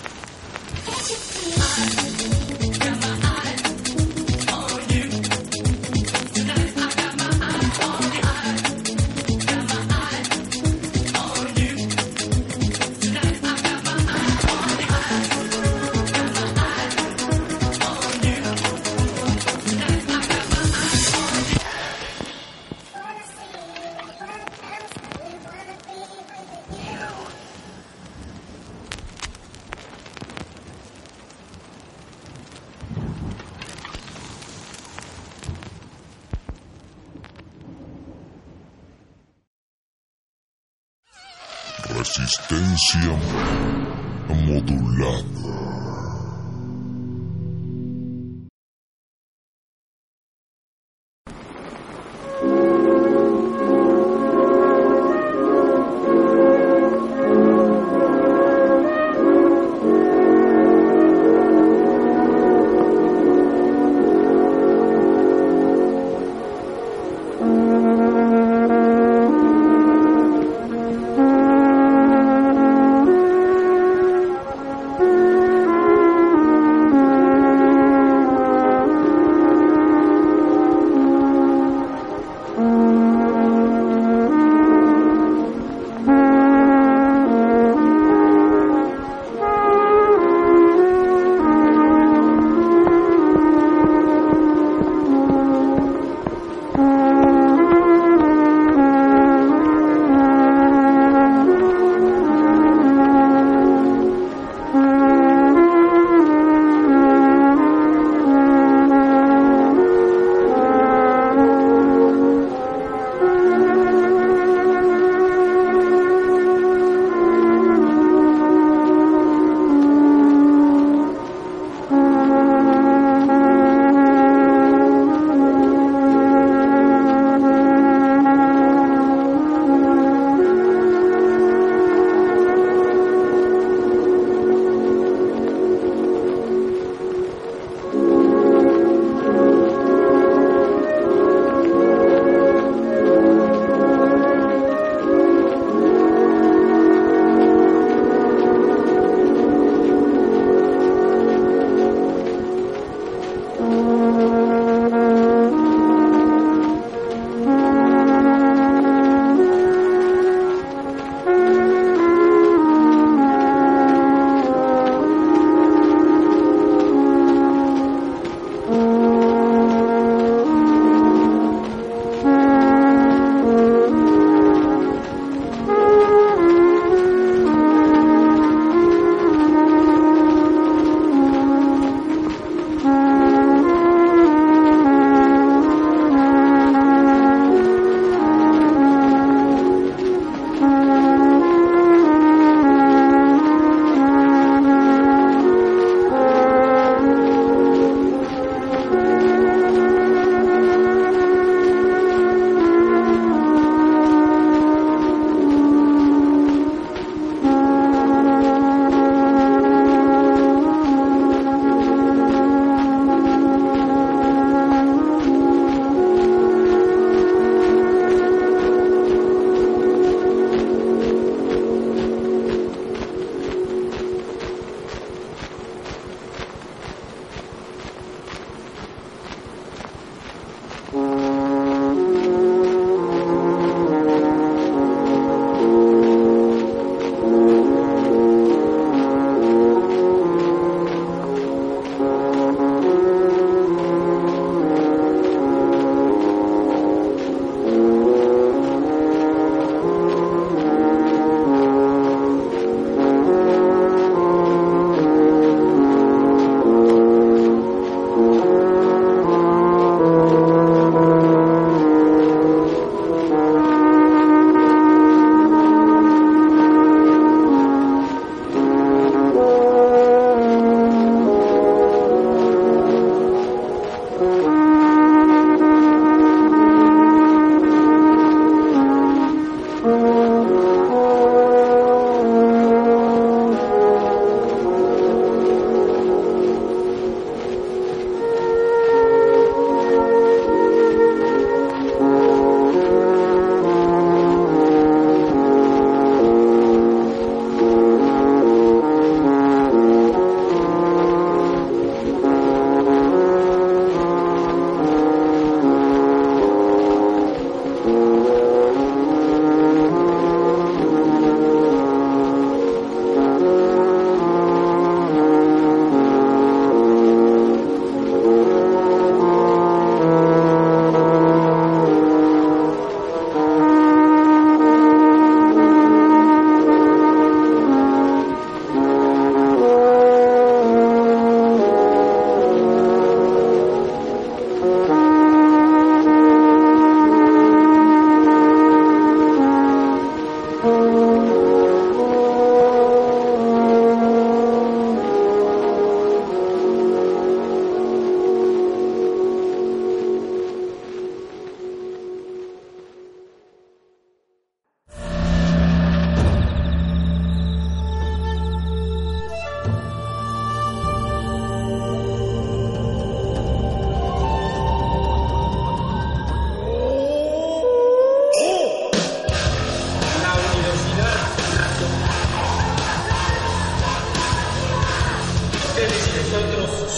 Resistencia modulada.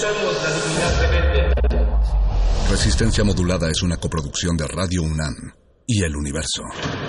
buscamos la dignidad rebelde. Resistencia Modulada es una coproducción de Radio UNAM y El Universo.